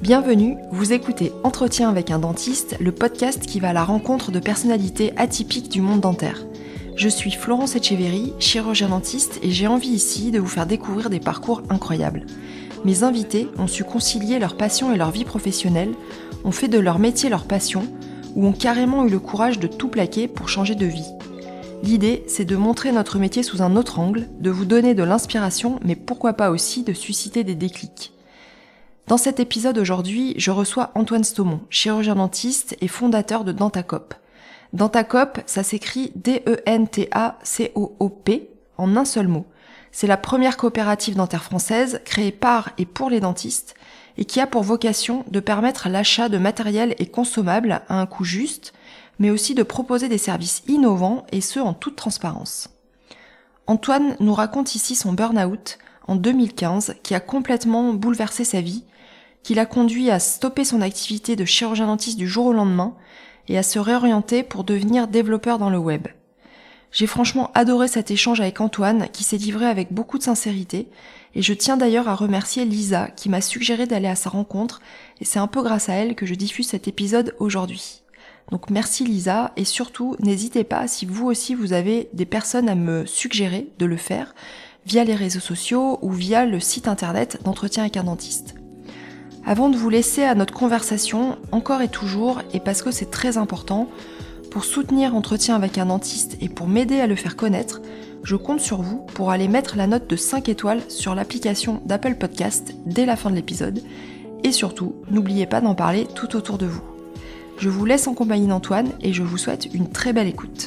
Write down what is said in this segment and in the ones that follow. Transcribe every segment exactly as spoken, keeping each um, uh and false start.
Bienvenue, vous écoutez Entretien avec un dentiste, le podcast qui va à la rencontre de personnalités atypiques du monde dentaire. Je suis Florence Etcheverry, chirurgien dentiste, et j'ai envie ici de vous faire découvrir des parcours incroyables. Mes invités ont su concilier leur passion et leur vie professionnelle, ont fait de leur métier leur passion, ou ont carrément eu le courage de tout plaquer pour changer de vie. L'idée, c'est de montrer notre métier sous un autre angle, de vous donner de l'inspiration, mais pourquoi pas aussi de susciter des déclics. Dans cet épisode aujourd'hui, je reçois Antoine Stomont, chirurgien dentiste et fondateur de Dentacoop. Dentacoop, ça s'écrit D E N T A C O O P en un seul mot. C'est la première coopérative dentaire française créée par et pour les dentistes et qui a pour vocation de permettre l'achat de matériel et consommables à un coût juste, mais aussi de proposer des services innovants et ce en toute transparence. Antoine nous raconte ici son burn-out en deux mille quinze qui a complètement bouleversé sa vie, qui l'a conduit à stopper son activité de chirurgien dentiste du jour au lendemain et à se réorienter pour devenir développeur dans le web. J'ai franchement adoré cet échange avec Antoine qui s'est livré avec beaucoup de sincérité et je tiens d'ailleurs à remercier Lisa qui m'a suggéré d'aller à sa rencontre et c'est un peu grâce à elle que je diffuse cet épisode aujourd'hui. Donc merci Lisa et surtout n'hésitez pas si vous aussi vous avez des personnes à me suggérer de le faire via les réseaux sociaux ou via le site internet d'Entretien avec un dentiste. Avant de vous laisser à notre conversation, encore et toujours, et parce que c'est très important, pour soutenir Entretien avec un dentiste et pour m'aider à le faire connaître, je compte sur vous pour aller mettre la note de cinq étoiles sur l'application d'Apple Podcast dès la fin de l'épisode. Et surtout, n'oubliez pas d'en parler tout autour de vous. Je vous laisse en compagnie d'Antoine et je vous souhaite une très belle écoute.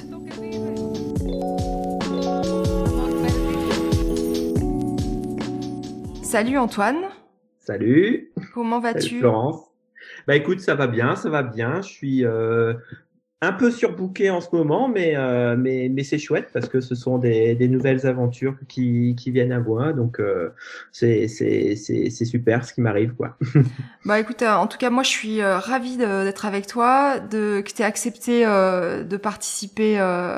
Salut Antoine. Salut. Comment vas-tu? Salut Florence. Bah écoute, ça va bien, ça va bien. Je suis euh, un peu surbooké en ce moment, mais euh, mais mais c'est chouette parce que ce sont des des nouvelles aventures qui qui viennent à moi, donc euh, c'est c'est c'est c'est super ce qui m'arrive quoi. Bah écoute, euh, en tout cas moi je suis euh, ravie de, d'être avec toi, de que tu aies accepté euh, de participer euh,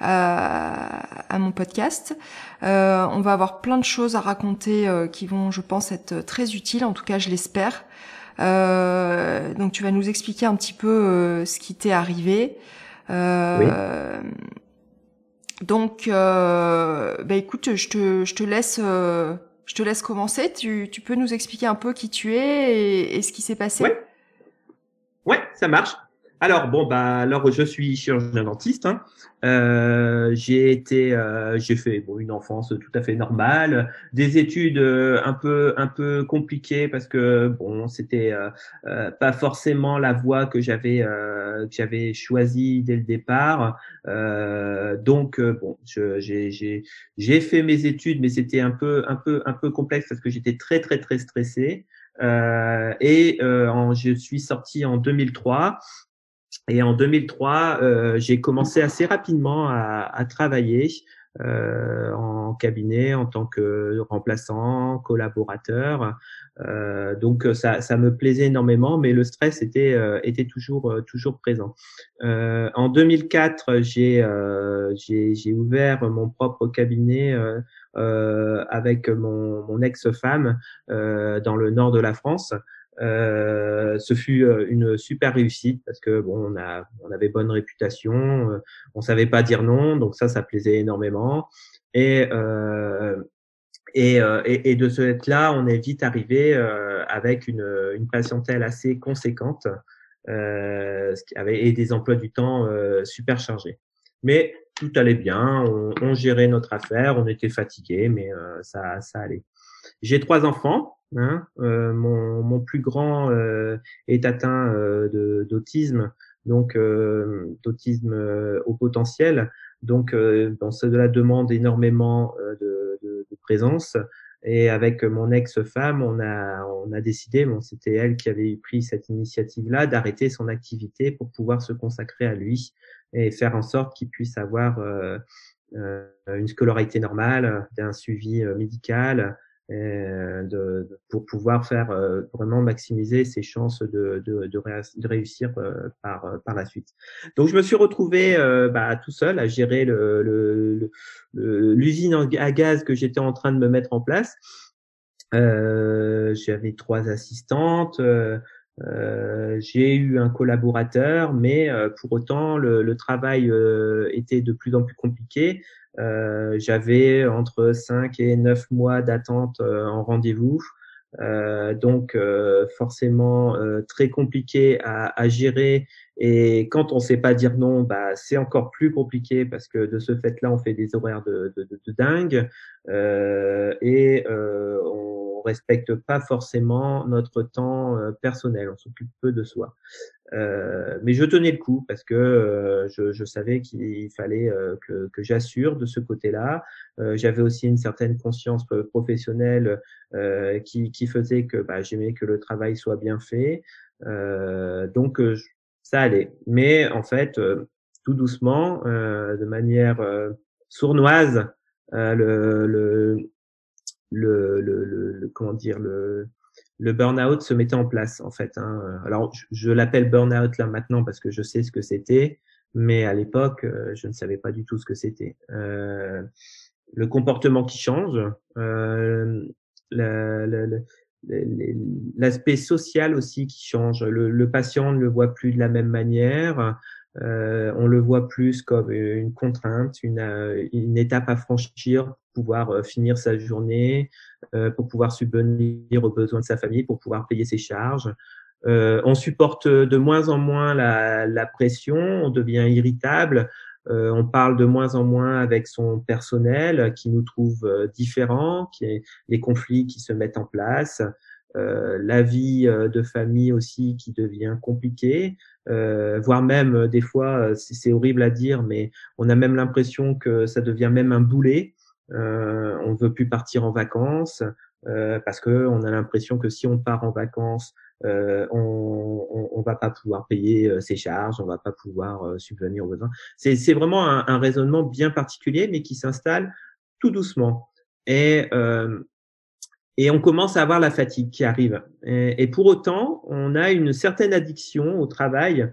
à, à mon podcast. Euh, on va avoir plein de choses à raconter euh, qui vont, je pense, être très utiles. En tout cas, je l'espère. Euh, donc, tu vas nous expliquer un petit peu euh, ce qui t'est arrivé. Euh, oui. Donc, euh, bah écoute, je te, je te laisse, euh, je te laisse commencer. Tu, tu peux nous expliquer un peu qui tu es et, et ce qui s'est passé? Ouais. Ouais, ça marche. Alors bon bah alors je suis chirurgien dentiste. Hein. Euh, j'ai été, euh, j'ai fait bon une enfance tout à fait normale, des études euh, un peu un peu compliquées parce que bon c'était euh, euh, pas forcément la voie que j'avais euh, que j'avais choisie dès le départ. Euh, donc euh, bon je, j'ai j'ai j'ai fait mes études mais c'était un peu un peu un peu complexe parce que j'étais très très très stressé. Euh, et euh, en, je suis sorti en deux mille trois. Et en deux mille trois, euh, j'ai commencé assez rapidement à, à travailler euh, en cabinet en tant que remplaçant, collaborateur. Euh, donc ça, ça me plaisait énormément, mais le stress était euh, était toujours euh, toujours présent. Euh, en deux mille quatre, j'ai euh, j'ai j'ai ouvert mon propre cabinet euh, euh, avec mon mon ex-femme euh, dans le nord de la France. Euh, ce fut une super réussite parce que bon, on a, on avait bonne réputation, euh, on savait pas dire non, donc ça, ça plaisait énormément. Et euh, et, euh, et, et de ce fait-là, on est vite arrivé euh, avec une, une patientèle assez conséquente, euh, avec et des emplois du temps euh, super chargés. Mais tout allait bien, on, on gérait notre affaire, on était fatigué, mais euh, ça, ça allait. J'ai trois enfants. Hein, euh, mon, mon plus grand euh, est atteint euh, de, d'autisme, donc euh, d'autisme euh, au potentiel. Donc, euh, bon, cela demande énormément euh, de, de, de présence. Et avec mon ex-femme, on a, on a décidé, bon, c'était elle qui avait pris cette initiative-là, d'arrêter son activité pour pouvoir se consacrer à lui et faire en sorte qu'il puisse avoir euh, euh, une scolarité normale, un suivi euh, médical. Euh, de, de, pour pouvoir faire euh, vraiment maximiser ses chances de, de, de, ré, de réussir euh, par, par la suite. Donc, je me suis retrouvé euh, bah, tout seul à gérer le, le, le, le, l'usine à gaz que j'étais en train de me mettre en place. Euh, j'avais trois assistantes. Euh, euh, j'ai eu un collaborateur, mais euh, pour autant, le, le travail euh, était de plus en plus compliqué. Euh, j'avais entre cinq et neuf mois d'attente euh, en rendez-vous. Euh, donc euh, forcément euh, très compliqué à, à gérer, et quand on sait pas dire non, bah c'est encore plus compliqué parce que de ce fait-là on fait des horaires de, de, de, de dingue, euh, et euh, on respecte pas forcément notre temps euh, personnel, on s'occupe peu de soi. Euh, mais je tenais le coup parce que euh, je, je savais qu'il fallait euh, que, que j'assure de ce côté-là. Euh, j'avais aussi une certaine conscience professionnelle euh, qui, qui faisait que bah, j'aimais que le travail soit bien fait. Euh, donc euh, ça allait. Mais en fait, euh, tout doucement, euh, de manière euh, sournoise, euh, le, le, le, le, le, le comment dire le le burn-out se mettait en place en fait. Hein. Alors je, je l'appelle burn-out là maintenant parce que je sais ce que c'était, mais à l'époque euh, je ne savais pas du tout ce que c'était. Euh, le comportement qui change, euh, la, la, la, l'aspect social aussi qui change. Le, le patient ne le voit plus de la même manière. Euh, on le voit plus comme une contrainte, une, une étape à franchir pour pouvoir euh, finir sa journée, euh, pour pouvoir subvenir aux besoins de sa famille, pour pouvoir payer ses charges. Euh, on supporte de moins en moins la, la pression, on devient irritable, euh, on parle de moins en moins avec son personnel qui nous trouve euh, différents, qui est, les conflits qui se mettent en place, euh, la vie euh, de famille aussi qui devient compliquée, euh, voire même euh, des fois, c'est horrible à dire, mais on a même l'impression que ça devient même un boulet. Euh, on ne veut plus partir en vacances euh, parce que on a l'impression que si on part en vacances, euh, on, on, on va pas pouvoir payer euh, ses charges, on va pas pouvoir euh, subvenir aux besoins. C'est, c'est vraiment un, un raisonnement bien particulier, mais qui s'installe tout doucement. Et euh, et on commence à avoir la fatigue qui arrive. Et, et pour autant, on a une certaine addiction au travail.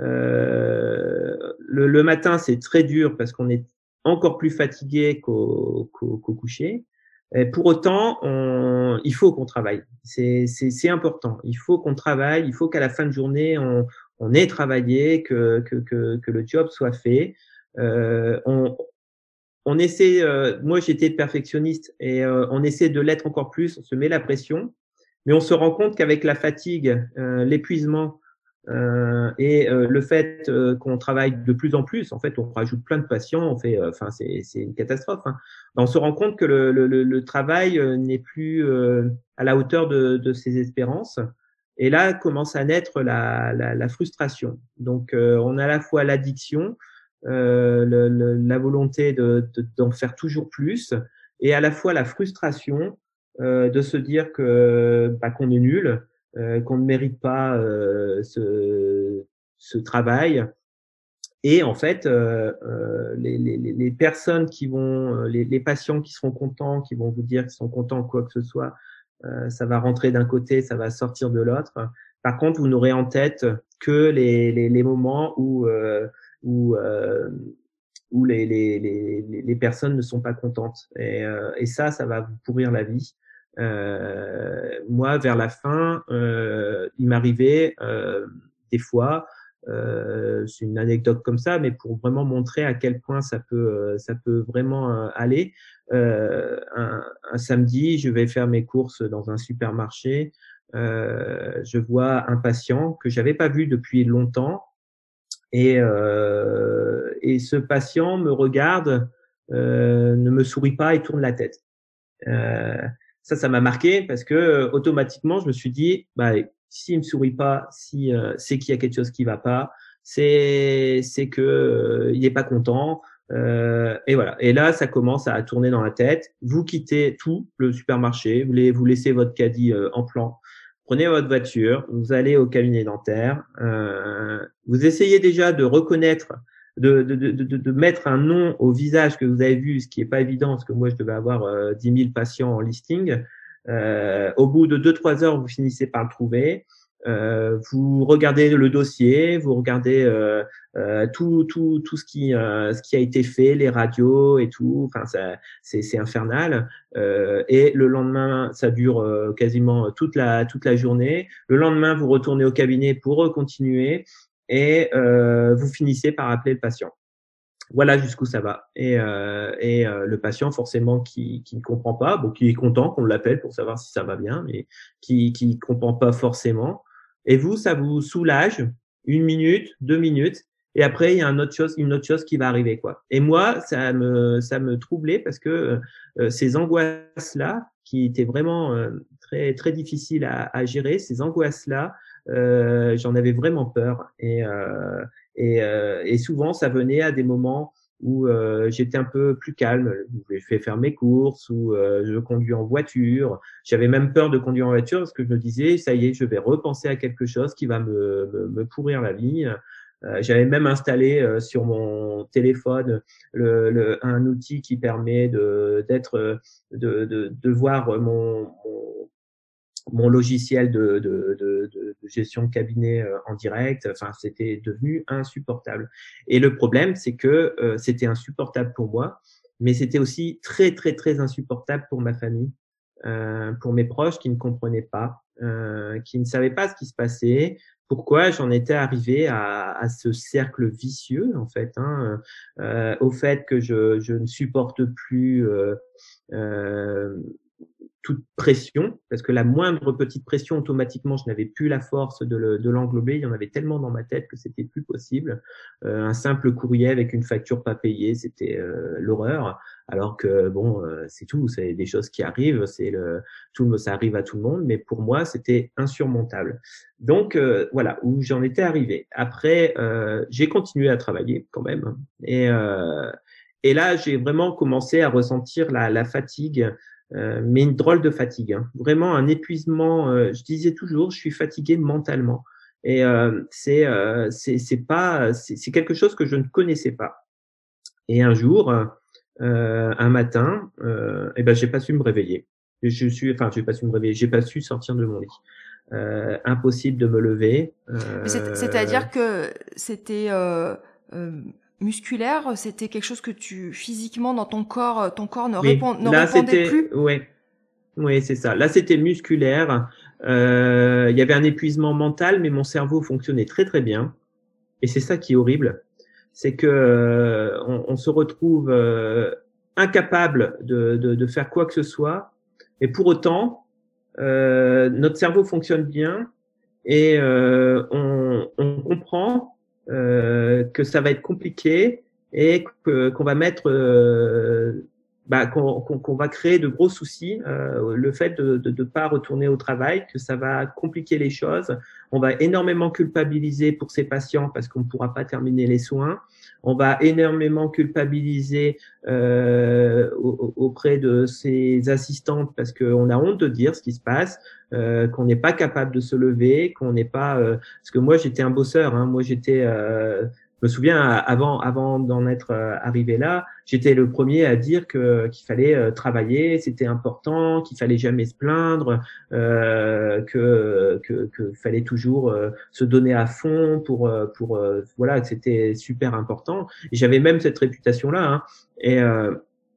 Euh, le, le matin, c'est très dur parce qu'on est encore plus fatigué qu'au, qu'au, qu'au coucher. Et pour autant, on, il faut qu'on travaille. C'est, c'est, c'est important. Il faut qu'on travaille. Il faut qu'à la fin de journée, on, on ait travaillé, que, que, que, que le job soit fait. Euh, on, on essaie, euh, moi j'étais perfectionniste et euh, on essaie de l'être encore plus, on se met la pression, mais on se rend compte qu'avec la fatigue, euh, l'épuisement euh, et euh, le fait euh, qu'on travaille de plus en plus, en fait on rajoute plein de patients, on fait, enfin euh, c'est, c'est une catastrophe. Hein. On se rend compte que le, le, le travail euh, n'est plus euh, à la hauteur de, de ses espérances. Et là commence à naître la, la, la frustration. Donc euh, on a à la fois l'addiction, euh, le, le, la volonté de, de, d'en faire toujours plus, et à la fois la frustration euh, de se dire que bah, qu'on est nul, euh, qu'on ne mérite pas euh, ce, ce travail. Et en fait, euh, euh, les, les, les personnes qui vont, les, les patients qui seront contents, qui vont vous dire qu'ils sont contents quoi que ce soit, euh, ça va rentrer d'un côté, ça va sortir de l'autre. Par contre, vous n'aurez en tête que les, les, les moments où euh, où, euh, où les, les, les, les personnes ne sont pas contentes. Et, euh, et ça, ça va vous pourrir la vie. Euh, moi, vers la fin, euh, il m'arrivait euh, des fois, euh, c'est une anecdote comme ça, mais pour vraiment montrer à quel point ça peut, euh, ça peut vraiment euh, aller. Euh, un, un samedi, je vais faire mes courses dans un supermarché. Euh, je vois un patient que j'avais pas vu depuis longtemps. Et, euh, et ce patient me regarde, euh, ne me sourit pas et tourne la tête. Euh, ça, ça m'a marqué parce que euh, automatiquement, je me suis dit, bah, s'il me sourit pas, si euh, c'est qu'il y a quelque chose qui va pas, c'est c'est que euh, il est pas content. Euh, et voilà. Et là, ça commence à tourner dans la tête. Vous quittez tout le supermarché, vous, les, vous laissez votre caddie euh, en plan. Prenez votre voiture, vous allez au cabinet dentaire, euh, vous essayez déjà de reconnaître, de, de, de, de, de mettre un nom au visage que vous avez vu, ce qui est pas évident, parce que moi, je devais avoir euh, dix mille patients en listing. Euh, au bout de deux trois heures, vous finissez par le trouver. Euh, vous regardez le dossier, vous regardez euh, euh, tout, tout, tout ce qui, euh, ce qui a été fait, les radios et tout. Enfin, ça, c'est, c'est infernal. Euh, et le lendemain, ça dure euh, quasiment toute la, toute la journée. Le lendemain, vous retournez au cabinet pour continuer et euh, vous finissez par appeler le patient. Voilà jusqu'où ça va. Et, euh, et euh, le patient, forcément, qui, qui ne comprend pas, bon, qui est content qu'on l'appelle pour savoir si ça va bien, mais qui qui comprend pas forcément. Et vous, ça vous soulage une minute, deux minutes, et après il y a une autre chose, une autre chose qui va arriver, quoi. Et moi, ça me ça me troublait parce que euh, ces angoisses-là, qui étaient vraiment euh, très très difficiles à, à gérer, ces angoisses-là, euh, j'en avais vraiment peur. Et euh, et, euh, et souvent, ça venait à des moments où euh, j'étais un peu plus calme. Je fais faire mes courses ou euh, je conduis en voiture. J'avais même peur de conduire en voiture parce que je me disais, ça y est, je vais repenser à quelque chose qui va me, me, me pourrir la vie. Euh, j'avais même installé euh, sur mon téléphone le, le, un outil qui permet de d'être de, de, de voir mon, mon mon logiciel de, de, de, de gestion de cabinet en direct. Enfin, c'était devenu insupportable. Et le problème, c'est que euh, c'était insupportable pour moi, mais c'était aussi très, très, très insupportable pour ma famille, euh, pour mes proches qui ne comprenaient pas, euh, qui ne savaient pas ce qui se passait, pourquoi j'en étais arrivé à, à ce cercle vicieux, en fait, hein, euh, au fait que je, je ne supporte plus euh, euh, toute pression, parce que la moindre petite pression, automatiquement, je n'avais plus la force de, le, de l'englober. Il y en avait tellement dans ma tête que c'était plus possible. Euh, un simple courrier avec une facture pas payée, c'était euh, l'horreur. Alors que bon, euh, c'est tout, c'est des choses qui arrivent, c'est le, tout, ça arrive à tout le monde. Mais pour moi, c'était insurmontable. Donc euh, voilà où j'en étais arrivé. Après, euh, j'ai continué à travailler quand même, et euh, et là, j'ai vraiment commencé à ressentir la, la fatigue. Euh, mais une drôle de fatigue, hein. Vraiment un épuisement. Euh, je disais toujours, je suis fatigué mentalement, et euh, c'est euh, c'est c'est pas c'est, c'est quelque chose que je ne connaissais pas. Et un jour, euh, un matin, euh, eh ben j'ai pas su me réveiller. Je suis, enfin, j'ai pas su me réveiller, j'ai pas su sortir de mon lit. Euh, impossible de me lever. Euh... C'est, c'est-à-dire que c'était euh, euh, musculaire, c'était quelque chose que tu physiquement dans ton corps, ton corps ne, Oui, répond, ne là, répondait c'était, plus. ouais, oui, c'est ça. Là, c'était musculaire. Euh, il y avait un épuisement mental, mais mon cerveau fonctionnait très très bien. Et c'est ça qui est horrible, c'est que euh, on, on se retrouve euh, incapable de, de, de faire quoi que ce soit, et pour autant, euh, notre cerveau fonctionne bien et euh, on, on comprend euh, que ça va être compliqué et que, qu'on va mettre euh, bah, qu'on, qu'on, qu'on va créer de gros soucis, euh, le fait de ne pas retourner au travail, que ça va compliquer les choses. On va énormément culpabiliser pour ces patients parce qu'on ne pourra pas terminer les soins. On va énormément culpabiliser euh, auprès de ses assistantes parce qu'on a honte de dire ce qui se passe, euh, qu'on n'est pas capable de se lever, qu'on n'est pas... Euh, parce que moi, j'étais un bosseur. Hein, moi, j'étais... Euh, je me souviens, avant, avant d'en être arrivé là, j'étais le premier à dire que qu'il fallait travailler, c'était important, qu'il fallait jamais se plaindre, euh, que que que fallait toujours euh, se donner à fond pour pour euh, voilà, que c'était super important. Et j'avais même cette réputation-là. Hein, et euh,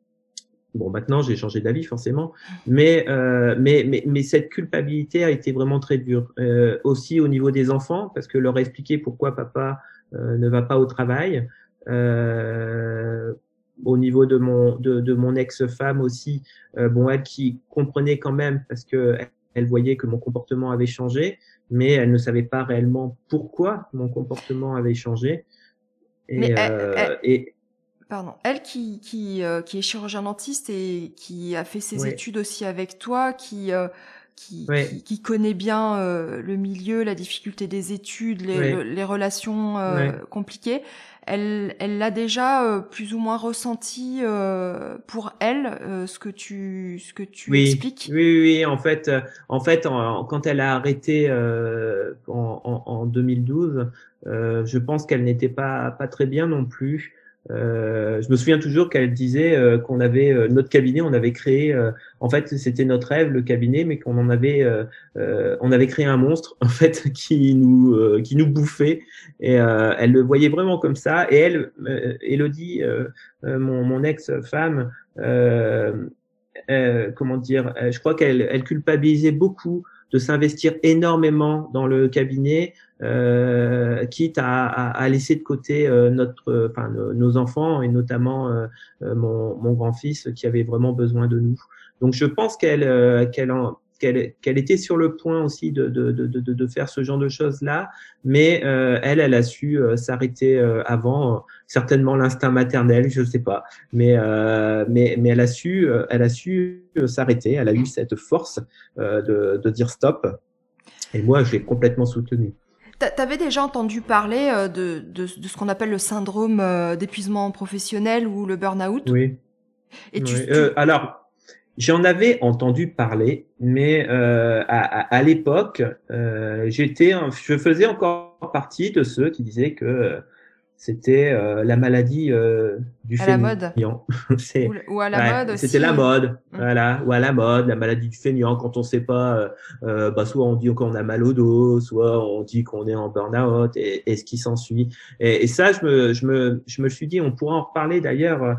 Bon, maintenant j'ai changé d'avis forcément, mais, euh, mais mais mais cette culpabilité a été vraiment très dure. Euh, aussi au niveau des enfants, parce que leur expliquer pourquoi papa euh, ne va pas au travail. Euh, au niveau de mon de, de mon ex-femme aussi, euh, bon, elle qui comprenait quand même parce que elle, elle voyait que mon comportement avait changé, mais elle ne savait pas réellement pourquoi mon comportement avait changé. Et, mais elle, euh, elle... et Pardon. Elle qui qui euh, qui est chirurgien dentiste et qui a fait ses ouais. études aussi avec toi, qui euh, qui, ouais. qui qui connaît bien euh, le milieu, la difficulté des études, les ouais. le, les relations euh, ouais. compliquées. Elle elle l'a déjà euh, plus ou moins ressenti euh, pour elle euh, ce que tu ce que tu oui. expliques. Oui, oui, en fait, euh, en fait, en, quand elle a arrêté euh, en, en, en deux mille douze, euh, je pense qu'elle n'était pas pas très bien non plus. Euh, je me souviens toujours qu'elle disait euh, qu'on avait euh, notre cabinet, on avait créé, euh, en fait, c'était notre rêve le cabinet, mais qu'on en avait, euh, euh, on avait créé un monstre en fait qui nous, euh, qui nous bouffait. Et euh, elle le voyait vraiment comme ça. Et elle, euh, Élodie, euh, euh, mon, mon ex-femme, euh, euh, comment dire, euh, je crois qu'elle, elle culpabilisait beaucoup de s'investir énormément dans le cabinet, euh, quitte à, à, à laisser de côté euh, notre, enfin nos, nos enfants et notamment euh, euh, mon, mon grand-fils qui avait vraiment besoin de nous. Donc je pense qu'elle, euh, qu'elle, en, qu'elle, qu'elle était sur le point aussi de, de, de, de, de faire ce genre de choses là, mais euh, elle, elle a su euh, s'arrêter euh, avant, euh, certainement l'instinct maternel, je sais pas, mais euh, mais mais elle a su, euh, elle a su euh, s'arrêter, elle a eu cette force euh, de, de dire stop. Et moi, je l'ai complètement soutenue. T'avais déjà entendu parler euh, de, de, de ce qu'on appelle le syndrome euh, d'épuisement professionnel ou le burn-out? Oui. Et tu, oui. tu... Euh, alors, j'en avais entendu parler, mais euh, à, à, à l'époque, euh, j'étais, je faisais encore partie de ceux qui disaient que c'était euh, la maladie euh, du à la mode. fainéant. C'est, ou, ou à la ouais, mode aussi. c'était la mode, Mmh. voilà, ou à la mode, la maladie du fainéant. Quand on sait pas, euh, euh, bah soit on dit qu'on a mal au dos, soit on dit qu'on est en burn-out et, et ce qui s'ensuit. Et, et ça, je me, je me, je me suis dit, on pourra en reparler d'ailleurs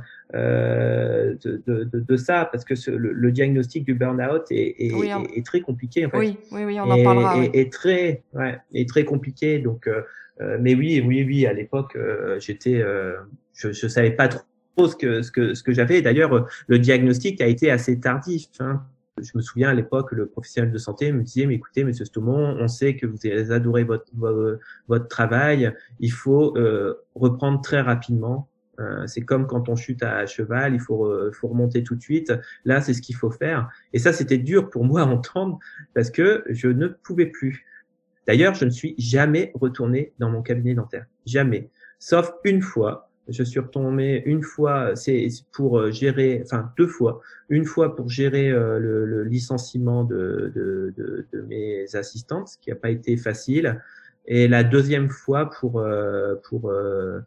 euh, de, de, de, de ça parce que ce, le, le diagnostic du burn-out est, est, Oui, on... est, est très compliqué en fait. Oui, oui, oui, on et, en parlera. Et, oui. et très, ouais, et très compliqué. Donc euh, Euh, mais oui, oui, oui. À l'époque, euh, j'étais, euh, je, je savais pas trop ce que ce que ce que j'avais. D'ailleurs, le diagnostic a été assez tardif. Hein. Je me souviens à l'époque, le professionnel de santé me disait, mais écoutez, Monsieur Stomont, on sait que vous adorez votre votre, votre travail. Il faut euh, reprendre très rapidement. Euh, c'est comme quand on chute à cheval, il faut re, faut remonter tout de suite. Là, c'est ce qu'il faut faire. Et ça, c'était dur pour moi à entendre parce que je ne pouvais plus. D'ailleurs, je ne suis jamais retourné dans mon cabinet dentaire. Jamais. Sauf une fois. Je suis retourné une fois, c'est pour gérer, enfin deux fois. Une fois pour gérer euh, le, le licenciement de, de, de, de mes assistantes, ce qui n'a pas été facile. Et la deuxième fois pour, euh, pour, euh,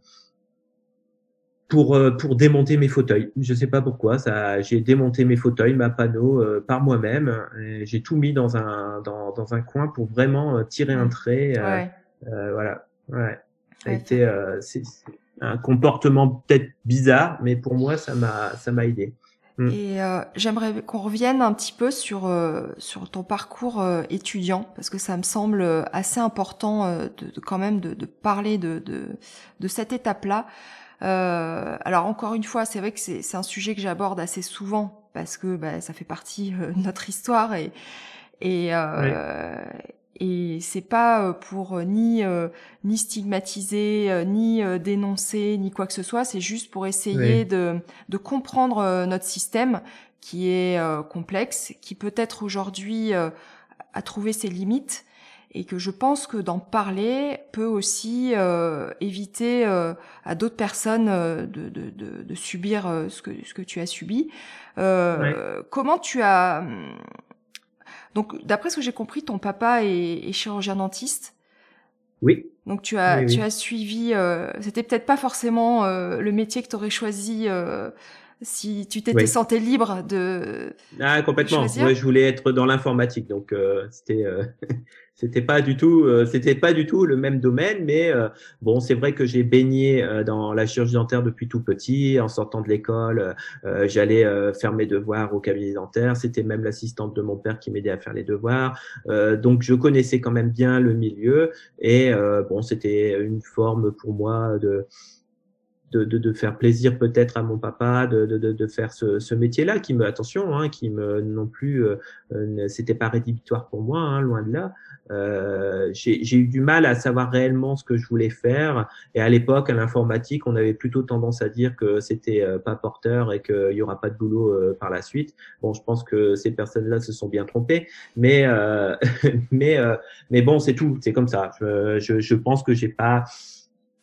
pour, euh, pour démonter mes fauteuils. Je sais pas pourquoi. Ça, j'ai démonté mes fauteuils, ma panneau euh, par moi-même. Et j'ai tout mis dans un dans, dans un coin pour vraiment euh, tirer un trait. Euh, ouais. euh, voilà. Ouais. Ça a ouais, été euh, c'est, c'est un comportement peut-être bizarre, mais pour moi, ça m'a ça m'a aidé. Mm. Et euh, j'aimerais qu'on revienne un petit peu sur euh, sur ton parcours euh, étudiant parce que ça me semble assez important euh, de, de quand même de, de parler de, de de cette étape-là. Euh, alors encore une fois, c'est vrai que c'est, c'est un sujet que j'aborde assez souvent parce que bah, ça fait partie euh, de notre histoire et et euh, oui. Et c'est pas pour ni euh, ni stigmatiser, euh, ni euh, dénoncer, ni quoi que ce soit. C'est juste pour essayer oui. de de comprendre euh, notre système qui est euh, complexe, qui peut-être aujourd'hui euh, a trouvé ses limites. Et que je pense que d'en parler peut aussi euh, éviter euh, à d'autres personnes euh, de, de, de, de subir euh, ce que ce que tu as subi. Euh, ouais. Comment tu as donc d'après ce que j'ai compris, ton papa est, est chirurgien dentiste. Oui. Donc tu as oui, tu oui. as suivi. Euh, c'était peut-être pas forcément euh, le métier que tu aurais choisi. Euh, si tu t'étais oui. senti libre de ah complètement de choisir. Moi je voulais être dans l'informatique donc euh, c'était euh, c'était pas du tout euh, c'était pas du tout le même domaine mais euh, bon c'est vrai que j'ai baigné euh, dans la chirurgie dentaire depuis tout petit. En sortant de l'école euh, j'allais euh, faire mes devoirs au cabinet dentaire. C'était même l'assistante de mon père qui m'aidait à faire les devoirs euh, donc je connaissais quand même bien le milieu et euh, bon c'était une forme pour moi de De, de, de faire plaisir peut-être à mon papa, de, de, de faire ce, ce métier-là, qui me, attention, hein, qui me non plus, euh, euh, c'était pas rédhibitoire pour moi, hein, loin de là. Euh, j'ai, j'ai eu du mal à savoir réellement ce que je voulais faire. Et à l'époque, à l'informatique, on avait plutôt tendance à dire que c'était euh, pas porteur et qu'il y aura pas de boulot euh, par la suite. Bon, je pense que ces personnes-là se sont bien trompées, mais euh, mais euh, mais bon, c'est tout, c'est comme ça. Je, je, je pense que j'ai pas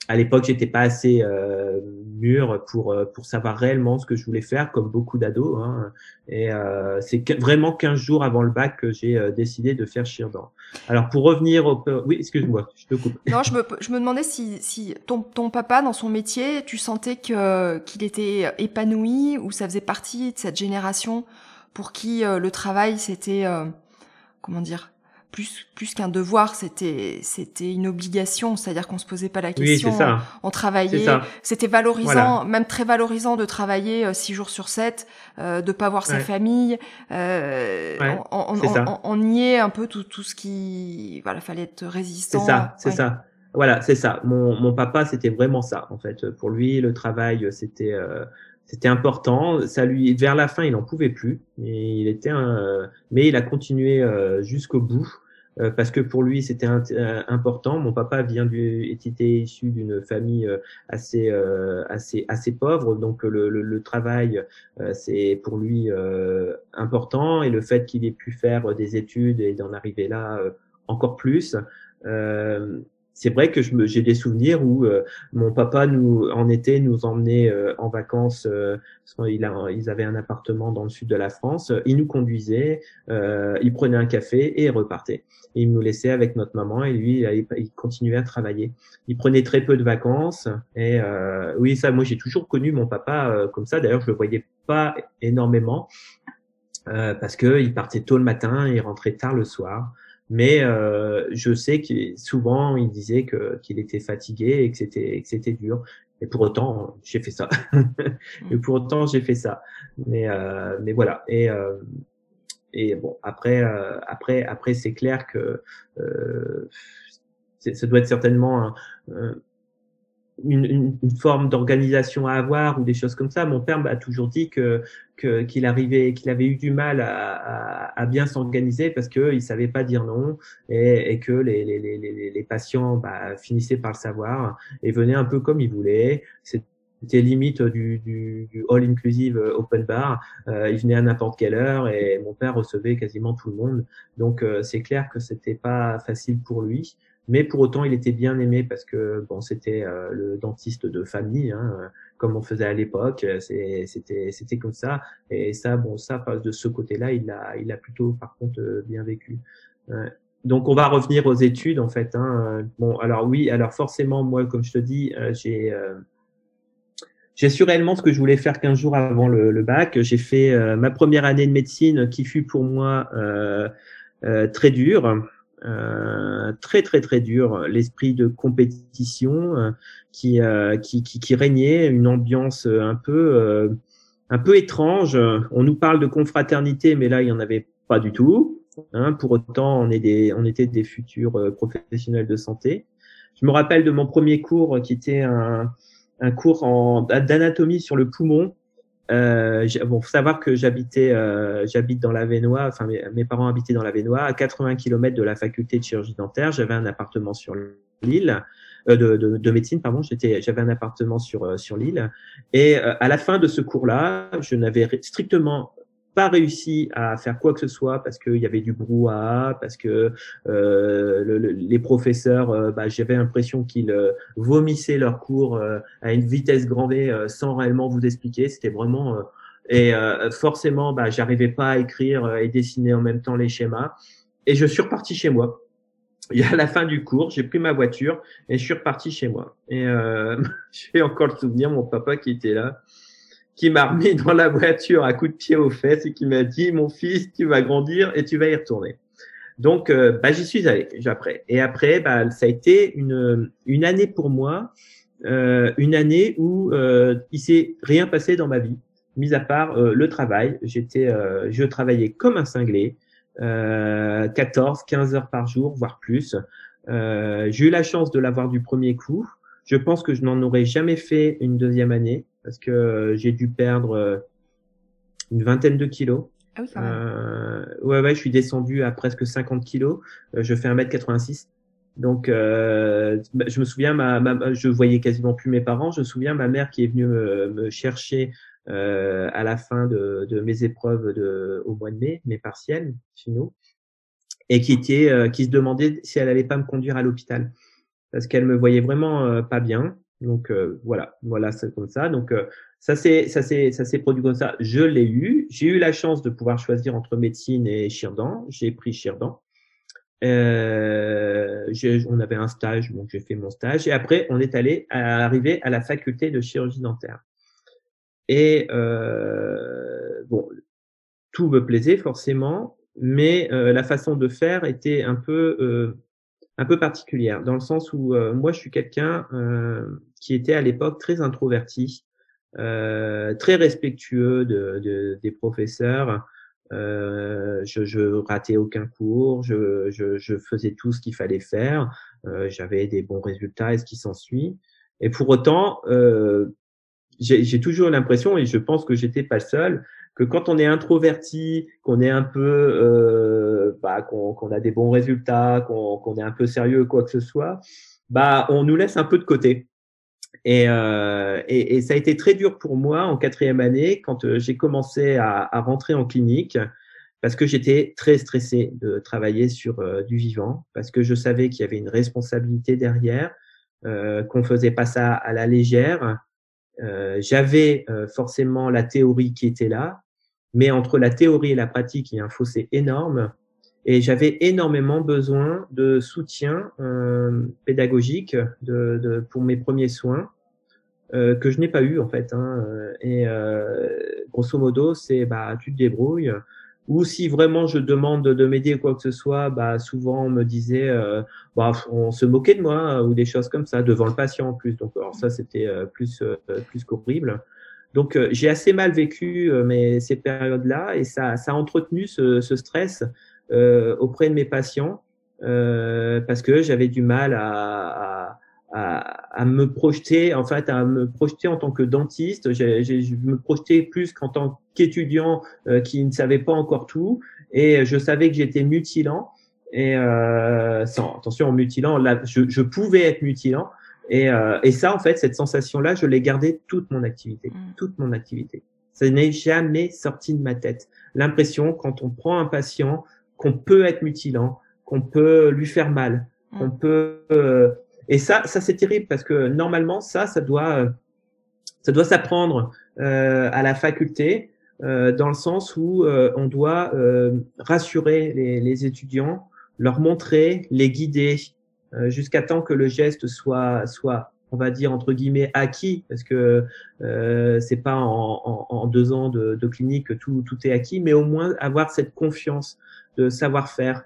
à l'époque, j'étais pas assez euh, mûr pour pour savoir réellement ce que je voulais faire, comme beaucoup d'ados. Hein. Et euh, c'est que, vraiment quinze jours avant le bac que j'ai euh, décidé de faire chir-dent. Alors pour revenir au, oui, excuse-moi, je te coupe. Non, je me je me demandais si si ton ton papa dans son métier, tu sentais que qu'il était épanoui ou ça faisait partie de cette génération pour qui euh, le travail c'était euh, comment dire, plus plus qu'un devoir, c'était c'était une obligation, c'est-à-dire qu'on se posait pas la Oui, c'est question, ça. on C'est travaillait, ça. c'était valorisant, Voilà. même très valorisant de travailler euh, six jours sur sept, euh, de pas voir sa Ouais. famille, euh, Ouais. on, on, C'est on, ça. on niait un peu tout tout ce qui, voilà, fallait être C'est résistant, ça. C'est ouais. ça. Voilà, c'est ça. Mon, mon papa, c'était vraiment ça, en fait. Pour lui, le travail, c'était, euh, c'était important. Ça lui, vers la fin, il n'en pouvait plus. Et il était un, euh, mais il a continué euh, jusqu'au bout euh, parce que pour lui, c'était un- euh, important. Mon papa vient du, était issu d'une famille euh, assez, euh, assez, assez pauvre. Donc le, le, le travail, euh, c'est pour lui euh, important. Et le fait qu'il ait pu faire des études et d'en arriver là euh, encore plus. Euh, c'est vrai que je me, j'ai des souvenirs où euh, mon papa nous en été nous emmenait euh, en vacances. Euh, parce qu'il a, ils avaient un appartement dans le sud de la France. Il nous conduisait, euh, il prenait un café et il repartait. Et il nous laissait avec notre maman et lui, il, il continuait à travailler. Il prenait très peu de vacances. Et euh, oui, ça, moi, j'ai toujours connu mon papa euh, comme ça. D'ailleurs, je le voyais pas énormément euh, parce que il partait tôt le matin, il rentrait tard le soir. Mais euh, je sais que souvent il disait que qu'il était fatigué et que c'était que c'était dur. Et pour autant, j'ai fait ça. Et pour autant, j'ai fait ça. Mais euh, mais voilà. Et euh, et bon, après euh, après après, c'est clair que euh, c'est, ça doit être certainement un, un, une, une, une forme d'organisation à avoir ou des choses comme ça. Mon père m'a toujours dit que, que qu'il arrivait, qu'il avait eu du mal à, à, à bien s'organiser parce que il savait pas dire non et, et que les, les, les, les patients bah, finissaient par le savoir et venaient un peu comme ils voulaient. C'était limite du, du, du all inclusive open bar. Euh, ils venaient à n'importe quelle heure et mon père recevait quasiment tout le monde. Donc euh, c'est clair que c'était pas facile pour lui. Mais pour autant, il était bien aimé parce que bon, c'était euh, le dentiste de famille, hein, comme on faisait à l'époque. C'est, c'était, c'était comme ça. Et ça, bon, ça, de ce côté-là, il a, il a plutôt, par contre, euh, bien vécu. Euh, donc, on va revenir aux études, en fait. Hein. Bon, alors oui, alors forcément, moi, comme je te dis, euh, j'ai, euh, j'ai su réellement ce que je voulais faire quinze jours avant le, le bac. J'ai fait euh, ma première année de médecine, qui fut pour moi euh, euh, très dure. Euh, très très très dur, l'esprit de compétition euh, qui, euh, qui, qui qui régnait, une ambiance un peu euh, un peu étrange. On nous parle de confraternité, mais là il y en avait pas du tout. Hein, pour autant, on est des on était des futurs euh, professionnels de santé. Je me rappelle de mon premier cours qui était un un cours en d'anatomie sur le poumon. Euh, bon, faut savoir que j'habitais, euh, j'habite dans l'Avesnois. Enfin, mes, mes parents habitaient dans l'Avesnois, à quatre-vingts kilomètres de la faculté de chirurgie dentaire. J'avais un appartement sur l'île euh, de, de, de médecine, pardon. J'étais, j'avais un appartement sur euh, sur l'île. Et euh, à la fin de ce cours-là, je n'avais strictement pas réussi à faire quoi que ce soit parce qu'il y avait du brouhaha, parce que euh, le, le, les professeurs, euh, bah, j'avais l'impression qu'ils euh, vomissaient leurs cours euh, à une vitesse grand V euh, sans réellement vous expliquer. C'était vraiment euh, et euh, forcément, bah, j'arrivais pas à écrire euh, et dessiner en même temps les schémas. Et je suis reparti chez moi. Et à la fin du cours, j'ai pris ma voiture et je suis reparti chez moi. Et euh, j'ai encore le souvenir, mon papa qui était là, qui m'a remis dans la voiture à coups de pied aux fesses et qui m'a dit, mon fils, tu vas grandir et tu vas y retourner. Donc, euh, bah, j'y suis allé après. Et après, bah, ça a été une, une année pour moi, euh, une année où euh, il s'est rien passé dans ma vie, mis à part euh, le travail. J'étais, euh, je travaillais comme un cinglé, euh, quatorze, quinze heures par jour, voire plus. Euh, j'ai eu la chance de l'avoir du premier coup. Je pense que je n'en aurais jamais fait une deuxième année parce que j'ai dû perdre une vingtaine de kilos. Ah oui, quand même. Euh, ouais, ouais, je suis descendu à presque cinquante kilos. Euh, je fais un mètre quatre-vingt-six. Donc, euh, je me souviens, ma, ma, je voyais quasiment plus mes parents. Je me souviens ma mère qui est venue me, me chercher euh, à la fin de, de mes épreuves de, au mois de mai, mes partiels finaux, et qui était, euh, qui se demandait si elle allait pas me conduire à l'hôpital. parce qu'elle me voyait vraiment euh, pas bien. Donc euh, voilà, voilà, c'est comme ça. Donc euh, ça s'est ça s'est ça s'est produit comme ça. Je l'ai eu. J'ai eu la chance de pouvoir choisir entre médecine et chirurgien. J'ai pris chirurgien. Euh, j'ai, on avait un stage, donc j'ai fait mon stage. Et après, on est allé à, arriver à la faculté de chirurgie dentaire. Et euh, bon, tout me plaisait forcément, mais euh, la façon de faire était un peu euh, un peu particulière, dans le sens où euh, moi, je suis quelqu'un euh, qui était à l'époque très introverti, euh, très respectueux de, de, des professeurs. Euh, je, je ratais aucun cours, je, je, je faisais tout ce qu'il fallait faire, euh, j'avais des bons résultats et ce qui s'ensuit. Et pour autant, euh, j'ai, j'ai toujours l'impression, et je pense que j'étais pas le seul, que quand on est introverti, qu'on est un peu, euh, bah, qu'on, qu'on a des bons résultats, qu'on, qu'on est un peu sérieux, quoi que ce soit, bah, on nous laisse un peu de côté. Et, euh, et, et ça a été très dur pour moi en quatrième année quand euh, j'ai commencé à, à rentrer en clinique parce que j'étais très stressé de travailler sur euh, du vivant, parce que je savais qu'il y avait une responsabilité derrière, euh, qu'on faisait pas ça à la légère. Euh, j'avais euh, forcément la théorie qui était là, mais entre la théorie et la pratique, il y a un fossé énorme. Et j'avais énormément besoin de soutien euh, pédagogique de, de, pour mes premiers soins, euh, que je n'ai pas eu en fait. Hein. Et euh, grosso modo, c'est bah tu te débrouilles. Ou si vraiment je demande de m'aider ou quoi que ce soit, bah souvent on me disait, euh, bah on se moquait de moi ou des choses comme ça devant le patient en plus. Donc alors ça c'était euh, plus euh, plus qu'horrible. Donc euh, j'ai assez mal vécu euh, mais ces périodes-là et ça ça a entretenu ce, ce stress euh, auprès de mes patients euh, parce que j'avais du mal à, à À, à me projeter, en fait, à me projeter en tant que dentiste. J'ai, j'ai, je me projetais plus qu'en tant qu'étudiant euh, qui ne savait pas encore tout. Et je savais que j'étais mutilant. Et euh, sans, attention, mutilant, là, je, je pouvais être mutilant. Et, euh, et ça, en fait, cette sensation-là, je l'ai gardée toute mon activité, toute mon activité. Ça n'est jamais sorti de ma tête. L'impression, quand on prend un patient, qu'on peut être mutilant, qu'on peut lui faire mal, qu'on peut euh, et ça, ça c'est terrible parce que normalement, ça, ça doit, ça doit s'apprendre euh, à la faculté, euh, dans le sens où euh, on doit euh, rassurer les, les étudiants, leur montrer, les guider euh, jusqu'à temps que le geste soit, soit, on va dire entre guillemets acquis, parce que euh, c'est pas en, en, en deux ans de, de clinique que tout, tout est acquis, mais au moins avoir cette confiance de savoir-faire.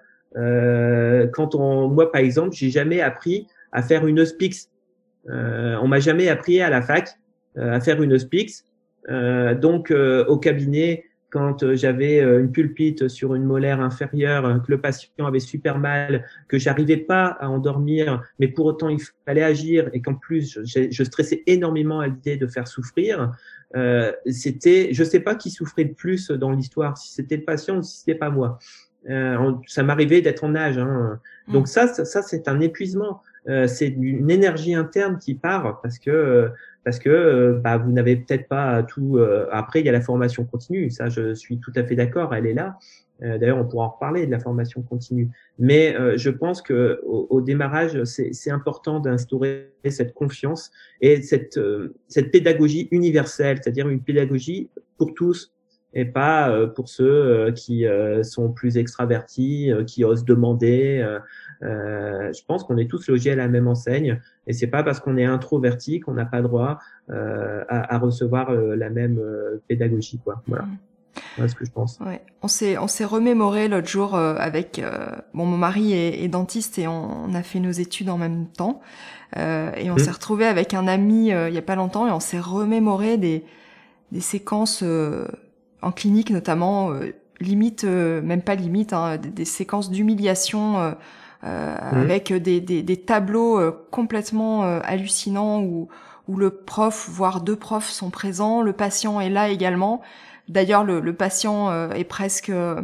Euh, quand on, moi par exemple, j'ai jamais appris à faire une hospice. Euh, on m'a jamais appris à la fac euh, à faire une hospice. Euh, donc euh, au cabinet, quand euh, j'avais euh, une pulpite sur une molaire inférieure, que le patient avait super mal, que j'arrivais pas à endormir, mais pour autant il fallait agir et qu'en plus je, je stressais énormément à l'idée de faire souffrir. Euh, c'était, je sais pas qui souffrait le plus dans l'histoire, si c'était le patient ou si c'était pas moi. Euh, ça m'arrivait d'être en nage. Hein. Donc ça, ça, ça c'est un épuisement. Euh, c'est une énergie interne qui part parce que parce que euh, bah, vous n'avez peut-être pas tout. Euh, après, il y a la formation continue. Ça, je suis tout à fait d'accord. Elle est là. Euh, d'ailleurs, on pourra en reparler de la formation continue. Mais euh, je pense que au, au démarrage, c'est, c'est important d'instaurer cette confiance et cette euh, cette pédagogie universelle, c'est-à-dire une pédagogie pour tous et pas euh, pour ceux euh, qui euh, sont plus extravertis, euh, qui osent demander. Euh, euh, je pense qu'on est tous logés à la même enseigne et c'est pas parce qu'on est introverti qu'on n'a pas droit euh, à, à recevoir euh, la même euh, pédagogie, quoi. Voilà. Mmh. Voilà ce que je pense. Ouais. On s'est on s'est remémoré l'autre jour euh, avec euh, bon mon mari est, est dentiste et on, on a fait nos études en même temps euh, et on mmh. s'est retrouvé avec un ami euh, il y a pas longtemps et on s'est remémoré des des séquences euh, en clinique notamment euh, limite euh, même pas limite hein, des, des séquences d'humiliation euh, euh, mmh. avec des, des des tableaux euh, complètement euh, hallucinants où où le prof voire deux profs sont présents, le patient est là également. D'ailleurs, le, le patient euh, est presque euh,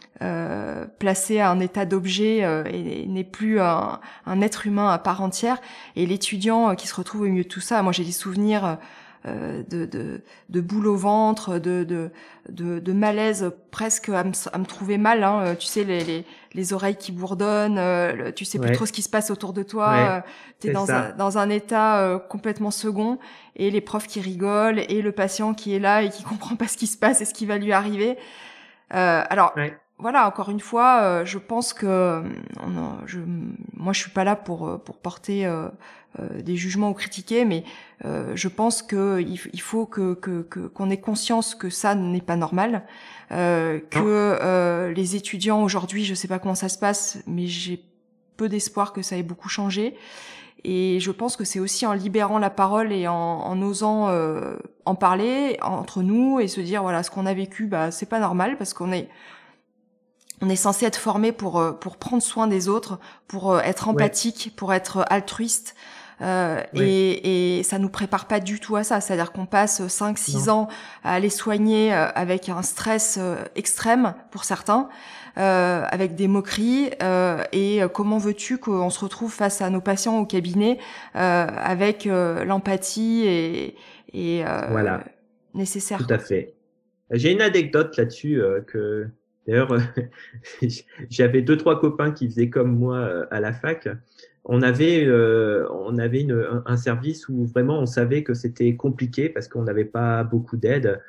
euh, placé à un état d'objet euh, et, et n'est plus un, un être humain à part entière. Et l'étudiant euh, qui se retrouve au milieu de tout ça, moi j'ai des souvenirs euh, de, de, de boule au ventre, de, de, de, de malaise presque à me, à me trouver mal. Hein. Tu sais, les, les, les oreilles qui bourdonnent, euh, tu sais plus Ouais. trop ce qui se passe autour de toi. Ouais, euh, t'es c'est dans ça. un, dans un état euh, complètement second, et les profs qui rigolent, et le patient qui est là et qui comprend pas ce qui se passe et ce qui va lui arriver. Euh, alors. Ouais. Voilà, encore une fois, euh, je pense que euh, on a, je, moi, je suis pas là pour pour porter euh, euh, des jugements ou critiquer, mais euh, je pense que il, il faut que que que- qu'on ait conscience que ça n'est pas normal, euh, que Non. euh, les étudiants aujourd'hui, je sais pas comment ça se passe, mais j'ai peu d'espoir que ça ait beaucoup changé. Et je pense que c'est aussi en libérant la parole et en, en osant euh, en parler entre nous et se dire voilà, ce qu'on a vécu, bah c'est pas normal, parce qu'on est on est censé être formé pour euh, pour prendre soin des autres, pour euh, être Ouais. empathique, pour être altruiste. Euh, Ouais. et, et ça nous prépare pas du tout à ça. C'est-à-dire qu'on passe cinq six Non. ans à aller soigner euh, avec un stress euh, extrême pour certains, euh, avec des moqueries. Euh, et euh, comment veux-tu qu'on se retrouve face à nos patients au cabinet euh, avec euh, l'empathie et, et euh, Voilà. nécessaire, Tout quoi. à fait. J'ai une anecdote là-dessus euh, que d'ailleurs j'avais deux trois copains qui faisaient comme moi euh, à la fac. On avait euh, on avait une, un, un service où vraiment on savait que c'était compliqué parce qu'on n'avait pas beaucoup d'aide.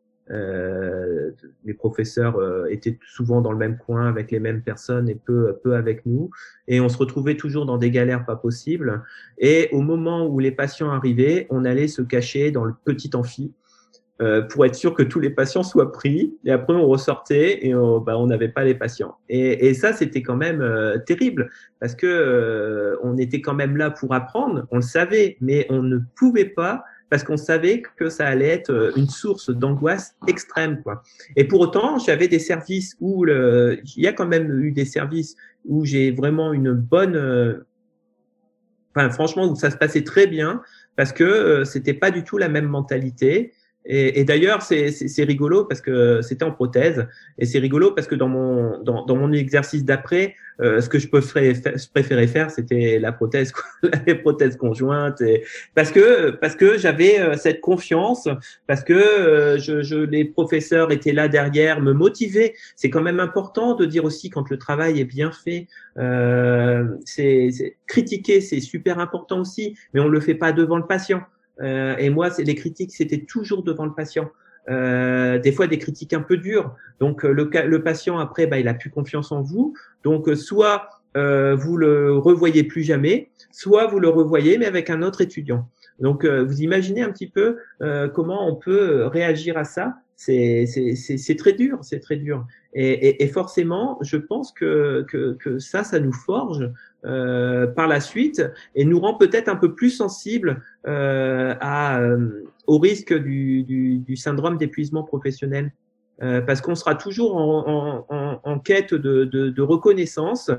Euh, les professeurs euh, étaient souvent dans le même coin avec les mêmes personnes et peu peu avec nous, et on se retrouvait toujours dans des galères pas possibles. Et au moment où les patients arrivaient, on allait se cacher dans le petit amphi euh, pour être sûr que tous les patients soient pris. Et après, on ressortait et on bah, on n'avait pas les patients. Et, et ça, c'était quand même euh, terrible parce que euh, on était quand même là pour apprendre. On le savait, mais on ne pouvait pas parce qu'on savait que ça allait être une source d'angoisse extrême, quoi. Et pour autant, j'avais des services où le, il y a quand même eu des services où j'ai vraiment une bonne, euh, enfin, franchement, où ça se passait très bien parce que euh, c'était pas du tout la même mentalité. Et, et d'ailleurs, c'est, c'est, c'est rigolo parce que c'était en prothèse, et c'est rigolo parce que dans mon dans, dans mon exercice d'après, euh, ce que je préférais faire, je préférais faire, c'était la prothèse, quoi, les prothèses conjointes, et parce que parce que j'avais euh, cette confiance, parce que euh, je, je les professeurs étaient là derrière, me motivaient. C'est quand même important de dire aussi quand le travail est bien fait. Euh, c'est, c'est critiquer, c'est super important aussi, mais on le fait pas devant le patient. Euh, et moi, c'est les critiques, c'était toujours devant le patient. Euh, des fois, des critiques un peu dures. Donc, le, le patient après, bah, il a plus confiance en vous. Donc, soit euh, vous le revoyez plus jamais, soit vous le revoyez, mais avec un autre étudiant. Donc, euh, vous imaginez un petit peu euh, comment on peut réagir à ça. C'est, c'est, c'est, c'est très dur, c'est très dur. Et, et, et forcément, je pense que, que, que ça, ça nous forge euh, par la suite et nous rend peut-être un peu plus sensibles euh, à, euh, au risque du, du, du syndrome d'épuisement professionnel. Euh, parce qu'on sera toujours en, en, en, en quête de, de, de reconnaissance,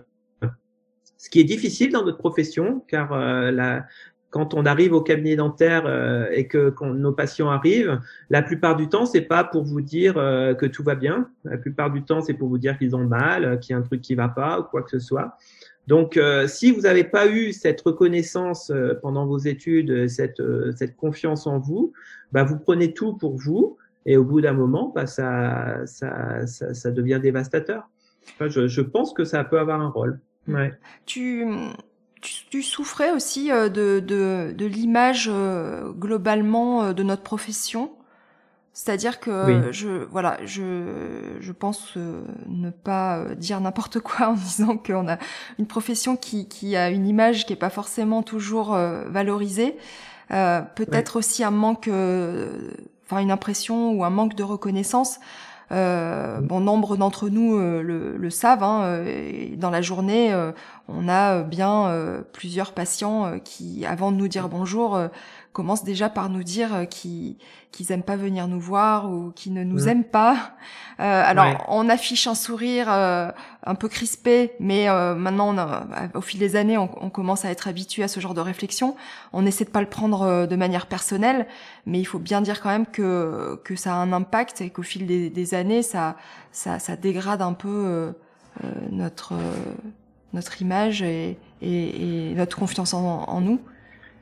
ce qui est difficile dans notre profession, car euh, la, quand on arrive au cabinet dentaire euh, et que quand nos patients arrivent, la plupart du temps, c'est pas pour vous dire euh, que tout va bien. La plupart du temps, c'est pour vous dire qu'ils ont mal, qu'il y a un truc qui va pas ou quoi que ce soit. Donc, euh, si vous n'avez pas eu cette reconnaissance euh, pendant vos études, cette, euh, cette confiance en vous, bah, vous prenez tout pour vous, et au bout d'un moment, bah, ça, ça, ça, ça devient dévastateur. Enfin, je, je pense que ça peut avoir un rôle. Ouais. Tu, tu, tu souffrais aussi euh, de, de, de l'image euh, globalement euh, de notre profession. C'est-à-dire que Oui. je voilà, je je pense euh, ne pas euh, dire n'importe quoi en disant qu'on a une profession qui qui a une image qui est pas forcément toujours euh, valorisée. Euh, peut-être Ouais. aussi un manque, euh, enfin une impression ou un manque de reconnaissance. Euh, bon, nombre d'entre nous euh, le, le savent. Hein, et dans la journée, euh, on a bien euh, plusieurs patients euh, qui, avant de nous dire bonjour, euh, commencent déjà par nous dire euh, qu'ils qu'ils aiment pas venir nous voir ou qu'ils ne nous Mmh. aiment pas. Euh, alors, Ouais. on affiche un sourire euh, un peu crispé, mais euh, maintenant, on a, au fil des années, on, on commence à être habitué à ce genre de réflexion. On essaie de pas le prendre euh, de manière personnelle, mais il faut bien dire quand même que que ça a un impact et qu'au fil des, des années, ça ça ça dégrade un peu euh, euh, notre euh, notre image et, et, et notre confiance en, en nous.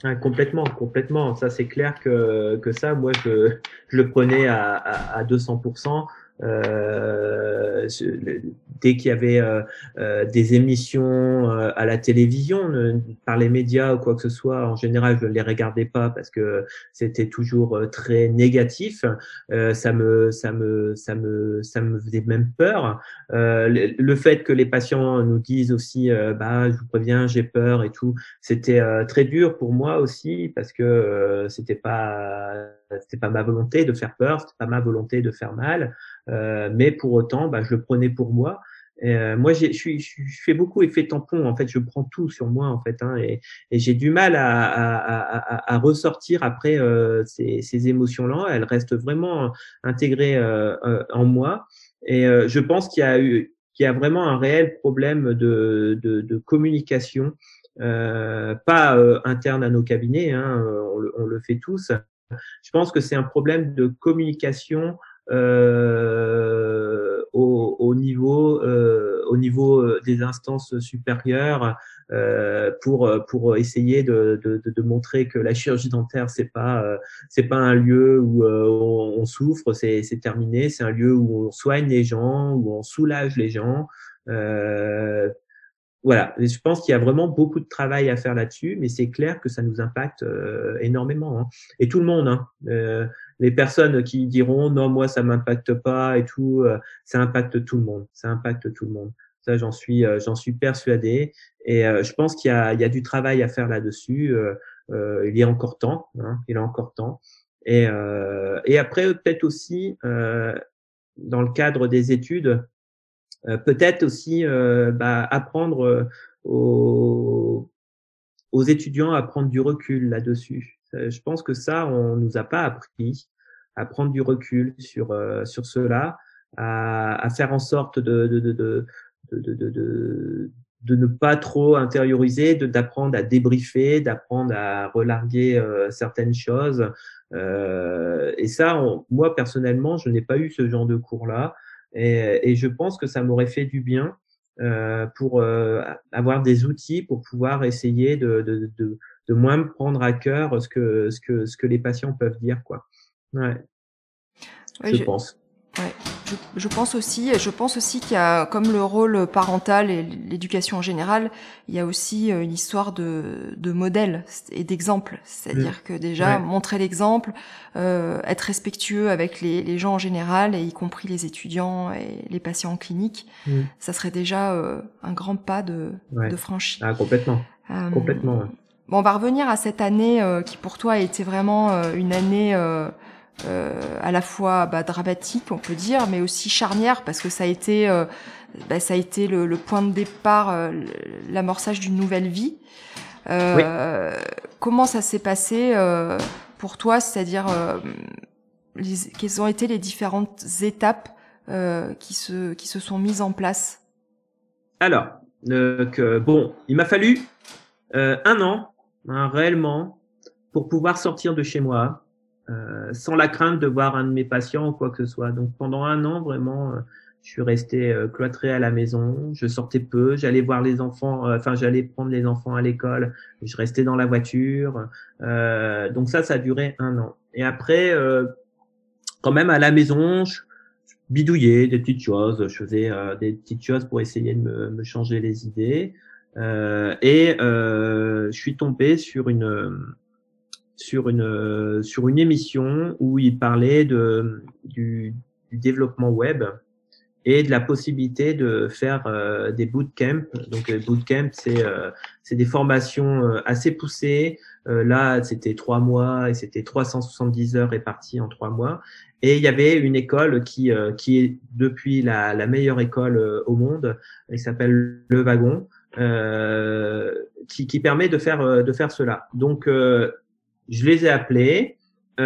Ah, complètement, complètement. Ça, c'est clair que que ça, moi, je je le prenais à à, à deux cents pour cent. Euh, dès qu'il y avait euh, euh, des émissions euh, à la télévision, euh, par les médias ou quoi que ce soit, en général, je ne les regardais pas parce que c'était toujours euh, très négatif. Euh, ça me, ça me, ça me, ça me faisait même peur. Euh, le, le fait que les patients nous disent aussi, euh, bah, je vous préviens, j'ai peur et tout, c'était euh, très dur pour moi aussi parce que euh, c'était pas, c'était pas ma volonté de faire peur, c'était pas ma volonté de faire mal. Euh, mais pour autant, bah, je le prenais pour moi. Euh, moi, j'ai, je, suis, je fais beaucoup effet tampon. En fait, je prends tout sur moi, en fait, hein, et, et j'ai du mal à, à, à, à ressortir après euh, ces, ces émotions-là. Elles restent vraiment intégrées euh, euh, en moi. Et euh, je pense qu'il y a eu, qu'il y a vraiment un réel problème de, de, de communication, euh, pas euh, interne à nos cabinets. Hein, on, le, on le fait tous. Je pense que c'est un problème de communication euh, au, au niveau euh, au niveau des instances supérieures euh, pour pour essayer de, de, de montrer que la chirurgie dentaire c'est pas euh, c'est pas un lieu où euh, on, on souffre, c'est c'est terminé, c'est un lieu où on soigne les gens, où on soulage les gens. Euh, Voilà, je pense qu'il y a vraiment beaucoup de travail à faire là-dessus, mais c'est clair que ça nous impacte euh, énormément. Hein. Et tout le monde, hein. Euh, les personnes qui diront non, moi ça m'impacte pas et tout, euh, ça impacte tout le monde. Ça impacte tout le monde. Ça, j'en suis, euh, j'en suis persuadé. Et euh, je pense qu'il y a, il y a du travail à faire là-dessus. Euh, euh, il y a encore temps. Hein, il y a encore temps. Et, euh, et après, peut-être aussi euh, dans le cadre des études. Euh, peut-être aussi euh, bah, apprendre euh, aux, aux étudiants à prendre du recul là-dessus. Euh, je pense que ça, on nous a pas appris à prendre du recul sur euh, sur cela, à, à faire en sorte de de de de de, de, de, de ne pas trop intérioriser, de d'apprendre à débriefer, d'apprendre à relarguer euh, certaines choses. Euh, et ça, on, moi personnellement, je n'ai pas eu ce genre de cours-là. Et, et je pense que ça m'aurait fait du bien euh, pour euh, avoir des outils pour pouvoir essayer de, de, de, de moins me prendre à cœur ce que, ce que, ce que les patients peuvent dire, quoi. Ouais, ouais, je pense. Ouais, je, je pense aussi, je pense aussi qu'il y a, comme le rôle parental et l'éducation en général, il y a aussi une histoire de, de modèle et d'exemple. C'est-à-dire mmh. que déjà, ouais. montrer l'exemple, euh, être respectueux avec les, les gens en général, et y compris les étudiants et les patients en clinique, mmh. ça serait déjà euh, un grand pas de, ouais. de franchi. Ah, complètement. Euh, complètement. Ouais. Bon, on va revenir à cette année euh, qui pour toi a été vraiment euh, une année... Euh, Euh, à la fois bah, dramatique on peut dire, mais aussi charnière parce que ça a été, euh, bah, ça a été le, le point de départ, euh, l'amorçage d'une nouvelle vie. Euh, oui. Comment ça s'est passé euh, pour toi, c'est-à-dire euh, les, quelles ont été les différentes étapes euh, qui se qui se sont mises en place? Alors, euh, que, bon, il m'a fallu euh, un an hein, réellement pour pouvoir sortir de chez moi. Euh, sans la crainte de voir un de mes patients ou quoi que ce soit. Donc pendant un an, vraiment, euh, je suis resté euh, cloîtré à la maison. Je sortais peu, j'allais voir les enfants, euh, enfin j'allais prendre les enfants à l'école, je restais dans la voiture. Euh, donc ça, ça a duré un an. Et après, euh, quand même à la maison, je, je bidouillais des petites choses, je faisais euh, des petites choses pour essayer de me, me changer les idées. Euh, et euh, je suis tombé sur une sur une sur une émission où il parlait de du, du développement web et de la possibilité de faire euh, des bootcamps. Donc les bootcamps, c'est euh, c'est des formations euh, assez poussées. Euh, là, c'était trois mois et c'était trois cent soixante-dix heures réparties en trois mois. Et il y avait une école qui euh, qui est depuis la la meilleure école euh, au monde. Elle s'appelle Le Wagon, euh, qui qui permet de faire de faire cela. Donc euh, je les ai appelés,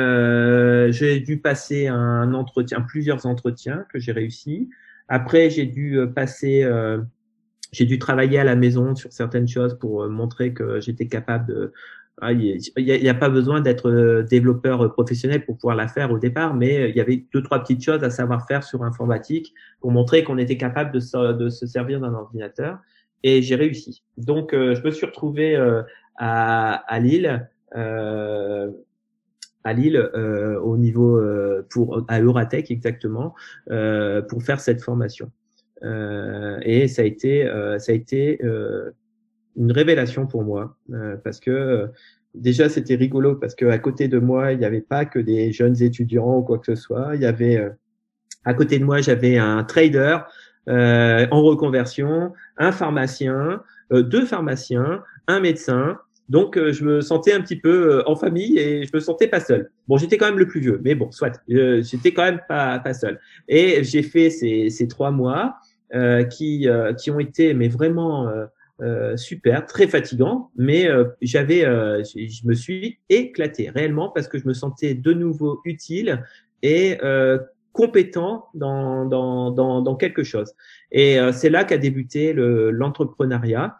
euh, j'ai dû passer un entretien, plusieurs entretiens que j'ai réussi. Après, j'ai dû passer, euh, j'ai dû travailler à la maison sur certaines choses pour montrer que j'étais capable de. Ah, il n'y a, a, a pas besoin d'être développeur professionnel pour pouvoir la faire au départ, mais il y avait deux trois petites choses à savoir faire sur informatique pour montrer qu'on était capable de se, de se servir d'un ordinateur. Et j'ai réussi. Donc, euh, je me suis retrouvé euh, à, à Lille. euh, à Lille, euh, au niveau euh, pour à Euratech exactement, euh, pour faire cette formation. Euh, et ça a été, euh, ça a été euh, une révélation pour moi, euh, parce que euh, déjà c'était rigolo parce que à côté de moi il n'y avait pas que des jeunes étudiants ou quoi que ce soit. Il y avait euh, à côté de moi j'avais un trader euh, en reconversion, un pharmacien, euh, deux pharmaciens, un médecin. Donc euh, je me sentais un petit peu euh, en famille et je me sentais pas seul. Bon, j'étais quand même le plus vieux, mais bon, soit. Euh, j'étais quand même pas pas seul. Et j'ai fait ces ces trois mois euh, qui euh, qui ont été mais vraiment euh, euh, super, très fatigant, mais euh, j'avais, euh, je me suis éclaté réellement parce que je me sentais de nouveau utile et euh, compétent dans, dans, dans, dans quelque chose. Et euh, c'est là qu'a débuté le, l'entrepreneuriat.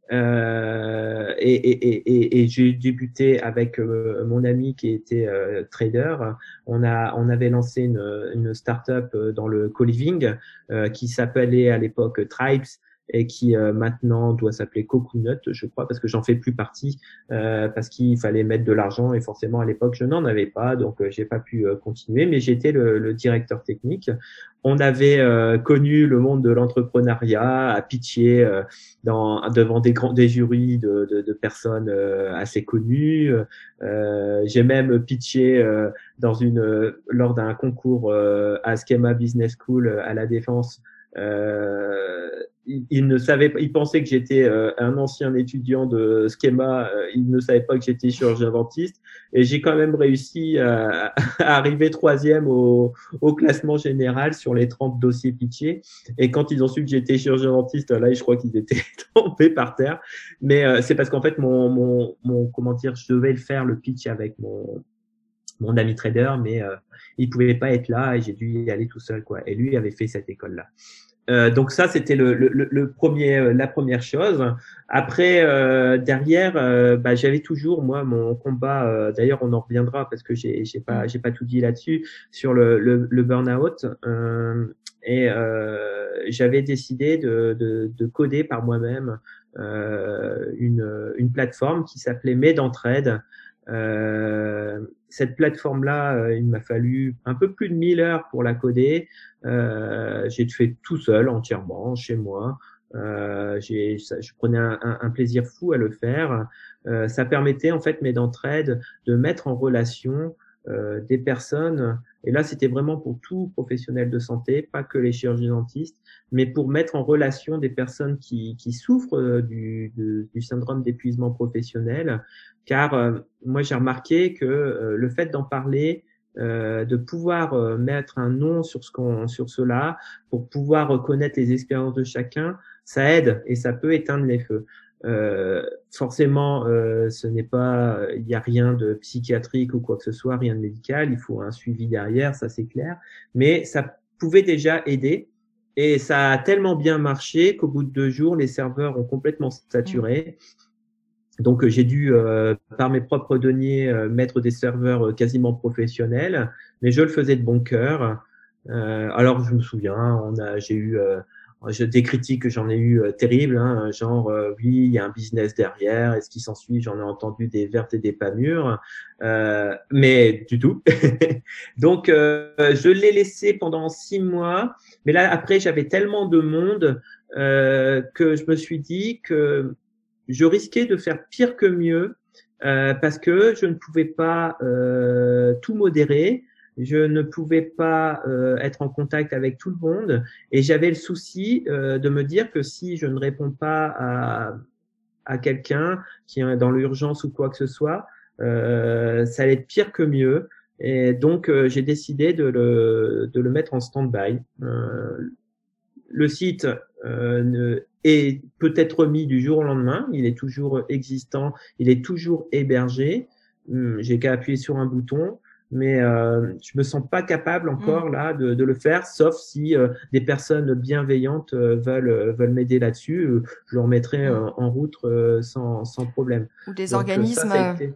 Euh, et, et, et, et j'ai débuté avec euh, mon ami qui était euh, trader. On a, on avait lancé une, une start-up dans le co-living euh, qui s'appelait à l'époque Tribes et qui euh, maintenant doit s'appeler Coconut, je crois, parce que j'en fais plus partie, euh, parce qu'il fallait mettre de l'argent et forcément à l'époque je n'en avais pas, donc euh, j'ai pas pu euh, continuer, mais j'étais le, le directeur technique. On avait euh, connu le monde de l'entrepreneuriat, à pitcher euh, dans, devant des grands des jurys de, de, de personnes euh, assez connues. Euh, j'ai même pitché euh, dans une lors d'un concours euh, à Schema Business School à la Défense. Euh, il, il ne savait pas, il pensait que j'étais euh, un ancien étudiant de Schema, euh, il ne savait pas que j'étais chirurgien dentiste, et j'ai quand même réussi à, à arriver troisième au, au classement général sur les trente dossiers pitchés. Et quand ils ont su que j'étais chirurgien dentiste, là, je crois qu'ils étaient tombés par terre. Mais euh, c'est parce qu'en fait, mon, mon, mon, comment dire, je devais le faire le pitch avec mon mon ami trader, mais euh, il pouvait pas être là et j'ai dû y aller tout seul, quoi. Et lui avait fait cette école-là. Euh, donc ça, c'était le, le, le premier, la première chose. Après, euh, derrière, euh, bah, j'avais toujours moi mon combat. Euh, d'ailleurs, on en reviendra parce que j'ai, j'ai pas, j'ai pas tout dit là-dessus sur le, le, le burn-out. Euh, et euh, j'avais décidé de, de, de coder par moi-même euh, une, une plateforme qui s'appelait Med'entraide. Euh, cette plateforme-là, euh, il m'a fallu un peu plus de mille heures pour la coder. Euh, j'ai fait tout seul, entièrement, chez moi. Euh, j'ai, ça, je prenais un, un, un plaisir fou à le faire. Euh, ça permettait en fait Med'entraide de mettre en relation euh, des personnes. Et là, c'était vraiment pour tout professionnel de santé, pas que les chirurgiens dentistes, mais pour mettre en relation des personnes qui, qui souffrent du, du, du syndrome d'épuisement professionnel. Car euh, moi, j'ai remarqué que euh, le fait d'en parler, euh, de pouvoir euh, mettre un nom sur ce qu'on, sur cela, pour pouvoir reconnaître les expériences de chacun, ça aide et ça peut éteindre les feux. Euh, forcément, euh, ce n'est pas, il n'y a rien de psychiatrique ou quoi que ce soit, rien de médical. Il faut un suivi derrière, ça c'est clair. Mais ça pouvait déjà aider. Et ça a tellement bien marché qu'au bout de deux jours, les serveurs ont complètement saturé. Donc, j'ai dû, euh, par mes propres deniers, euh, mettre des serveurs quasiment professionnels, mais je le faisais de bon cœur. Euh, alors, je me souviens, on a, j'ai eu euh, des critiques, j'en ai eu euh, terribles, hein, genre euh, oui, il y a un business derrière, et ce qui s'ensuit, j'en ai entendu des vertes et des pas mûres, euh, mais du tout. Donc, euh, je l'ai laissé pendant six mois, mais là, après, j'avais tellement de monde euh, que je me suis dit que je risquais de faire pire que mieux euh, parce que je ne pouvais pas euh, tout modérer, je ne pouvais pas euh, être en contact avec tout le monde et j'avais le souci euh, de me dire que si je ne réponds pas à, à quelqu'un qui est dans l'urgence ou quoi que ce soit, euh, ça allait être pire que mieux. Et donc, euh, j'ai décidé de le, de le mettre en stand-by. Euh, le site euh, ne, est peut-être remis du jour au lendemain. Il est toujours existant, il est toujours hébergé. Hum, j'ai qu'à appuyer sur un bouton, mais euh, je me sens pas capable encore là de, de le faire, sauf si euh, des personnes bienveillantes euh, veulent euh, veulent m'aider là-dessus. Euh, je le remettrai euh, en route euh, sans sans problème. Ou des Donc, organismes. Ça, ça a été...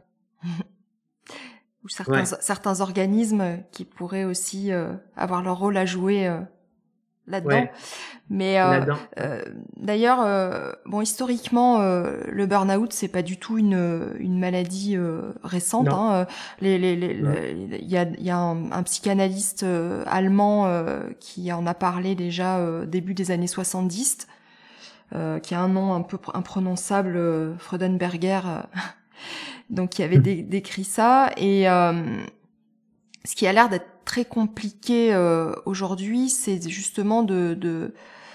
ou certains ouais. certains organismes qui pourraient aussi euh, avoir leur rôle à jouer. Euh là-dedans. Ouais. Mais euh, Là-dedans. euh, d'ailleurs, euh, bon, historiquement, euh, le burn-out, c'est pas du tout une une maladie euh, récente. Non. Hein. Les les les, Mm. il y a il y a un, un psychanalyste euh, allemand euh, qui en a parlé déjà euh, début des années soixante-dix, euh, qui a un nom un peu imprononçable, euh, Freudenberger, euh, donc qui avait dé- décrit ça. Et euh, ce qui a l'air d'être très compliqué euh, aujourd'hui, c'est justement de de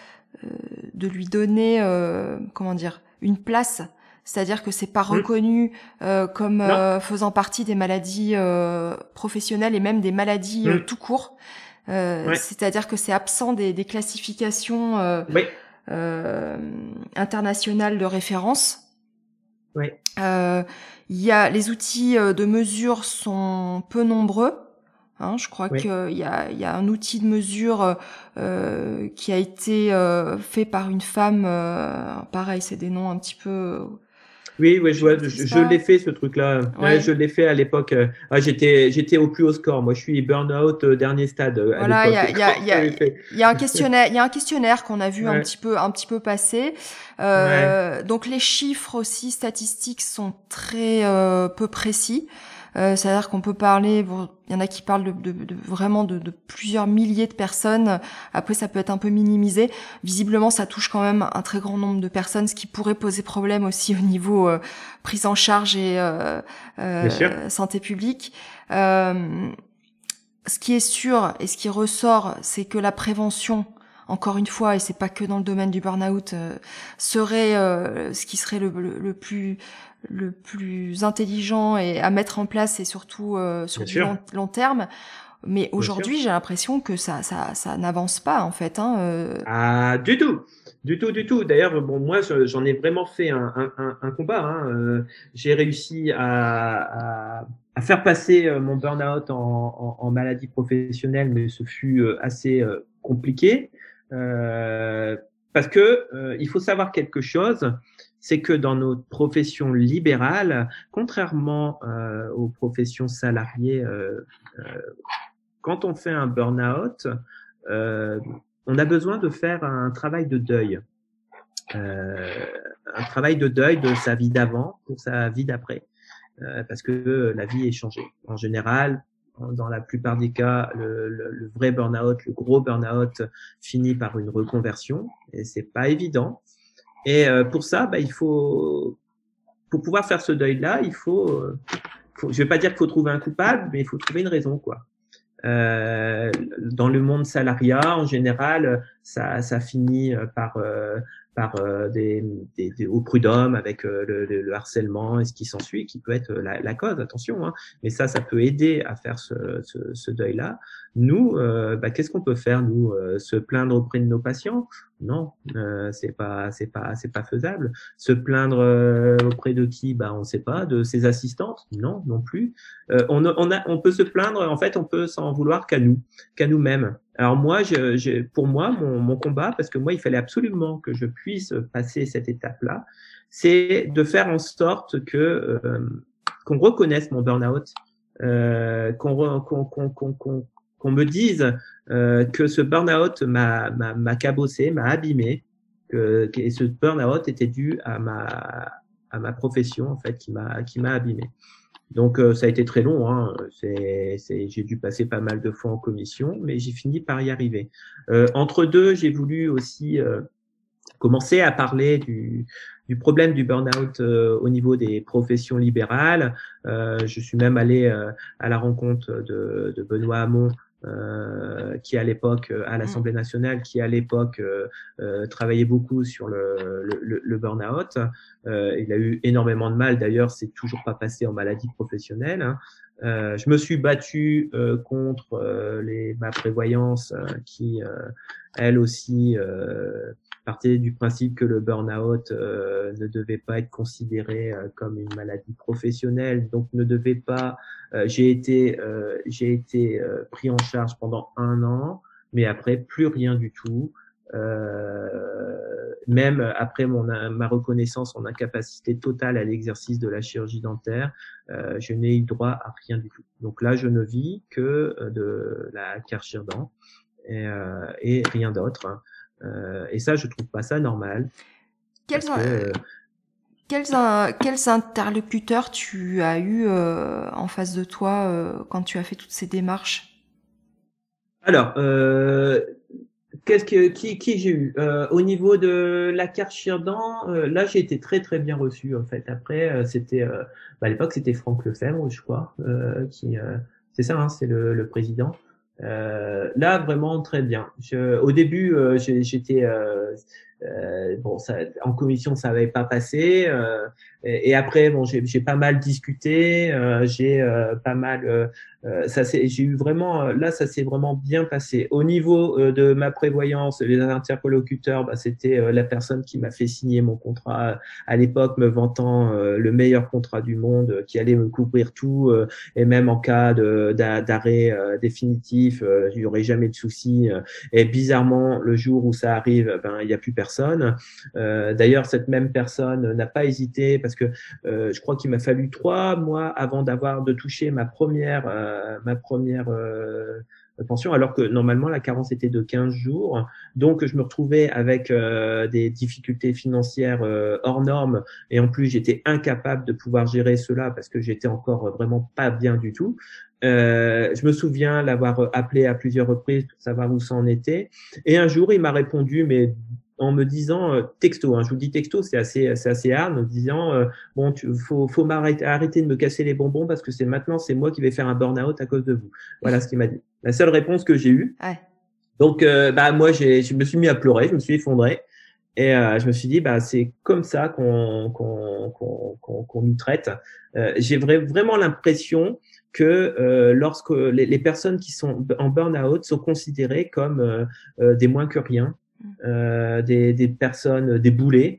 de lui donner, euh, comment dire, une place. C'est-à-dire que c'est pas Mm. reconnu euh, comme Non. euh, faisant partie des maladies euh, professionnelles et même des maladies euh, Mm. tout court. Euh, Ouais. C'est-à-dire que c'est absent des, des classifications euh, Oui. euh, internationales de référence. Oui. Euh, il y a les outils de mesure sont peu nombreux. Hein, je crois Oui. qu'il y a, il y a un outil de mesure euh, qui a été euh, fait par une femme. Euh, pareil, c'est des noms un petit peu. Oui, oui, je, Je vois, je, maîtrise je pas. l'ai fait ce truc-là. Ouais, Ouais. je l'ai fait à l'époque. euh, Ah, j'étais, j'étais au plus haut score. Moi, je suis burn-out euh, dernier stade euh, à Voilà, il y l'époque. a, il y a, il y a, il y a un questionnaire, il y a un questionnaire qu'on a vu un Ouais. petit peu, un petit peu passer. Euh, ouais. Donc les chiffres aussi statistiques sont très euh, peu précis. Euh, c'est-à-dire qu'on peut parler, bon, il y en a qui parlent de, de, de vraiment de, de plusieurs milliers de personnes. Après, ça peut être un peu minimisé. Visiblement, ça touche quand même un très grand nombre de personnes, ce qui pourrait poser problème aussi au niveau euh, prise en charge et euh, euh, santé publique. Euh, ce qui est sûr et ce qui ressort, c'est que la prévention, encore une fois, et c'est pas que dans le domaine du burn-out, euh, serait euh, ce qui serait le, le, le plus le plus intelligent et à mettre en place, et surtout euh, sur Bien du long, long terme. Mais aujourd'hui, j'ai l'impression que ça ça ça n'avance pas en fait. Hein, euh... Ah, du tout, du tout, du tout. D'ailleurs, bon, moi, j'en ai vraiment fait un, un, un, un combat. Hein. Euh, j'ai réussi à, à, à faire passer mon burn-out en, en, en maladie professionnelle, mais ce fut assez euh, compliqué euh, parce que euh, il faut savoir quelque chose. C'est que dans notre profession libérale, contrairement euh, aux professions salariées, euh, euh, quand on fait un burn-out, euh, on a besoin de faire un travail de deuil, euh, un travail de deuil de sa vie d'avant pour sa vie d'après, euh, parce que la vie est changée. En général, dans la plupart des cas, le, le, le vrai burn-out, le gros burn-out, finit par une reconversion, et c'est pas évident. Et euh, pour ça, bah, il faut, pour pouvoir faire ce deuil-là, il faut, faut, je vais pas dire qu'il faut trouver un coupable, mais il faut trouver une raison, quoi. Euh, dans le monde salariat, en général, ça, ça finit par, euh, par euh, des, des, des au prud'homme avec euh, le, le, le harcèlement et ce qui s'ensuit, qui peut être la, la cause, attention. Hein, mais ça, ça peut aider à faire ce, ce, ce deuil-là. Nous, euh, bah, qu'est-ce qu'on peut faire, nous, euh, se plaindre auprès de nos patients? Non, euh, c'est pas, c'est pas, c'est pas faisable. Se plaindre euh, auprès de qui? Bah, on sait pas. De ses assistantes? Non, non plus. Euh, on, on a, on peut se plaindre. En fait, on peut s'en vouloir qu'à nous, qu'à nous-mêmes. Alors moi, je, je, pour moi, mon, mon combat, parce que moi, il fallait absolument que je puisse passer cette étape-là, c'est de faire en sorte que euh, qu'on reconnaisse mon burn-out, euh, qu'on, qu'on, qu'on, qu'on, qu'on, qu'on me dise euh, que ce burn-out m'a, m'a, m'a cabossé, m'a abîmé, que, que ce burn-out était dû à ma, à ma profession en fait, qui m'a, qui m'a abîmé. Donc euh, ça a été très long, hein. c'est, c'est, j'ai dû passer pas mal de fois en commission, mais j'ai fini par y arriver. Euh, entre deux, j'ai voulu aussi euh, commencer à parler du, du problème du burn-out euh, au niveau des professions libérales. Euh, je suis même allé euh, à la rencontre de, de Benoît Hamon, Euh, qui à l'époque à l'Assemblée nationale, qui à l'époque euh, euh, travaillait beaucoup sur le, le, le burn-out. Euh, il a eu énormément de mal. D'ailleurs, c'est toujours pas passé en maladie professionnelle. Hein. Euh, je me suis battu euh, contre euh, les, ma prévoyance euh, qui, euh, elle aussi, euh, partait du principe que le burn-out euh, ne devait pas être considéré euh, comme une maladie professionnelle, donc ne devait pas. Euh, j'ai été, euh, j'ai été euh, pris en charge pendant un an, mais après plus rien du tout. Euh, même après mon ma reconnaissance en incapacité totale à l'exercice de la chirurgie dentaire, euh, je n'ai eu droit à rien du tout. Donc là, je ne vis que de la Carchir-Dent. et, euh, et rien d'autre. Euh, et ça, je trouve pas ça normal. Quels, parce que, euh, quels, euh, quels interlocuteurs tu as eu euh, en face de toi euh, quand tu as fait toutes ces démarches? Alors, euh, qu'est-ce que qui qui j'ai eu euh, au niveau de la carte Chirdan, euh, là j'ai été très très bien reçu en fait. Après euh, c'était euh, bah, à l'époque c'était Franck Lefebvre, je crois, euh, qui euh, c'est ça, hein, c'est le, le président. Euh, là vraiment très bien. Je, au début euh, j'ai- j'étais euh, euh, bon ça en commission ça avait pas passé euh, et, et après bon j'ai j'ai pas mal discuté, euh, j'ai euh, pas mal euh, euh, ça c'est j'ai eu vraiment euh, là ça s'est vraiment bien passé au niveau euh, de ma prévoyance. Les interlocuteurs, bah, c'était euh, la personne qui m'a fait signer mon contrat euh, à l'époque, me vantant euh, le meilleur contrat du monde, euh, qui allait me couvrir tout euh, et même en cas de d'a- d'arrêt euh, définitif euh, il y aurait jamais de souci euh, et bizarrement le jour où ça arrive, ben il y a plus personne. Euh, d'ailleurs cette même personne n'a pas hésité parce que euh, je crois qu'il m'a fallu trois mois avant d'avoir de toucher ma première euh, ma première euh, pension, alors que normalement la carence était de quinze jours. Donc je me retrouvais avec euh, des difficultés financières euh, hors normes et en plus j'étais incapable de pouvoir gérer cela parce que j'étais encore vraiment pas bien du tout. Euh, je me souviens l'avoir appelé à plusieurs reprises pour savoir où ça en était. Et un jour, il m'a répondu, mais en me disant euh, texto, hein, je vous dis texto, c'est assez, c'est assez hard, en me disant euh, bon, tu, faut, faut m'arrêter, arrêter de me casser les bonbons parce que c'est maintenant, c'est moi qui vais faire un burn-out à cause de vous. Voilà ce qu'il m'a dit. La seule réponse que j'ai eue. Ouais. Donc, euh, bah moi, j'ai, je me suis mis à pleurer, je me suis effondré. Et euh, je me suis dit, bah c'est comme ça qu'on qu'on qu'on qu'on, qu'on nous traite. Euh, j'ai vra- vraiment l'impression que euh, lorsque les, les personnes qui sont en burn-out sont considérées comme euh, euh, des moins que rien, euh, des, des personnes, des boulets.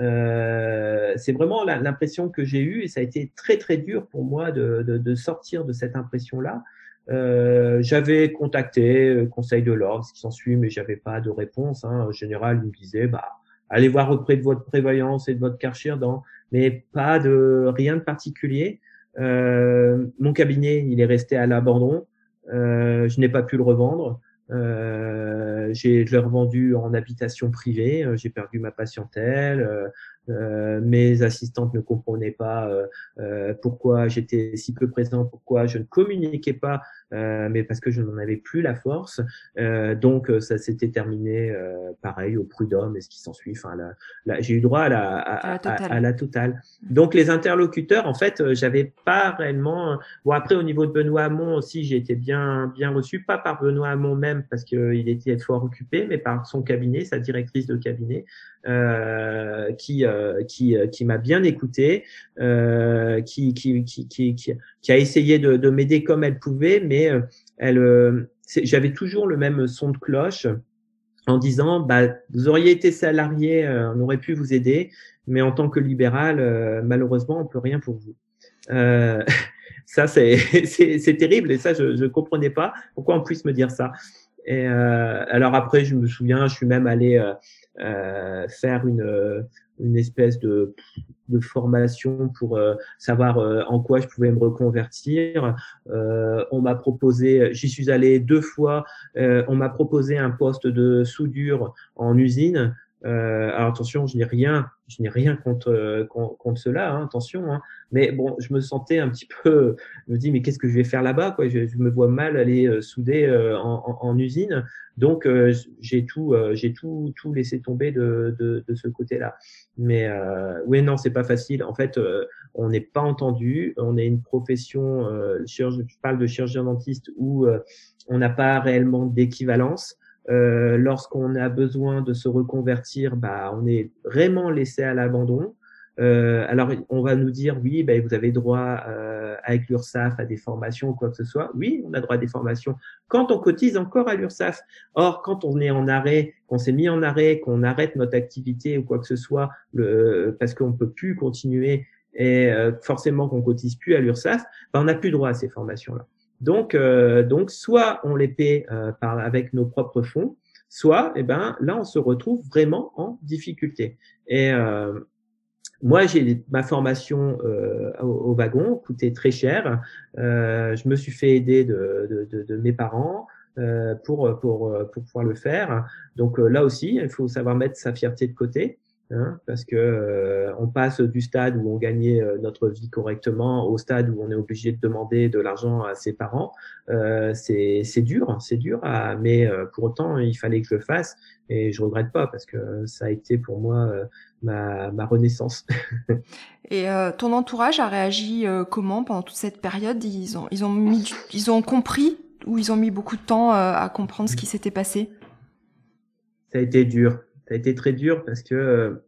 Euh, c'est vraiment la- l'impression que j'ai eue et ça a été très très dur pour moi de, de, de sortir de cette impression-là. Euh, j'avais contacté le Conseil de l'ordre, ce qui s'ensuit, mais j'avais pas de réponse. Hein. En général, ils me disaient, bah, allez voir auprès de votre prévoyance et de votre Carchir-Dan, mais pas de rien de particulier. Euh, mon cabinet, il est resté à l'abandon. Euh, je n'ai pas pu le revendre. Euh, j'ai, je l'ai revendu en habitation privée. Euh, J'ai perdu ma patientèle. Euh, euh, mes assistantes ne comprenaient pas euh, euh, pourquoi j'étais si peu présent, pourquoi je ne communiquais pas, euh, mais parce que je n'en avais plus la force. Euh, donc euh, ça s'était terminé euh, pareil au prud'homme et ce qui s'ensuit. Enfin, la, la, j'ai eu droit à la, à, À la totale. à, à la totale. Donc les interlocuteurs, en fait, euh, j'avais pas réellement. Bon après au niveau de Benoît Hamon aussi, j'ai été bien bien reçu, pas par Benoît Hamon même parce qu'il était fort occupé, mais par son cabinet, sa directrice de cabinet, euh, qui euh, qui qui m'a bien écouté, euh, qui, qui qui qui qui qui a essayé de, de m'aider comme elle pouvait, mais euh, elle, euh, c'est- j'avais toujours le même son de cloche en disant bah vous auriez été salarié, euh, on aurait pu vous aider, mais en tant que libéral, euh, malheureusement, on peut rien pour vous. Euh, ça c'est c'est c'est terrible et ça je je comprenais pas pourquoi on puisse me dire ça. Et euh, alors après je me souviens, je suis même allé euh, euh, faire une une espèce de de formation pour euh, savoir euh, en quoi je pouvais me reconvertir. Euh, on m'a proposé, j'y suis allé deux fois, euh, on m'a proposé un poste de soudure en usine. Euh, alors attention, je n'ai rien, je n'ai rien contre euh, contre, contre cela, hein, attention. Hein. Mais bon, je me sentais un petit peu, je me dis mais qu'est-ce que je vais faire là-bas quoi. Je, je me vois mal aller euh, souder euh, en, en, en usine. Donc euh, j'ai tout, euh, j'ai tout tout laissé tomber de de, de ce côté-là. Mais euh, oui, non, c'est pas facile. En fait, euh, on n'est pas entendu. On est une profession, euh, chirurgien, je parle de chirurgien dentiste où euh, on n'a pas réellement d'équivalence. Euh, lorsqu'on a besoin de se reconvertir, bah, on est vraiment laissé à l'abandon. Euh, alors, on va nous dire, oui, bah, vous avez droit euh, avec l'URSSAF à des formations ou quoi que ce soit. Oui, on a droit à des formations quand on cotise encore à l'URSSAF. Or, quand on est en arrêt, qu'on s'est mis en arrêt, qu'on arrête notre activité ou quoi que ce soit, le, parce qu'on peut plus continuer et euh, forcément qu'on cotise plus à l'URSSAF, bah, on n'a plus droit à ces formations-là. Donc, euh, donc, soit on les paie euh, par, avec nos propres fonds, soit, eh ben, là, on se retrouve vraiment en difficulté. Et euh, moi, j'ai ma formation euh, au, au wagon, coûtait très cher. Euh, je me suis fait aider de, de, de, de mes parents. euh, pour pour pour pouvoir le faire. Donc euh, là aussi, il faut savoir mettre sa fierté de côté. Hein, parce que euh, on passe du stade où on gagnait euh, notre vie correctement au stade où on est obligé de demander de l'argent à ses parents. Euh, c'est c'est dur, c'est dur, à, mais euh, pour autant il fallait que je le fasse et je regrette pas parce que ça a été pour moi euh, ma ma renaissance. Et euh, ton entourage a réagi euh, comment pendant toute cette période? Ils ont ils ont mis du, ils ont compris ou ils ont mis beaucoup de temps euh, à comprendre ce qui s'était passé? Ça a été dur. Ça a été très dur parce que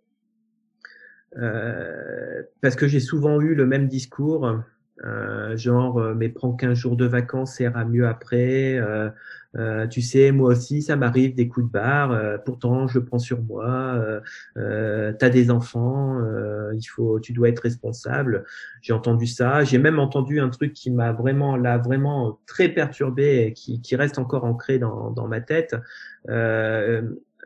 euh, parce que j'ai souvent eu le même discours, euh, genre euh, mais prends quinze jours de vacances, ça ira mieux après. Euh, euh, tu sais, moi aussi, ça m'arrive des coups de barre. Euh, pourtant, je le prends sur moi. Euh, euh, t'as des enfants, euh, il faut, tu dois être responsable. J'ai entendu ça. J'ai même entendu un truc qui m'a vraiment, là, vraiment très perturbé et qui, qui reste encore ancré dans, dans ma tête. Euh,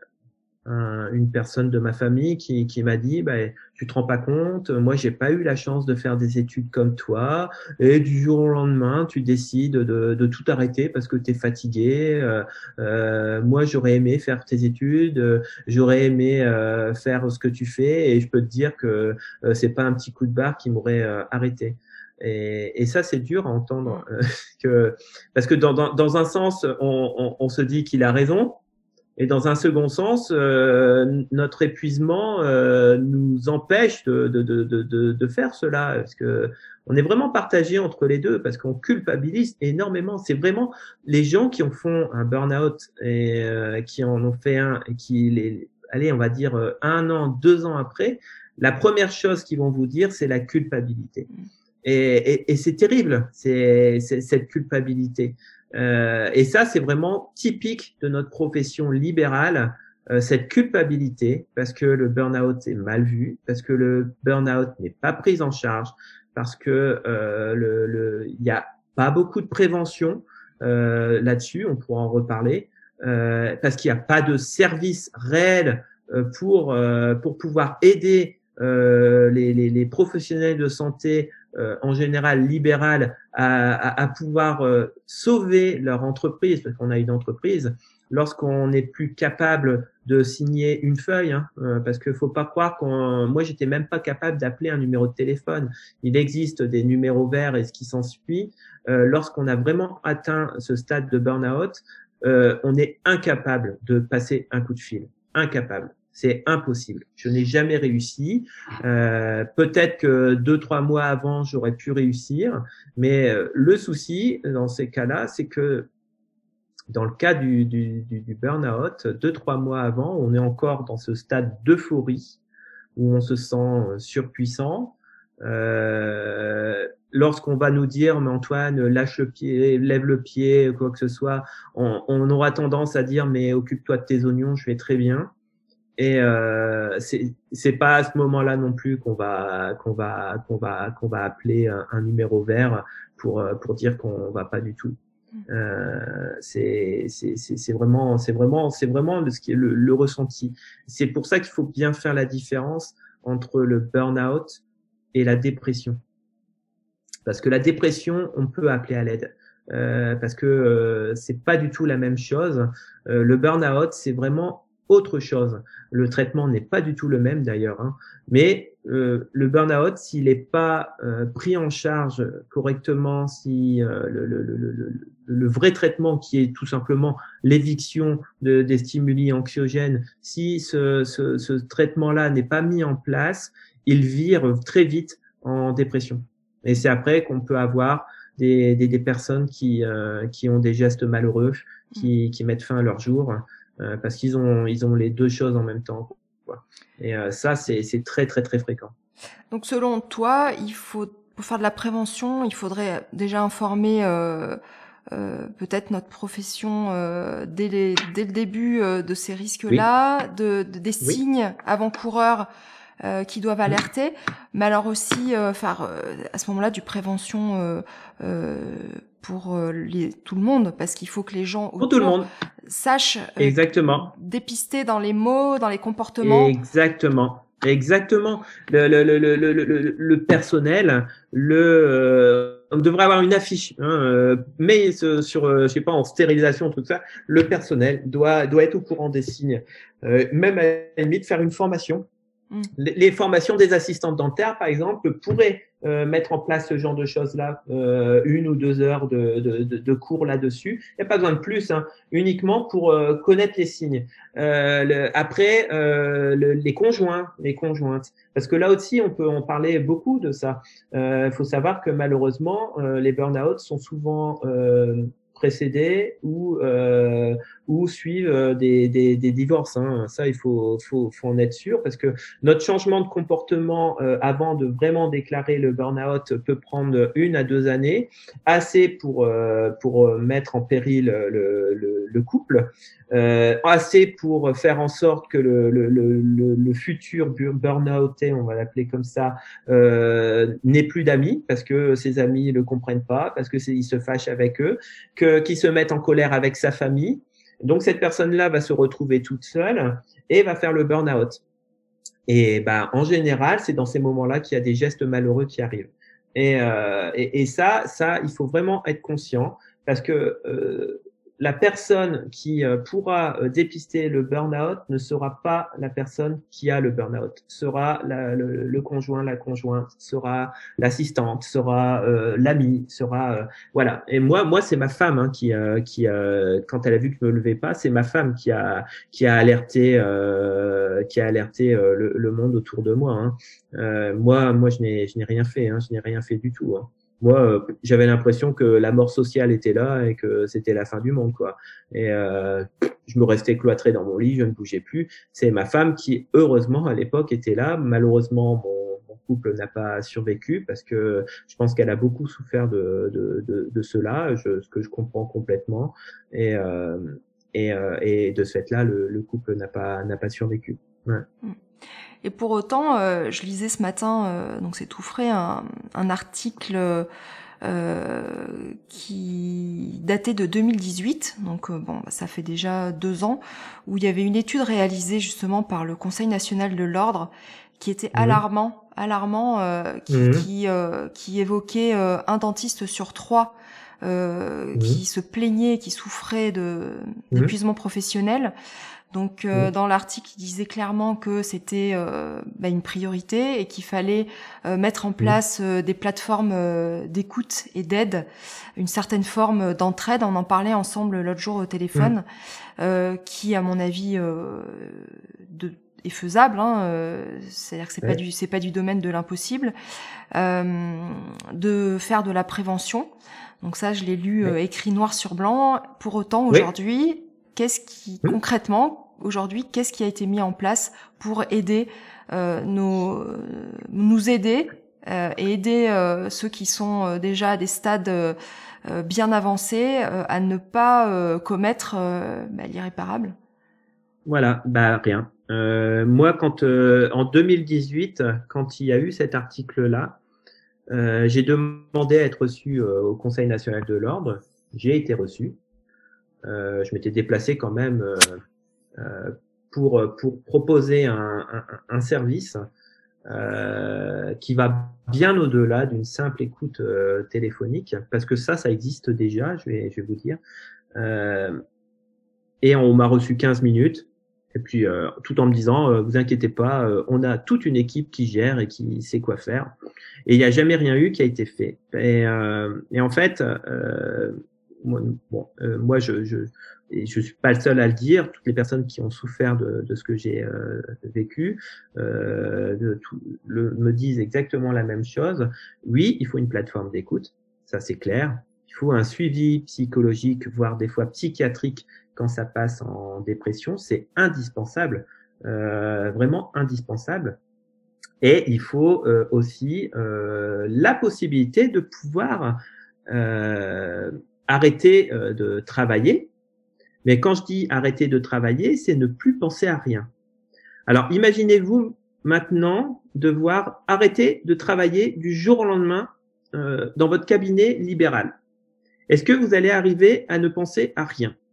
Un, une personne de ma famille qui, qui m'a dit bah, tu te rends pas compte, moi j'ai pas eu la chance de faire des études comme toi et du jour au lendemain tu décides de, de tout arrêter parce que tu es fatigué. Euh, euh, moi j'aurais aimé faire tes études, euh, j'aurais aimé euh, faire ce que tu fais et je peux te dire que euh, c'est pas un petit coup de barre qui m'aurait euh, arrêté. Et, et ça, c'est dur à entendre euh, que, parce que dans, dans, dans un sens, on, on, on se dit qu'il a raison. Et dans un second sens, euh, notre épuisement euh, nous empêche de, de, de, de, de faire cela, parce que on est vraiment partagé entre les deux, parce qu'on culpabilise énormément. C'est vraiment les gens qui en font un burn-out et euh, qui en ont fait un, et qui les, allez, on va dire un an, deux ans après, la première chose qu'ils vont vous dire, c'est la culpabilité. Et, et, et c'est terrible, c'est, c'est cette culpabilité. Euh, et ça, c'est vraiment typique de notre profession libérale, euh, cette culpabilité, parce que le burn-out est mal vu, parce que le burn-out n'est pas pris en charge, parce que euh, le, le, il y a pas beaucoup de prévention euh, là-dessus, on pourra en reparler, euh, parce qu'il n'y a pas de service réel euh, pour euh, pour pouvoir aider euh, les, les, les professionnels de santé. Euh, en général libérales à, à, à pouvoir euh, sauver leur entreprise, parce qu'on a une entreprise, lorsqu'on n'est plus capable de signer une feuille, hein, euh, parce qu'il faut pas croire qu'on, moi j'étais même pas capable d'appeler un numéro de téléphone. Il existe des numéros verts et ce qui s'ensuit. Euh, lorsqu'on a vraiment atteint ce stade de burn-out, euh, on est incapable de passer un coup de fil, incapable. C'est impossible. Je n'ai jamais réussi. Euh, peut-être que deux, trois mois avant, j'aurais pu réussir. Mais euh, le souci dans ces cas-là, c'est que dans le cas du, du, du, du burn-out, deux, trois mois avant, on est encore dans ce stade d'euphorie où on se sent surpuissant. Euh, lorsqu'on va nous dire, mais Antoine, lâche le pied, lève le pied, quoi que ce soit, on, on aura tendance à dire, mais occupe-toi de tes oignons, je vais très bien. Et euh, c'est c'est pas à ce moment-là non plus qu'on va qu'on va qu'on va qu'on va appeler un, un numéro vert pour pour dire qu'on va pas du tout. Euh, c'est c'est c'est c'est vraiment c'est vraiment c'est vraiment le, ce qui est le, le ressenti. C'est pour ça qu'il faut bien faire la différence entre le burn-out et la dépression. Parce que la dépression, on peut appeler à l'aide. Euh, parce que euh, c'est pas du tout la même chose. Euh, le burn-out, c'est vraiment autre chose. Le traitement n'est pas du tout le même d'ailleurs, hein. Mais euh, le burn-out, s'il n'est pas euh, pris en charge correctement, si euh, le, le, le, le, le vrai traitement qui est tout simplement l'éviction de, des stimuli anxiogènes, si ce, ce, ce traitement-là n'est pas mis en place, il vire très vite en dépression. Et c'est après qu'on peut avoir des, des, des personnes qui, euh, qui ont des gestes malheureux, qui, qui mettent fin à leur jour. Euh, parce qu'ils ont ils ont les deux choses en même temps, quoi. Et euh, ça c'est c'est très très très fréquent. Donc selon toi, il faut pour faire de la prévention, il faudrait déjà informer euh, euh, peut-être notre profession euh, dès les, dès le début euh, de ces risques-là, oui. de, de des oui. signes avant-coureurs euh, qui doivent alerter, mais alors aussi euh, faire euh, à ce moment-là du prévention euh, euh, pour euh, les, tout le monde, parce qu'il faut que les gens pour tout le monde sachent euh, exactement dépister dans les mots, dans les comportements. Exactement, exactement. Le le le le le, le personnel, le euh, on devrait avoir une affiche, hein, euh, mais ce, sur, euh, je sais pas, en stérilisation, tout ça, le personnel doit doit être au courant des signes. Euh, même à la limite faire une formation. Mmh. Les, les formations des assistantes dentaires, par exemple, pourraient euh, mettre en place ce genre de choses-là, euh, une ou deux heures de, de, de, de cours là-dessus. Il n'y a pas besoin de plus, hein, uniquement pour euh, connaître les signes. Euh, le, après, euh, le, les conjoints, les conjointes, parce que là aussi, on peut en parler beaucoup de ça. Il euh, faut savoir que malheureusement, euh, les burn-out sont souvent euh, précédés ou euh, ou suivent des des, des divorces. Hein. Ça, il faut faut faut en être sûr parce que notre changement de comportement euh, avant de vraiment déclarer le burn-out peut prendre une à deux années, assez pour euh, pour mettre en péril le le, le couple, euh, assez pour faire en sorte que le le le, le futur burn-outé, on va l'appeler comme ça, euh, n'ait plus d'amis parce que ses amis le comprennent pas, parce que c'est il se fâche avec eux, que qui se mettent en colère avec sa famille. Donc cette personne-là va se retrouver toute seule et va faire le burn-out. Et ben en général, c'est dans ces moments-là qu'il y a des gestes malheureux qui arrivent. Et, euh, et, et ça, ça, il faut vraiment être conscient parce que euh, la personne qui euh, pourra euh, dépister le burn-out ne sera pas la personne qui a le burn-out, sera la, le, le conjoint, la conjointe, sera l'assistante, sera euh, l'ami, sera euh, voilà. Et moi, moi, c'est ma femme hein, qui, euh, qui euh, quand elle a vu que je me levais pas, c'est ma femme qui a qui a alerté, euh, qui a alerté euh, le, le monde autour de moi. Hein. Euh, moi, moi, je n'ai je n'ai rien fait, hein, je n'ai rien fait du tout. Hein. Moi, euh, j'avais l'impression que la mort sociale était là et que c'était la fin du monde, quoi. Et euh, je me restais cloîtré dans mon lit, je ne bougeais plus. C'est ma femme qui, heureusement, à l'époque, était là. Malheureusement, mon, mon couple n'a pas survécu parce que je pense qu'elle a beaucoup souffert de, de, de, de cela, je, ce que je comprends complètement. Et, euh, et, euh, et de ce fait-là, le, le couple n'a pas, n'a pas survécu. Ouais. Et pour autant, euh, je lisais ce matin, euh, donc c'est tout frais, un, un article euh, qui datait de deux mille dix-huit, donc euh, bon, ça fait déjà deux ans, où il y avait une étude réalisée justement par le Conseil national de l'ordre qui était mmh. alarmant, alarmant, euh, qui, mmh. qui, euh, qui évoquait euh, un dentiste sur trois euh, mmh. qui se plaignait, qui souffrait de d'épuisement mmh. professionnel. Donc euh, mmh. dans l'article, il disait clairement que c'était euh, bah, une priorité et qu'il fallait euh, mettre en place euh, des plateformes euh, d'écoute et d'aide, une certaine forme d'entraide. On en parlait ensemble l'autre jour au téléphone, mmh. euh, qui, à mon avis, euh, de, est faisable. Hein, euh, c'est-à-dire que c'est ouais. pas du c'est pas du domaine de l'impossible. Euh, de faire de la prévention. Donc ça, je l'ai lu euh, écrit noir sur blanc. Pour autant, aujourd'hui. Oui. Qu'est-ce qui, mmh. concrètement, aujourd'hui, qu'est-ce qui a été mis en place pour aider euh, nos, euh, nous aider euh, et aider euh, ceux qui sont euh, déjà à des stades euh, bien avancés euh, à ne pas euh, commettre euh, bah, l'irréparable? Voilà, bah rien. Euh, moi, quand euh, en deux mille dix-huit, quand il y a eu cet article-là, euh, j'ai demandé à être reçu euh, au Conseil national de l'ordre. J'ai été reçu. Euh, je m'étais déplacé quand même euh, euh, pour pour proposer un, un, un service euh, qui va bien au-delà d'une simple écoute euh, téléphonique, parce que ça, ça existe déjà. Je vais je vais vous dire. Euh, et on m'a reçu quinze minutes. Et puis euh, tout en me disant, euh, vous inquiétez pas, euh, on a toute une équipe qui gère et qui sait quoi faire. Et il n'y a jamais rien eu qui a été fait. Et, euh, et en fait. Euh, Moi, bon, euh, moi, je, je, et je suis pas le seul à le dire. Toutes les personnes qui ont souffert de, de ce que j'ai euh, vécu, euh, de tout, le, me disent exactement la même chose. Oui, il faut une plateforme d'écoute, ça c'est clair. Il faut un suivi psychologique, voire des fois psychiatrique quand ça passe en dépression. C'est indispensable, euh, vraiment indispensable. Et il faut euh, aussi euh, la possibilité de pouvoir euh, arrêter euh, de travailler. Mais quand je dis arrêter de travailler, c'est ne plus penser à rien. Alors, imaginez-vous maintenant devoir arrêter de travailler du jour au lendemain euh, dans votre cabinet libéral. Est-ce que vous allez arriver à ne penser à rien?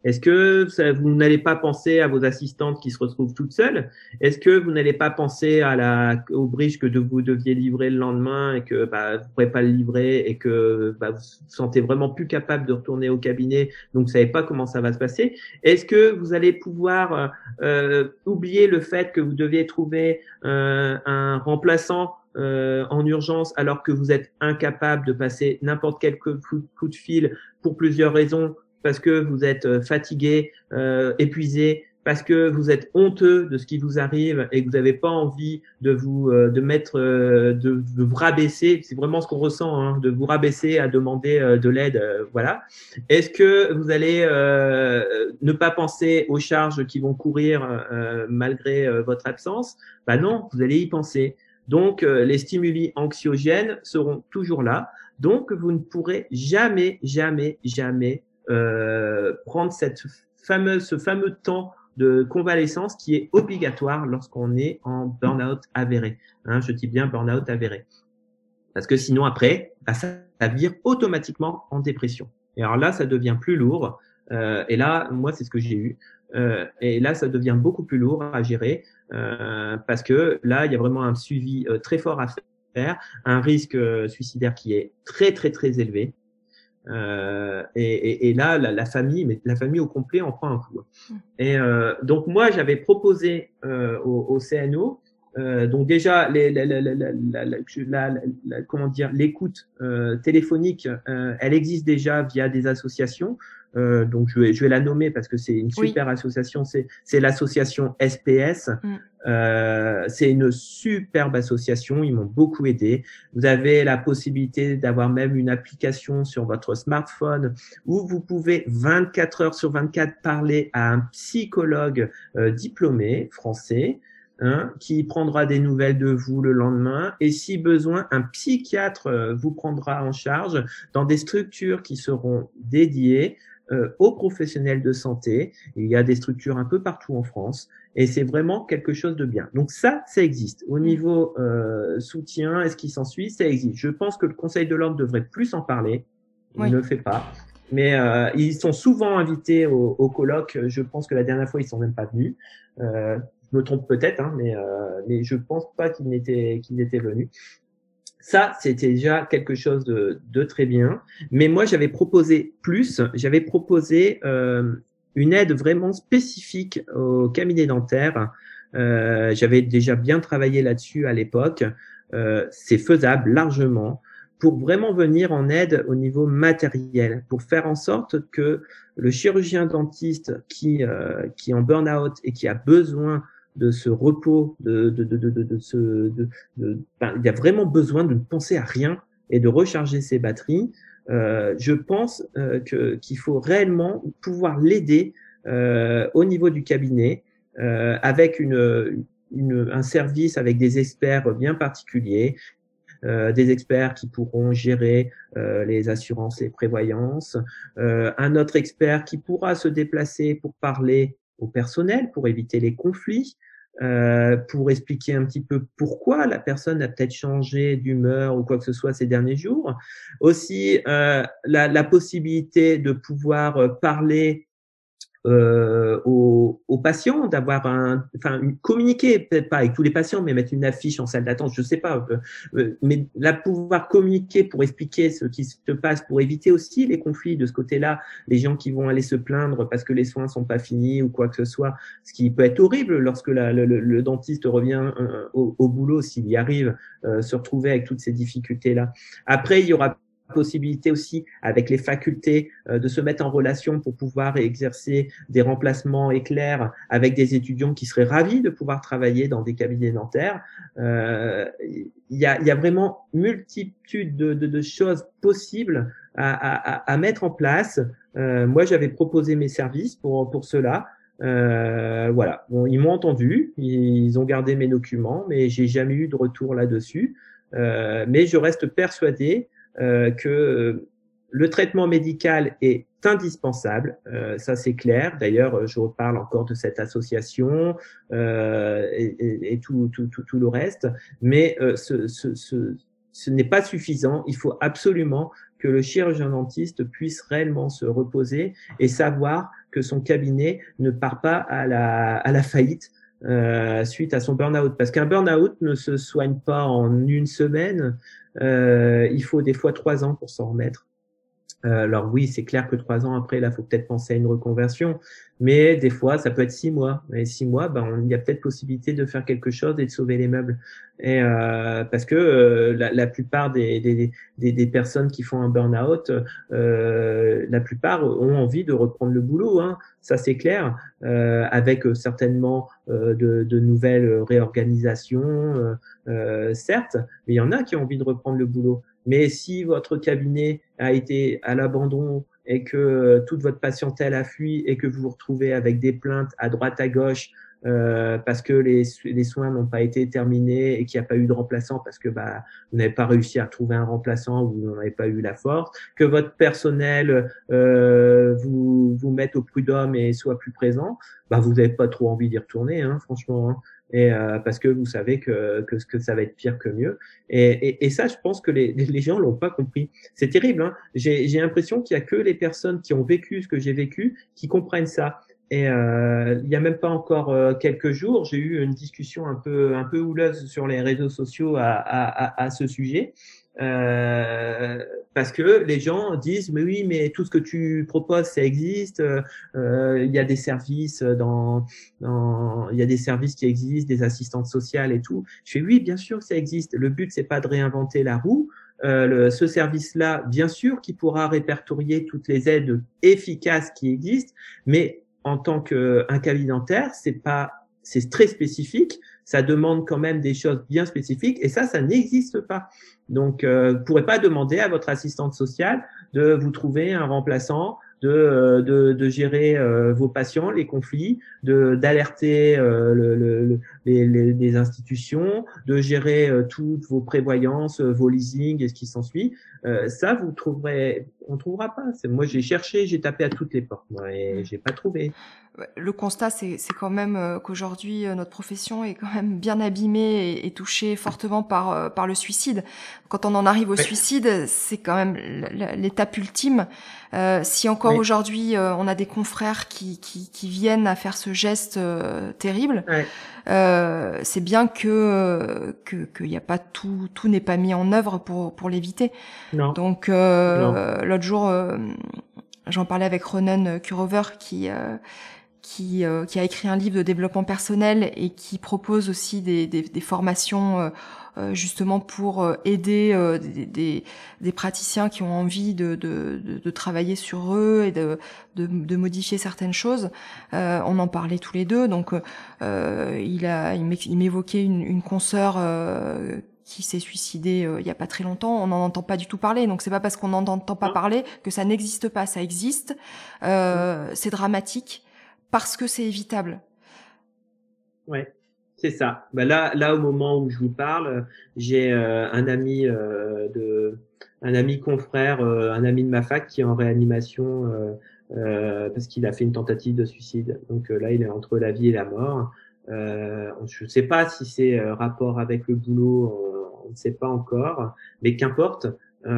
Est-ce que ça, vous n'allez pas penser à vos assistantes qui se retrouvent toutes seules? Est-ce que vous n'allez pas penser à la, au bridge que de, vous deviez livrer le lendemain et que bah, vous ne pourrez pas le livrer et que bah, vous vous sentez vraiment plus capable de retourner au cabinet, donc vous ne savez pas comment ça va se passer? Est-ce que vous allez pouvoir euh, oublier le fait que vous deviez trouver euh, un remplaçant euh, en urgence alors que vous êtes incapable de passer n'importe quel coup, coup de fil pour plusieurs raisons? Parce que vous êtes fatigué, euh, épuisé, parce que vous êtes honteux de ce qui vous arrive et que vous n'avez pas envie de vous euh, de mettre euh, de, de vous rabaisser. C'est vraiment ce qu'on ressent, hein, de vous rabaisser à demander euh, de l'aide. Euh, voilà. Est-ce que vous allez euh, ne pas penser aux charges qui vont courir euh, malgré euh, votre absence? Bah non, vous allez y penser. Donc, euh, les stimuli anxiogènes seront toujours là. Donc, vous ne pourrez jamais, jamais, jamais Euh, prendre cette fameuse, ce fameux temps de convalescence qui est obligatoire lorsqu'on est en burn-out avéré. Hein, je dis bien burn-out avéré. Parce que sinon, après, bah, ça, ça vire automatiquement en dépression. Et alors là, ça devient plus lourd. Euh, et là, moi, c'est ce que j'ai eu. Euh, et là, ça devient beaucoup plus lourd à gérer euh, parce que là, il y a vraiment un suivi euh, très fort à faire, un risque euh, suicidaire qui est très, très, très élevé. Euh, et, et, et là, la, la famille, mais la famille au complet en prend un coup. Et euh, donc moi, j'avais proposé euh, au, au C N O, euh, donc déjà, les, la, la, la, la, la, la, la, comment dire, l'écoute euh, téléphonique, euh, elle existe déjà via des associations. Euh, donc je vais, je vais la nommer parce que c'est une super oui. association. C'est, c'est l'association S P S. Mm. Euh, c'est une superbe association. Ils m'ont beaucoup aidé. Vous avez la possibilité d'avoir même une application sur votre smartphone où vous pouvez vingt-quatre heures sur vingt-quatre parler à un psychologue euh, diplômé français. Hein, qui prendra des nouvelles de vous le lendemain et si besoin, un psychiatre euh, vous prendra en charge dans des structures qui seront dédiées euh, aux professionnels de santé. Il y a des structures un peu partout en France et c'est vraiment quelque chose de bien. Donc ça, ça existe. Au niveau euh, soutien, est-ce qu'il s'ensuit? Ça existe. Je pense que le Conseil de l'ordre devrait plus en parler. Il oui. ne le fait pas. Mais euh, ils sont souvent invités au, au colloque. Je pense que la dernière fois, ils sont même pas venus. Euh, Je me trompe peut-être, hein, mais, euh, mais je pense pas qu'il n'était qu'il n'était venu. Ça, c'était déjà quelque chose de, de très bien. Mais moi, j'avais proposé plus. J'avais proposé euh, une aide vraiment spécifique au cabinet dentaire. Euh, j'avais déjà bien travaillé là-dessus à l'époque. Euh, c'est faisable largement pour vraiment venir en aide au niveau matériel, pour faire en sorte que le chirurgien dentiste qui euh, qui est en burn-out et qui a besoin de ce repos, de, de, de, de, de, de ce, de, de, ben, il y a vraiment besoin de ne penser à rien et de recharger ses batteries. Euh, je pense euh, que qu'il faut réellement pouvoir l'aider euh, au niveau du cabinet euh, avec une, une, un service avec des experts bien particuliers. Euh, des experts qui pourront gérer euh, les assurances et prévoyances, euh, un autre expert qui pourra se déplacer pour parler au personnel, pour éviter les conflits, euh, pour expliquer un petit peu pourquoi la personne a peut-être changé d'humeur ou quoi que ce soit ces derniers jours. Aussi, euh, la, la possibilité de pouvoir parler Euh, aux, aux patients, d'avoir un, enfin, communiquer peut-être pas avec tous les patients, mais mettre une affiche en salle d'attente, je sais pas, euh, mais là pouvoir communiquer pour expliquer ce qui se passe, pour éviter aussi les conflits de ce côté-là, les gens qui vont aller se plaindre parce que les soins sont pas finis ou quoi que ce soit, ce qui peut être horrible lorsque la, le, le dentiste revient euh, au, au boulot s'il y arrive, euh, se retrouver avec toutes ces difficultés-là. Après, il y aura possibilité aussi avec les facultés euh, de se mettre en relation pour pouvoir exercer des remplacements éclairs avec des étudiants qui seraient ravis de pouvoir travailler dans des cabinets dentaires. Euh, il y a, il y a vraiment multitude de, de, de choses possibles à, à, à mettre en place. Euh, moi, j'avais proposé mes services pour, pour cela. Euh, voilà. Bon, ils m'ont entendu, ils ont gardé mes documents, mais j'ai jamais eu de retour là-dessus. Euh, mais je reste persuadé Euh, que euh, le traitement médical est indispensable, euh, ça c'est clair. D'ailleurs, je reparle encore de cette association euh, et, et, et tout, tout, tout, tout le reste. Mais euh, ce, ce, ce, ce n'est pas suffisant. Il faut absolument que le chirurgien dentiste puisse réellement se reposer et savoir que son cabinet ne part pas à la, à la faillite euh, suite à son burn-out. Parce qu'un burn-out ne se soigne pas en une semaine, euh, il faut des fois trois ans pour s'en remettre. Euh, alors oui, c'est clair que trois ans après, là, faut peut-être penser à une reconversion, mais des fois, ça peut être six mois. Et six mois, ben, on- il y a peut-être possibilité de faire quelque chose et de sauver les meubles. Et euh, parce que euh, la, la plupart des, des, des, des personnes qui font un burn-out, euh, la plupart ont envie de reprendre le boulot, hein. Ça c'est clair, euh, avec euh, certainement euh, de, de nouvelles réorganisations, euh, euh, certes, mais il y en a qui ont envie de reprendre le boulot. Mais si votre cabinet a été à l'abandon et que toute votre patientèle a fui et que vous vous retrouvez avec des plaintes à droite à gauche euh, parce que les, les soins n'ont pas été terminés et qu'il n'y a pas eu de remplaçant parce que bah, vous n'avez pas réussi à trouver un remplaçant ou vous n'avez pas eu la force, que votre personnel euh, vous, vous mette au prud'homme et soit plus présent, bah, vous n'avez pas trop envie d'y retourner, hein, franchement, hein. Et euh, parce que vous savez que, que, que ça va être pire que mieux. Et, et, et ça, je pense que les, les gens l'ont pas compris. C'est terrible, hein. J'ai, j'ai l'impression qu'il y a que les personnes qui ont vécu ce que j'ai vécu qui comprennent ça. Et euh, il y a même pas encore euh, quelques jours, j'ai eu une discussion un peu un peu houleuse sur les réseaux sociaux à, à, à, à ce sujet. Euh, parce que les gens disent mais oui mais tout ce que tu proposes ça existe, euh, il y a des services dans, dans il y a des services qui existent, des assistantes sociales et tout. Je fais oui bien sûr que ça existe, le but c'est pas de réinventer la roue. Euh, le, ce service-là, bien sûr, qui pourra répertorier toutes les aides efficaces qui existent, mais en tant qu'un cabinet dentaire, c'est pas, c'est très spécifique. Ça demande quand même des choses bien spécifiques et ça, ça n'existe pas. Donc, euh, vous ne pourrez pas demander à votre assistante sociale de vous trouver un remplaçant, de, de, de gérer euh, vos patients, les conflits, de d'alerter euh, le, le, les, les, les institutions, de gérer euh, toutes vos prévoyances, vos leasings et ce qui s'ensuit. Euh, ça, vous trouverez, on trouvera pas. C'est, moi, j'ai cherché, j'ai tapé à toutes les portes, moi, et j'ai pas trouvé. Le constat, c'est, c'est quand même euh, qu'aujourd'hui, euh, notre profession est quand même bien abîmée et, et touchée fortement par, euh, par le suicide. Quand on en arrive au Ouais. suicide, c'est quand même l'étape ultime. Euh, si encore Oui. aujourd'hui, euh, on a des confrères qui, qui, qui viennent à faire ce geste euh, terrible, Ouais. euh, c'est bien que que qu'il y a pas tout, tout n'est pas mis en œuvre pour pour l'éviter. Non. Donc euh, Non. l'autre jour, euh, j'en parlais avec Ronan Kurover qui euh, qui, euh, qui a écrit un livre de développement personnel et qui propose aussi des, des, des formations euh, euh, justement pour euh, aider euh, des, des, des praticiens qui ont envie de, de, de, de travailler sur eux et de, de, de modifier certaines choses. Euh, on en parlait tous les deux, donc euh, il a il m'évoquait une, une consoeur euh, qui s'est suicidée euh, il y a pas très longtemps. On n'en entend pas du tout parler, donc c'est pas parce qu'on n'en entend pas parler que ça n'existe pas. Ça existe, euh, c'est dramatique. Parce que c'est évitable. Ouais, c'est ça. Bah là, là, au moment où je vous parle, j'ai euh, un ami euh, de, un ami confrère, euh, un ami de ma fac qui est en réanimation euh, euh, parce qu'il a fait une tentative de suicide. Donc euh, là, il est entre la vie et la mort. Euh, je ne sais pas si c'est euh, rapport avec le boulot, on, on ne sait pas encore, mais qu'importe.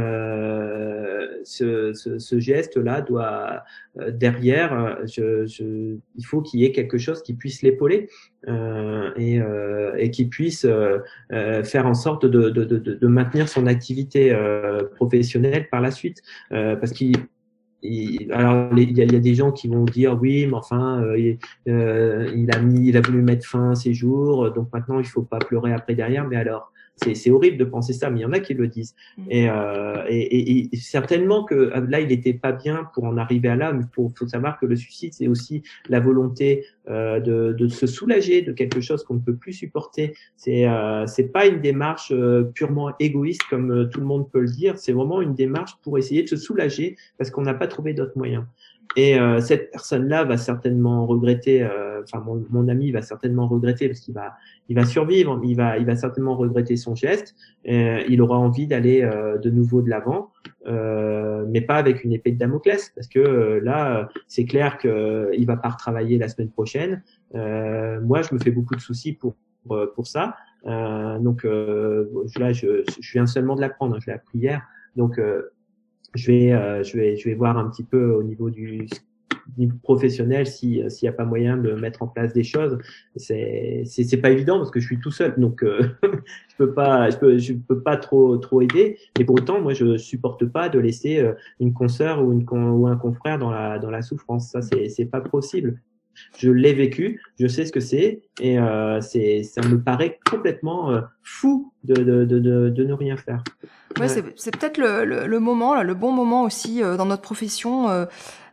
Euh, ce, ce, ce geste-là doit euh, derrière, je, je, il faut qu'il y ait quelque chose qui puisse l'épauler euh, et, euh, et qui puisse euh, euh, faire en sorte de, de, de, de maintenir son activité euh, professionnelle par la suite, euh, parce qu'il Il, alors il y, a, il y a des gens qui vont dire oui mais enfin euh, il, euh, il a mis il a voulu mettre fin à ses jours donc maintenant il faut pas pleurer après derrière, mais alors c'est, c'est horrible de penser ça, mais il y en a qui le disent. Mmh. Et, euh, et, et, et certainement que là il était pas bien pour en arriver à là, mais il faut savoir que le suicide c'est aussi la volonté euh, de, de se soulager de quelque chose qu'on ne peut plus supporter. C'est euh, c'est pas une démarche euh, purement égoïste comme euh, tout le monde peut le dire, c'est vraiment une démarche pour essayer de se soulager parce qu'on n'a pas trouvé d'autres moyens. Et euh, cette personne-là va certainement regretter, euh, enfin mon, mon ami va certainement regretter parce qu'il va, il va survivre, il va, il va certainement regretter son geste. Euh, il aura envie d'aller euh, de nouveau de l'avant, euh, mais pas avec une épée de Damoclès, parce que euh, là, c'est clair que euh, il va pas retravailler la semaine prochaine. Euh, moi, je me fais beaucoup de soucis pour pour, pour ça. Euh, donc euh, là, je, je viens seulement de l'apprendre, hein, je l'ai appris hier. Donc euh, Je vais, euh, je vais, je vais voir un petit peu au niveau du niveau professionnel, si s'il n'y a pas moyen de mettre en place des choses, c'est c'est c'est pas évident parce que je suis tout seul, donc euh, je peux pas je peux je peux pas trop trop aider. Mais pour autant, moi, je supporte pas de laisser euh, une consoeur ou une con, ou un confrère dans la dans la souffrance. Ça, c'est c'est pas possible. Je l'ai vécu, je sais ce que c'est, et euh, c'est, ça me paraît complètement euh, fou de, de, de, de, de ne rien faire. Ouais, ouais. C'est, c'est peut-être le, le, le moment, là, le bon moment aussi euh, dans notre profession euh,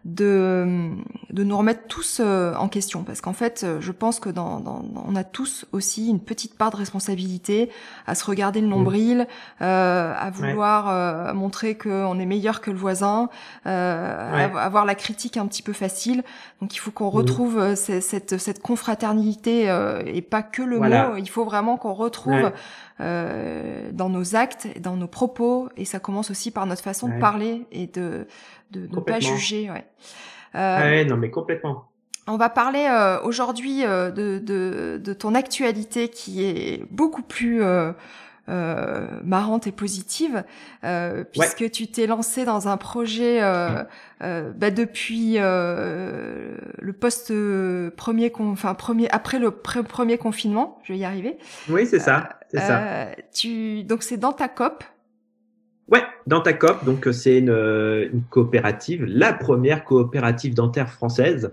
de, de nous remettre tous euh, en question, parce qu'en fait, je pense que dans, dans, on a tous aussi une petite part de responsabilité à se regarder le nombril, mmh. euh, à vouloir ouais. euh, montrer qu'on est meilleur que le voisin, euh, ouais. à, à avoir la critique un petit peu facile. Donc il faut qu'on retrouve mmh. cette, cette, cette confraternité euh, et pas que le voilà. mot. Il faut vraiment qu'on retrouve ouais. euh, dans nos actes, dans nos propos, et ça commence aussi par notre façon ouais. de parler et de de ne pas juger. Ouais. Euh, ah ouais, non mais complètement. On va parler euh, aujourd'hui euh, de, de, de ton actualité qui est beaucoup plus euh, euh, marrante et positive, euh, puisque ouais. tu t'es lancé dans un projet euh, euh, bah, depuis euh, le post premier, con, enfin premier après le pr- premier confinement. Je vais y arriver. Oui, c'est ça, euh, c'est euh, ça. Tu donc c'est dans ta coop. Ouais, Dentacop, donc c'est une, une coopérative, la première coopérative dentaire française,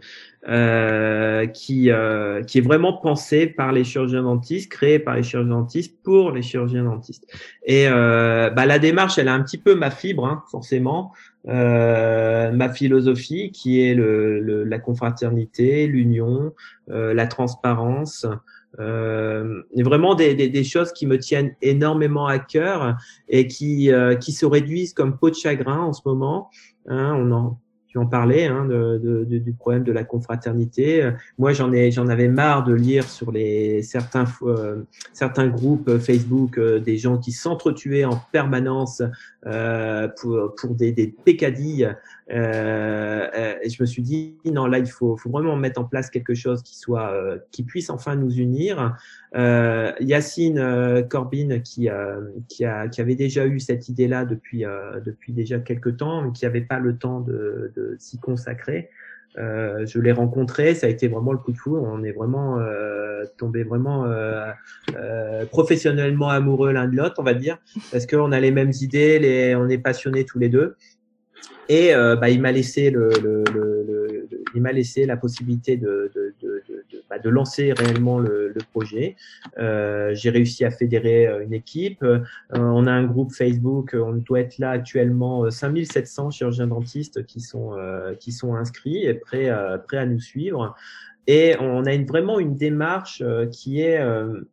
euh, qui euh, qui est vraiment pensée par les chirurgiens dentistes, créée par les chirurgiens dentistes pour les chirurgiens dentistes. Et euh, bah la démarche, elle a un petit peu ma fibre, hein, forcément, euh, ma philosophie, qui est le, le la confraternité, l'union, euh, la transparence. Euh, vraiment des, des, des choses qui me tiennent énormément à cœur et qui euh, qui se réduisent comme peau de chagrin en ce moment. Hein, on en tu en parlais hein, de, de, de, du problème de la confraternité. Moi, j'en ai j'en avais marre de lire sur les certains euh, certains groupes Facebook euh, des gens qui s'entretuaient en permanence euh, pour pour des, des pécadilles. Euh, euh, et je me suis dit non, là il faut, faut vraiment mettre en place quelque chose qui soit, euh, qui puisse enfin nous unir. Euh, Yacine euh, Corbin qui, euh, qui a, qui avait déjà eu cette idée-là depuis, euh, depuis déjà quelques temps, mais qui n'avait pas le temps de, de s'y consacrer. Euh, je l'ai rencontré, ça a été vraiment le coup de foudre. On est vraiment euh, tombé vraiment euh, euh, professionnellement amoureux l'un de l'autre, on va dire, parce qu'on a les mêmes idées, les, on est passionnés tous les deux. Et euh, bah, il m'a laissé le, le, le, le, il m'a laissé la possibilité de, de, de, de, de, bah, de lancer réellement le, le projet. Euh, j'ai réussi à fédérer une équipe. Euh, on a un groupe Facebook. On doit être là actuellement cinq mille sept cents chirurgiens dentistes qui sont euh, qui sont inscrits et prêts euh, prêts à nous suivre. Et on a une, vraiment une démarche euh, qui est euh,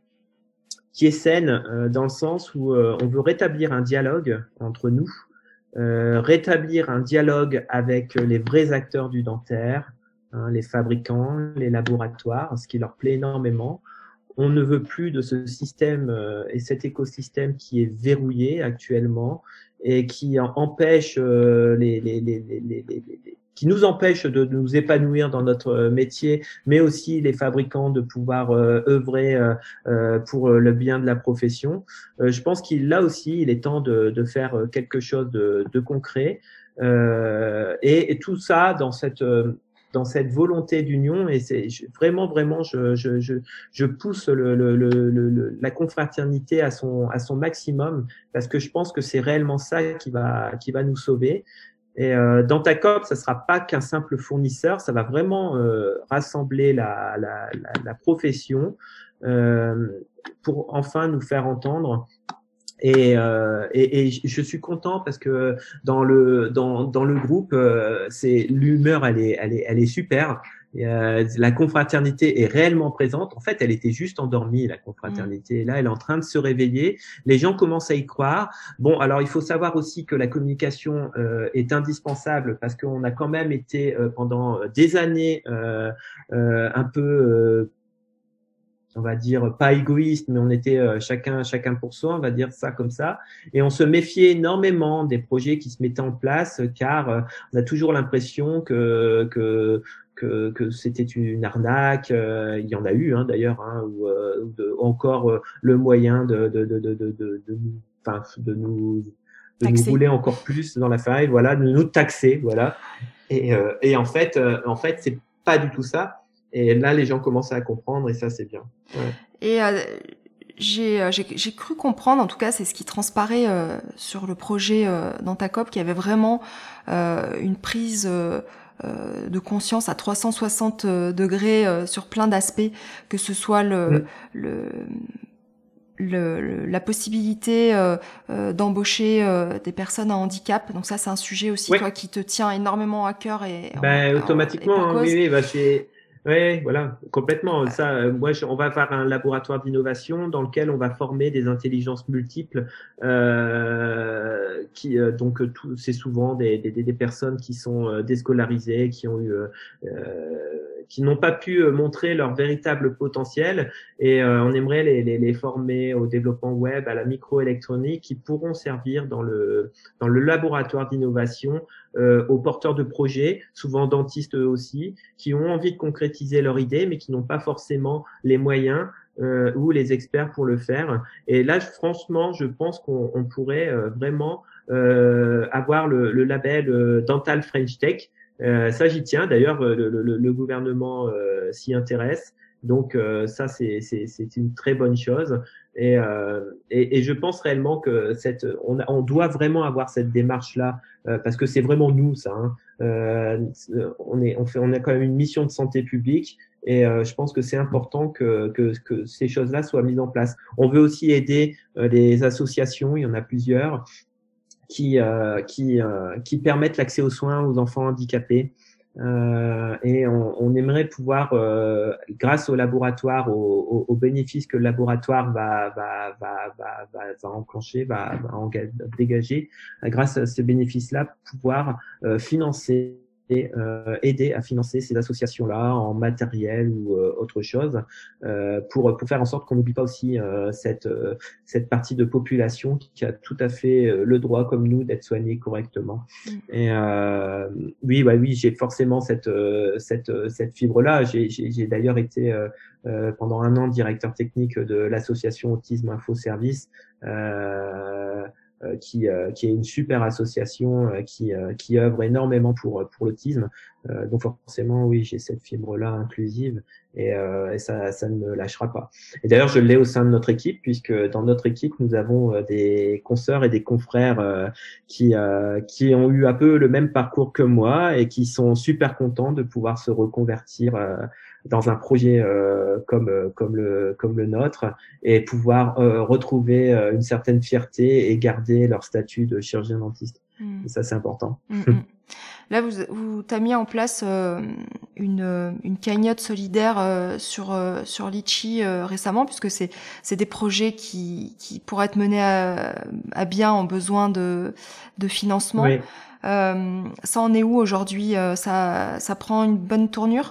qui est saine euh, dans le sens où euh, on veut rétablir un dialogue entre nous. Euh, rétablir un dialogue avec les vrais acteurs du dentaire, hein, les fabricants, les laboratoires, ce qui leur plaît énormément. On ne veut plus de ce système euh, et cet écosystème qui est verrouillé actuellement et qui en empêche euh, les, les, les, les, les, les, les qui nous empêche de, de nous épanouir dans notre métier, mais aussi les fabricants de pouvoir euh, œuvrer euh, pour le bien de la profession. Euh, je pense qu'il là aussi, il est temps de, de faire quelque chose de, de concret euh, et, et tout ça dans cette dans cette volonté d'union. Et c'est vraiment vraiment je je je, je pousse le, le, le, le la confraternité à son à son maximum parce que je pense que c'est réellement ça qui va qui va nous sauver. Et euh, Dentacop, ça sera pas qu'un simple fournisseur, ça va vraiment euh, rassembler la, la, la, la profession euh, pour enfin nous faire entendre. Et, euh, et, et je suis content parce que dans le dans dans le groupe, euh, c'est l'humeur, elle est elle est elle est super. Et, euh, la confraternité est réellement présente. En fait, elle était juste endormie, la confraternité. Et là, elle est en train de se réveiller. Les gens commencent à y croire. Bon, alors il faut savoir aussi que la communication euh, est indispensable parce qu'on a quand même été euh, pendant des années euh, euh, un peu euh, on va dire pas égoïste, mais on était euh, chacun chacun pour soi, on va dire ça comme ça, et on se méfiait énormément des projets qui se mettaient en place, car euh, on a toujours l'impression que que que, que c'était une arnaque. Euh, il y en a eu hein, d'ailleurs, hein, ou euh, de, encore euh, le moyen de de de de de de, de nous, enfin de nous de nous rouler encore plus dans la faille, voilà, de nous taxer, voilà. Et, euh, et en fait, euh, en fait, c'est pas du tout ça. Et là, les gens commencent à comprendre et ça, c'est bien. Ouais. Et euh, j'ai, j'ai, j'ai cru comprendre, en tout cas, c'est ce qui transparaît euh, sur le projet euh, Dentacop, qu'il y avait vraiment euh, une prise euh, euh, de conscience à trois cent soixante degrés euh, sur plein d'aspects, que ce soit le, mmh. le Le, le, la possibilité euh, euh, d'embaucher euh, des personnes à handicap. Donc ça, c'est un sujet aussi, ouais. toi, qui te tient énormément à cœur et ben, en, automatiquement, et pour cause. oui, oui, bah, c'est ouais, voilà, complètement. Ouais. Ça, euh, moi, je, on va faire un laboratoire d'innovation dans lequel on va former des intelligences multiples. Euh, qui euh, donc tout, c'est souvent des, des, des personnes qui sont euh, déscolarisées, qui ont eu euh, qui n'ont pas pu montrer leur véritable potentiel et euh, on aimerait les, les, les former au développement web, à la microélectronique, qui pourront servir dans le dans le laboratoire d'innovation euh, aux porteurs de projets, souvent dentistes eux aussi, qui ont envie de concrétiser leur idée mais qui n'ont pas forcément les moyens euh, ou les experts pour le faire. Et là, franchement, je pense qu'on on pourrait euh, vraiment euh, avoir le, le label euh, Dental French Tech. Euh, ça, j'y tiens. D'ailleurs, le, le, le gouvernement euh, s'y intéresse. Donc, euh, ça, c'est, c'est, c'est une très bonne chose. Et, euh, et, et je pense réellement que cette, on, a, on doit vraiment avoir cette démarche-là euh, parce que c'est vraiment nous, ça. Hein. Euh, on est, on fait, on a quand même une mission de santé publique. Et euh, je pense que c'est important que, que, que ces choses-là soient mises en place. On veut aussi aider euh, les associations. Il y en a plusieurs. qui euh, qui euh, qui permettent l'accès aux soins aux enfants handicapés euh, et on, on aimerait pouvoir euh, grâce au laboratoire aux, aux, aux bénéfices que le laboratoire va va va va va, va enclencher va, va engager, dégager grâce à ces bénéfices-là pouvoir euh, financer et euh, aider à financer ces associations-là en matériel ou euh, autre chose euh, pour pour faire en sorte qu'on n'oublie pas aussi euh, cette euh, cette partie de population qui a tout à fait euh, le droit comme nous d'être soignée correctement. Mmh. Et euh, oui, bah oui, j'ai forcément cette euh, cette cette fibre-là. J'ai j'ai, j'ai d'ailleurs été euh, euh, pendant un an directeur technique de l'association Autisme Info Service. Euh, Euh, qui, euh, qui est une super association euh, qui, euh, qui œuvre énormément pour, pour l'autisme. Euh, donc forcément, oui, j'ai cette fibre-là inclusive et, euh, et ça, ça ne me lâchera pas. Et d'ailleurs, je l'ai au sein de notre équipe puisque dans notre équipe, nous avons euh, des consoeurs et des confrères euh, qui, euh, qui ont eu un peu le même parcours que moi et qui sont super contents de pouvoir se reconvertir euh, dans un projet euh, comme comme le comme le nôtre et pouvoir euh, retrouver euh, une certaine fierté et garder leur statut de chirurgien dentiste. Mmh. Et ça, c'est important. Mmh. Là, vous vous t'as mis en place euh, une une cagnotte solidaire euh, sur euh, sur Litchi euh, récemment, puisque c'est c'est des projets qui qui pourraient être menés à, à bien en besoin de de financement. Oui. Euh, ça en est où aujourd'hui? Ça ça prend une bonne tournure?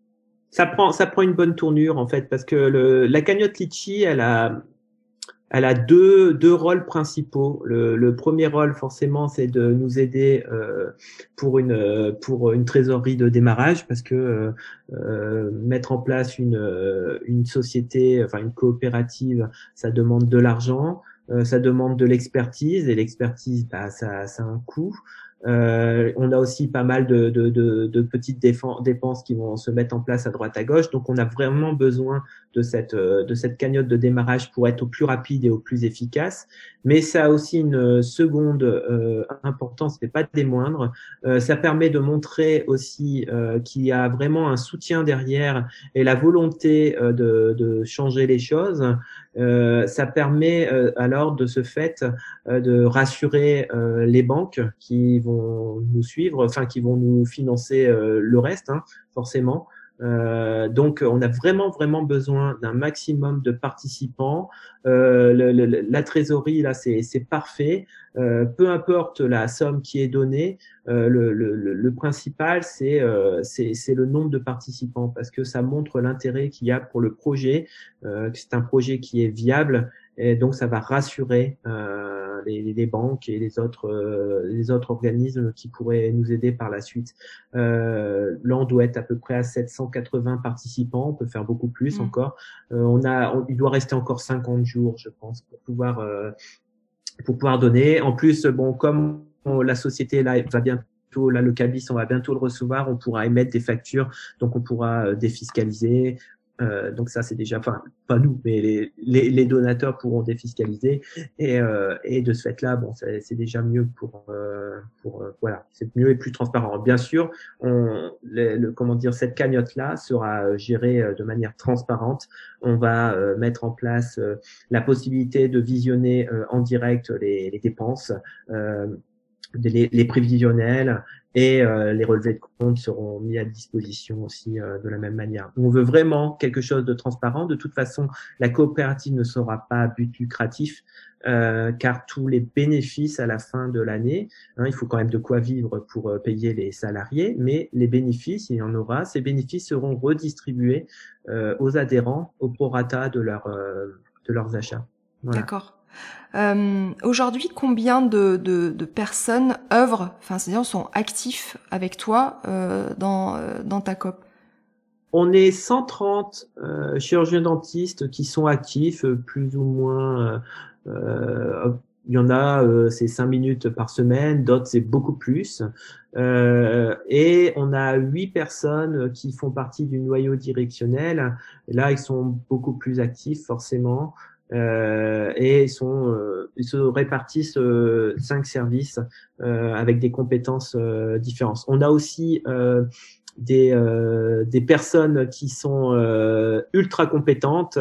Ça prend, ça prend une bonne tournure en fait parce que le, la cagnotte Litchi, elle a, elle a deux, deux rôles principaux. Le, le premier rôle forcément, c'est de nous aider euh, pour une, pour une trésorerie de démarrage parce que euh, mettre en place une, une société, enfin une coopérative, ça demande de l'argent, euh, ça demande de l'expertise et l'expertise, bah ça, ça a un coût. Euh, on a aussi pas mal de, de, de, de petites dépenses qui vont se mettre en place à droite à gauche. Donc, on a vraiment besoin de cette, de cette cagnotte de démarrage pour être au plus rapide et au plus efficace. Mais ça a aussi une seconde euh, importance, mais pas des moindres. Euh, ça permet de montrer aussi euh, qu'il y a vraiment un soutien derrière et la volonté euh, de, de changer les choses. Euh, ça permet euh, alors de ce fait euh, de rassurer euh, les banques qui vont nous suivre, enfin qui vont nous financer euh, le reste, hein, forcément. Euh, donc, on a vraiment, vraiment besoin d'un maximum de participants. Euh, le, le, la trésorerie, là, c'est, c'est parfait. Euh, peu importe la somme qui est donnée, euh, le, le, le principal, c'est, euh, c'est, c'est le nombre de participants parce que ça montre l'intérêt qu'il y a pour le projet, euh, que c'est un projet qui est viable et donc ça va rassurer euh, les, les banques et les autres, euh, les autres organismes qui pourraient nous aider par la suite. Euh, là, on doit être à peu près à sept cent quatre-vingts participants. On peut faire beaucoup plus mmh. encore. Euh, on a, on, il doit rester encore cinquante jours, je pense, pour pouvoir, euh, pour pouvoir donner. En plus, bon, comme on, la société là va bientôt bientôt, là, le cabis, on va bientôt le recevoir, on pourra émettre des factures, donc on pourra euh, défiscaliser. Euh, donc ça, c'est déjà, enfin, pas nous, mais les, les, les donateurs pourront défiscaliser. Et, euh, et de ce fait-là, bon, c'est, c'est déjà mieux pour, euh, pour euh, voilà, c'est mieux et plus transparent. Bien sûr, on, le, le, comment dire, cette cagnotte-là sera gérée de manière transparente. On va euh, mettre en place euh, la possibilité de visionner euh, en direct les, les dépenses, euh, les, les prévisionnels. Et euh, les relevés de compte seront mis à disposition aussi euh, de la même manière. On veut vraiment quelque chose de transparent. De toute façon, la coopérative ne sera pas à but lucratif, euh, car tous les bénéfices à la fin de l'année, hein, il faut quand même de quoi vivre pour euh, payer les salariés, mais les bénéfices, il y en aura. Ces bénéfices seront redistribués euh, aux adhérents au prorata de, leur, euh, de leurs achats. Voilà. D'accord. Euh, aujourd'hui, combien de, de, de personnes œuvrent, enfin, c'est-à-dire sont actifs avec toi euh, dans, euh, dans ta coop? On est cent trente euh, chirurgiens dentistes qui sont actifs, plus ou moins. Euh, euh, il y en a, euh, c'est cinq minutes par semaine, d'autres c'est beaucoup plus. Euh, et on a huit personnes qui font partie du noyau directionnel. Et là, ils sont beaucoup plus actifs forcément. Euh, et ils sont, euh, ils se répartissent euh, cinq services euh, avec des compétences euh, différentes. On a aussi euh, des euh, des personnes qui sont euh, ultra compétentes,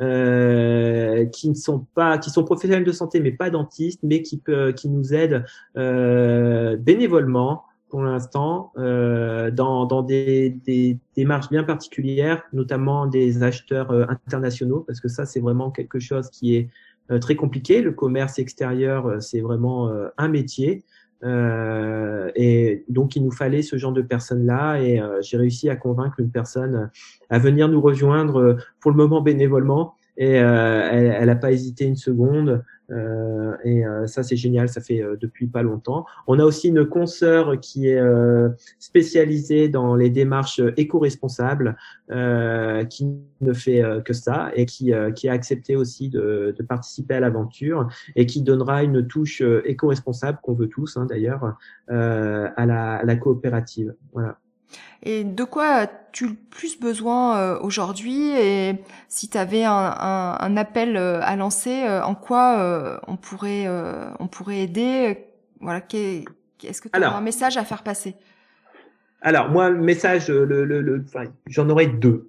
euh, qui ne sont pas, qui sont professionnels de santé mais pas dentistes, mais qui peut, qui nous aident euh, bénévolement pour l'instant, euh, dans, dans des, des démarches bien particulières, notamment des acheteurs euh, internationaux, parce que ça, c'est vraiment quelque chose qui est euh, très compliqué. Le commerce extérieur, euh, c'est vraiment euh, un métier. Euh, et donc, il nous fallait ce genre de personnes-là. Et euh, j'ai réussi à convaincre une personne à venir nous rejoindre euh, pour le moment bénévolement. Et euh, elle n'a pas hésité une seconde. Euh, et euh, ça, c'est génial. Ça fait euh, depuis pas longtemps. On a aussi une consoeur qui est euh, spécialisée dans les démarches éco-responsables, euh, qui ne fait euh, que ça et qui, euh, qui a accepté aussi de, de participer à l'aventure et qui donnera une touche euh, éco-responsable qu'on veut tous, hein, d'ailleurs, euh, à, la, à la coopérative. Voilà. Et de quoi as-tu le plus besoin euh, aujourd'hui? Et si tu avais un, un, un appel euh, à lancer, euh, en quoi euh, on pourrait euh, on pourrait aider? Voilà, qu'est, est-ce que tu as un message à faire passer? Alors moi, le message, le, le, le, enfin, j'en aurais deux.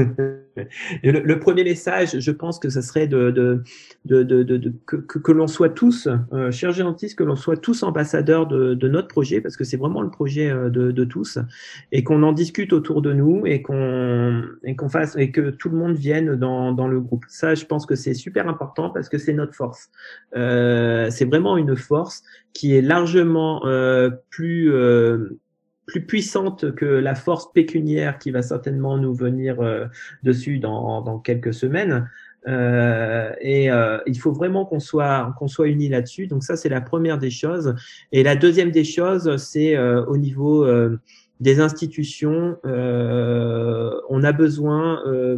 le, le premier message, je pense que ce serait de, de, de, de, de, de que, que, que l'on soit tous, euh, chirurgiens dentistes, que l'on soit tous ambassadeurs de, de notre projet, parce que c'est vraiment le projet de, de tous, et qu'on en discute autour de nous, et qu'on et qu'on fasse, et que tout le monde vienne dans, dans le groupe. Ça, je pense que c'est super important parce que c'est notre force. Euh, c'est vraiment une force qui est largement euh, plus euh, plus puissante que la force pécuniaire qui va certainement nous venir euh, dessus dans, dans quelques semaines. Euh, et euh, il faut vraiment qu'on soit qu'on soit unis là-dessus. Donc ça, c'est la première des choses. Et la deuxième des choses, c'est euh, au niveau euh, des institutions. Euh, on a besoin. Euh,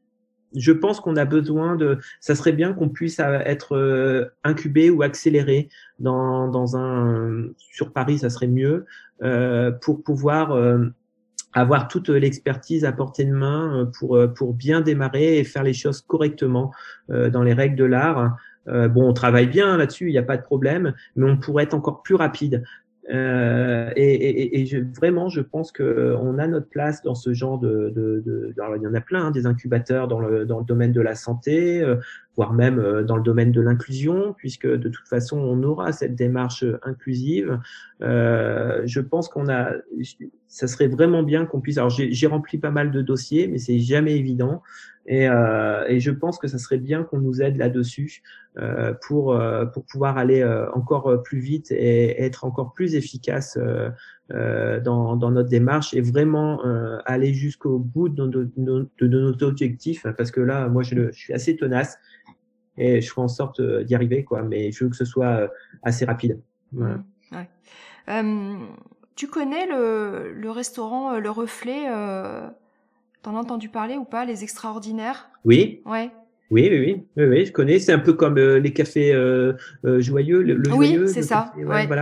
Je pense qu'on a besoin de. Ça serait bien qu'on puisse être incubé ou accéléré dans dans un sur Paris, ça serait mieux euh, pour pouvoir euh, avoir toute l'expertise à portée de main pour pour bien démarrer et faire les choses correctement euh, dans les règles de l'art. Euh, bon, on travaille bien là-dessus, il n'y a pas de problème, mais on pourrait être encore plus rapide. Euh, et et, et je, vraiment, je pense que on a notre place dans ce genre de, de, de alors il y en a plein, hein, des incubateurs dans le dans le domaine de la santé, euh, voire même euh, dans le domaine de l'inclusion, puisque de toute façon on aura cette démarche inclusive. Euh, je pense qu'on a, ça serait vraiment bien qu'on puisse. Alors j'ai, j'ai rempli pas mal de dossiers, mais c'est jamais évident. Et, euh, et je pense que ça serait bien qu'on nous aide là-dessus euh, pour euh, pour pouvoir aller euh, encore plus vite et être encore plus efficace euh, euh, dans dans notre démarche et vraiment euh, aller jusqu'au bout de, de, de, de nos objectifs. Parce que là, moi, je, je suis assez tenace et je ferai en sorte d'y arriver, quoi. Mais je veux que ce soit assez rapide. Voilà. Ouais. Euh, tu connais le le restaurant Le Reflet? Euh... T'en as entendu parler ou pas, les extraordinaires? Oui. Ouais. Oui, oui, oui, oui, oui, je connais. C'est un peu comme euh, les cafés euh, euh, joyeux, le, le oui, joyeux. c'est ça. Café, ouais, ouais. Voilà.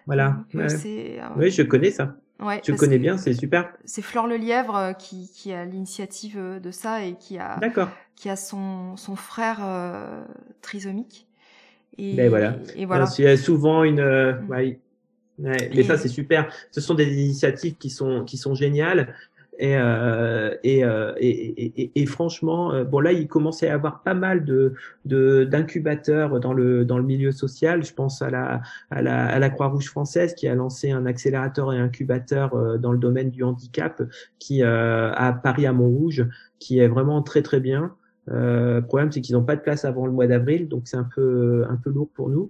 Voilà. Donc, Ouais. c'est, euh, Oui, je connais ça. ouais, Je parce connais que bien, c'est super. c'est Flore Lelièvre qui, qui a l'initiative de ça et qui a, D'accord. qui a son, son frère euh, trisomique. Ben voilà. Et, et Euh, voilà. Il y a souvent une, euh, Mm. ouais, ouais, mais ça Et, c'est super. Ce sont des initiatives qui sont qui sont géniales. Et, euh, et, euh, et, et, et, et franchement, euh, bon là, il commençait à y avoir pas mal de de- d'incubateurs dans le dans le milieu social. Je pense à la à la, à la Croix-Rouge française qui a lancé un accélérateur et incubateur euh, dans le domaine du handicap qui euh, à Paris à Montrouge, qui est vraiment très très bien. Euh, le problème, c'est qu'ils n'ont pas de place avant le mois d'avril, donc c'est un peu un peu lourd pour nous.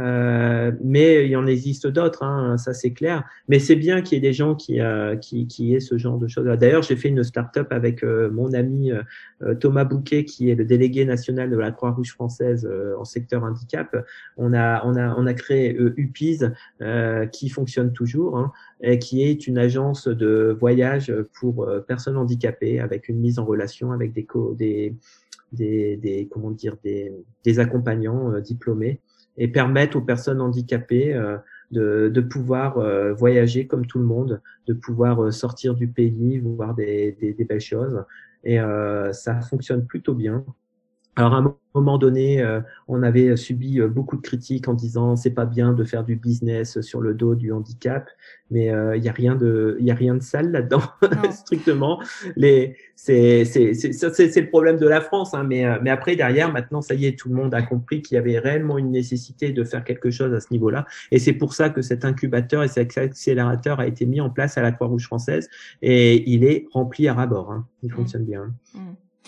Euh, mais il y en existe d'autres, hein, ça c'est clair. Mais c'est bien qu'il y ait des gens qui, euh, qui, qui aient ce genre de choses. D'ailleurs, j'ai fait une start-up avec euh, mon ami euh, Thomas Bouquet, qui est le délégué national de la Croix-Rouge française euh, en secteur handicap. On a, on a, on a créé euh, U P I S, euh, qui fonctionne toujours, hein, et qui est une agence de voyage pour euh, personnes handicapées, avec une mise en relation avec des, co des, des, des, comment dire, des, des accompagnants euh, diplômés, et permettent aux personnes handicapées euh, de, de pouvoir euh, voyager comme tout le monde, de pouvoir euh, sortir du pays, voir des, des, des belles choses. Et euh, ça fonctionne plutôt bien. Alors à un moment donné, euh, on avait subi euh, beaucoup de critiques en disant c'est pas bien de faire du business sur le dos du handicap, mais il euh, y a rien de, il y a rien de sale là-dedans strictement. Les, c'est, c'est, c'est, c'est, c'est le problème de la France, hein, mais euh, mais après derrière, maintenant ça y est, tout le monde a compris qu'il y avait réellement une nécessité de faire quelque chose à ce niveau-là, et c'est pour ça que cet incubateur et cet accélérateur a été mis en place à la Croix-Rouge française, et il est rempli à ras-bord. Hein. Il mmh. fonctionne bien. Mmh.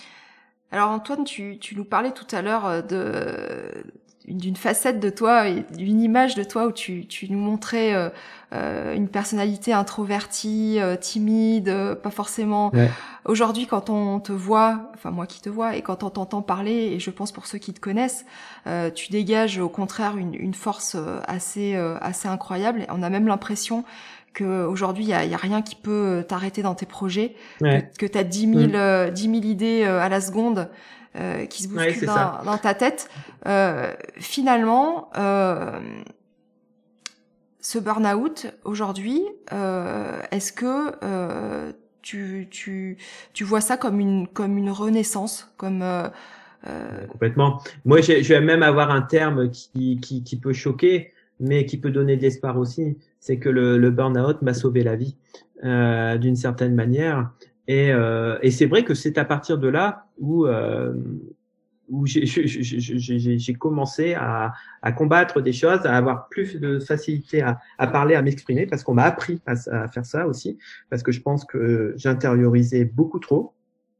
Alors Antoine, tu, tu nous parlais tout à l'heure de d'une facette de toi, d'une image de toi où tu, tu nous montrais euh, euh, une personnalité introvertie, euh, timide, euh, pas forcément. Ouais. Aujourd'hui, quand on te voit, enfin moi qui te vois, et quand on t'entend parler, et je pense pour ceux qui te connaissent, euh, tu dégages au contraire une, une force assez euh, assez incroyable. On a même l'impression qu'aujourd'hui, il y a, y a rien qui peut t'arrêter dans tes projets, ouais. que, que tu as dix mille, mmh. euh, dix mille idées euh, à la seconde euh, qui se bousculent ouais, dans, dans ta tête. Euh, finalement, euh, ce burn-out, aujourd'hui, euh, est-ce que euh, tu, tu, tu vois ça comme une, comme une renaissance, comme... Euh, euh... Complètement. Moi, je vais même avoir un terme qui, qui, qui peut choquer, mais qui peut donner de l'espoir aussi. C'est que le, le burn-out m'a sauvé la vie euh, d'une certaine manière. Et, euh, et c'est vrai que c'est à partir de là où, euh, où j'ai, j'ai, j'ai, j'ai commencé à, à combattre des choses, à avoir plus de facilité à, à parler, à m'exprimer, parce qu'on m'a appris à, à faire ça aussi, parce que je pense que j'intériorisais beaucoup trop.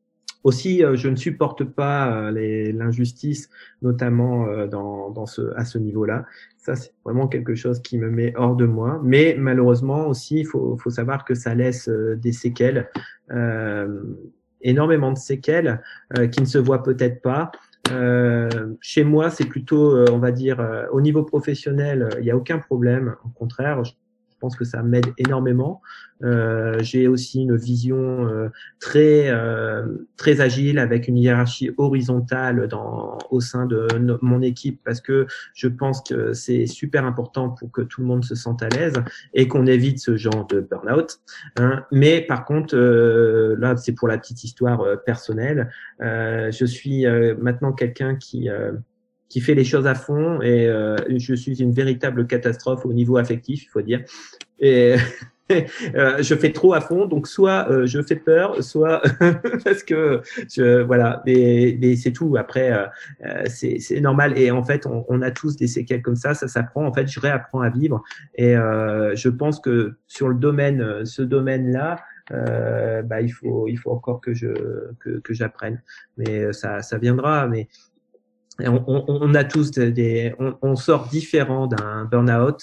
Aussi, euh, je ne supporte pas euh, les, l'injustice, notamment euh, dans, dans ce, à ce niveau-là. Ça, c'est vraiment quelque chose qui me met hors de moi. Mais malheureusement aussi, il faut, faut savoir que ça laisse euh, des séquelles, euh, énormément de séquelles euh, qui ne se voient peut-être pas. Euh, chez moi, c'est plutôt, euh, on va dire, euh, au niveau professionnel, il n'y a aucun problème. Au contraire, je Je pense que ça m'aide énormément. Euh, j'ai aussi une vision euh, très euh, très agile, avec une hiérarchie horizontale dans au sein de no, mon équipe, parce que je pense que c'est super important pour que tout le monde se sente à l'aise et qu'on évite ce genre de burn-out. Hein. Mais par contre, euh, là, c'est pour la petite histoire euh, personnelle. Euh, je suis euh, maintenant quelqu'un qui euh, qui fait les choses à fond, et euh, je suis une véritable catastrophe au niveau affectif, il faut dire. Et euh, je fais trop à fond, donc soit euh, je fais peur, soit parce que je, voilà, mais, mais c'est tout. Après, euh, c'est, c'est normal. Et en fait, on, on a tous des séquelles comme ça, ça s'apprend. En fait, je réapprends à vivre. Et euh, je pense que sur le domaine, ce domaine-là, euh, bah, il faut, il faut encore que je que, que j'apprenne. Mais ça, ça viendra. Mais On, on, on a tous des, on, on sort différent d'un burn-out.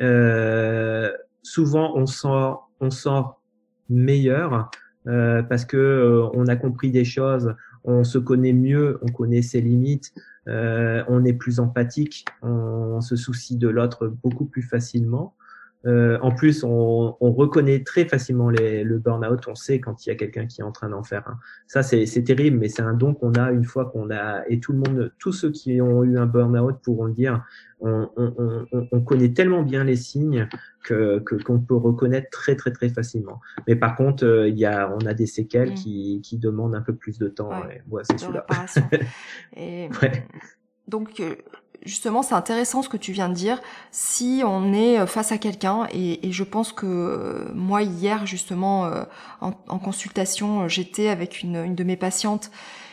Euh, souvent, on sort, on sort meilleur euh, parce que euh, on a compris des choses, on se connaît mieux, on connaît ses limites, euh, on est plus empathique, on, on se soucie de l'autre beaucoup plus facilement. Euh, en plus, on, on reconnaît très facilement les, le burn-out. On sait quand il y a quelqu'un qui est en train d'en faire un. Ça, c'est, c'est terrible, mais c'est un don qu'on a une fois qu'on a. Et tout le monde, tous ceux qui ont eu un burn-out pourront le dire. On, on, on, on connaît tellement bien les signes que, que qu'on peut reconnaître très très très facilement. Mais par contre, euh, il y a, on a des séquelles mmh. qui, qui demandent un peu plus de temps. Ouais, et, ouais, c'est de celui-là. Et ouais. Donc justement, c'est intéressant ce que tu viens de dire. Si on est face à quelqu'un, et, et je pense que moi hier justement en, en consultation, j'étais avec une, une de mes patientes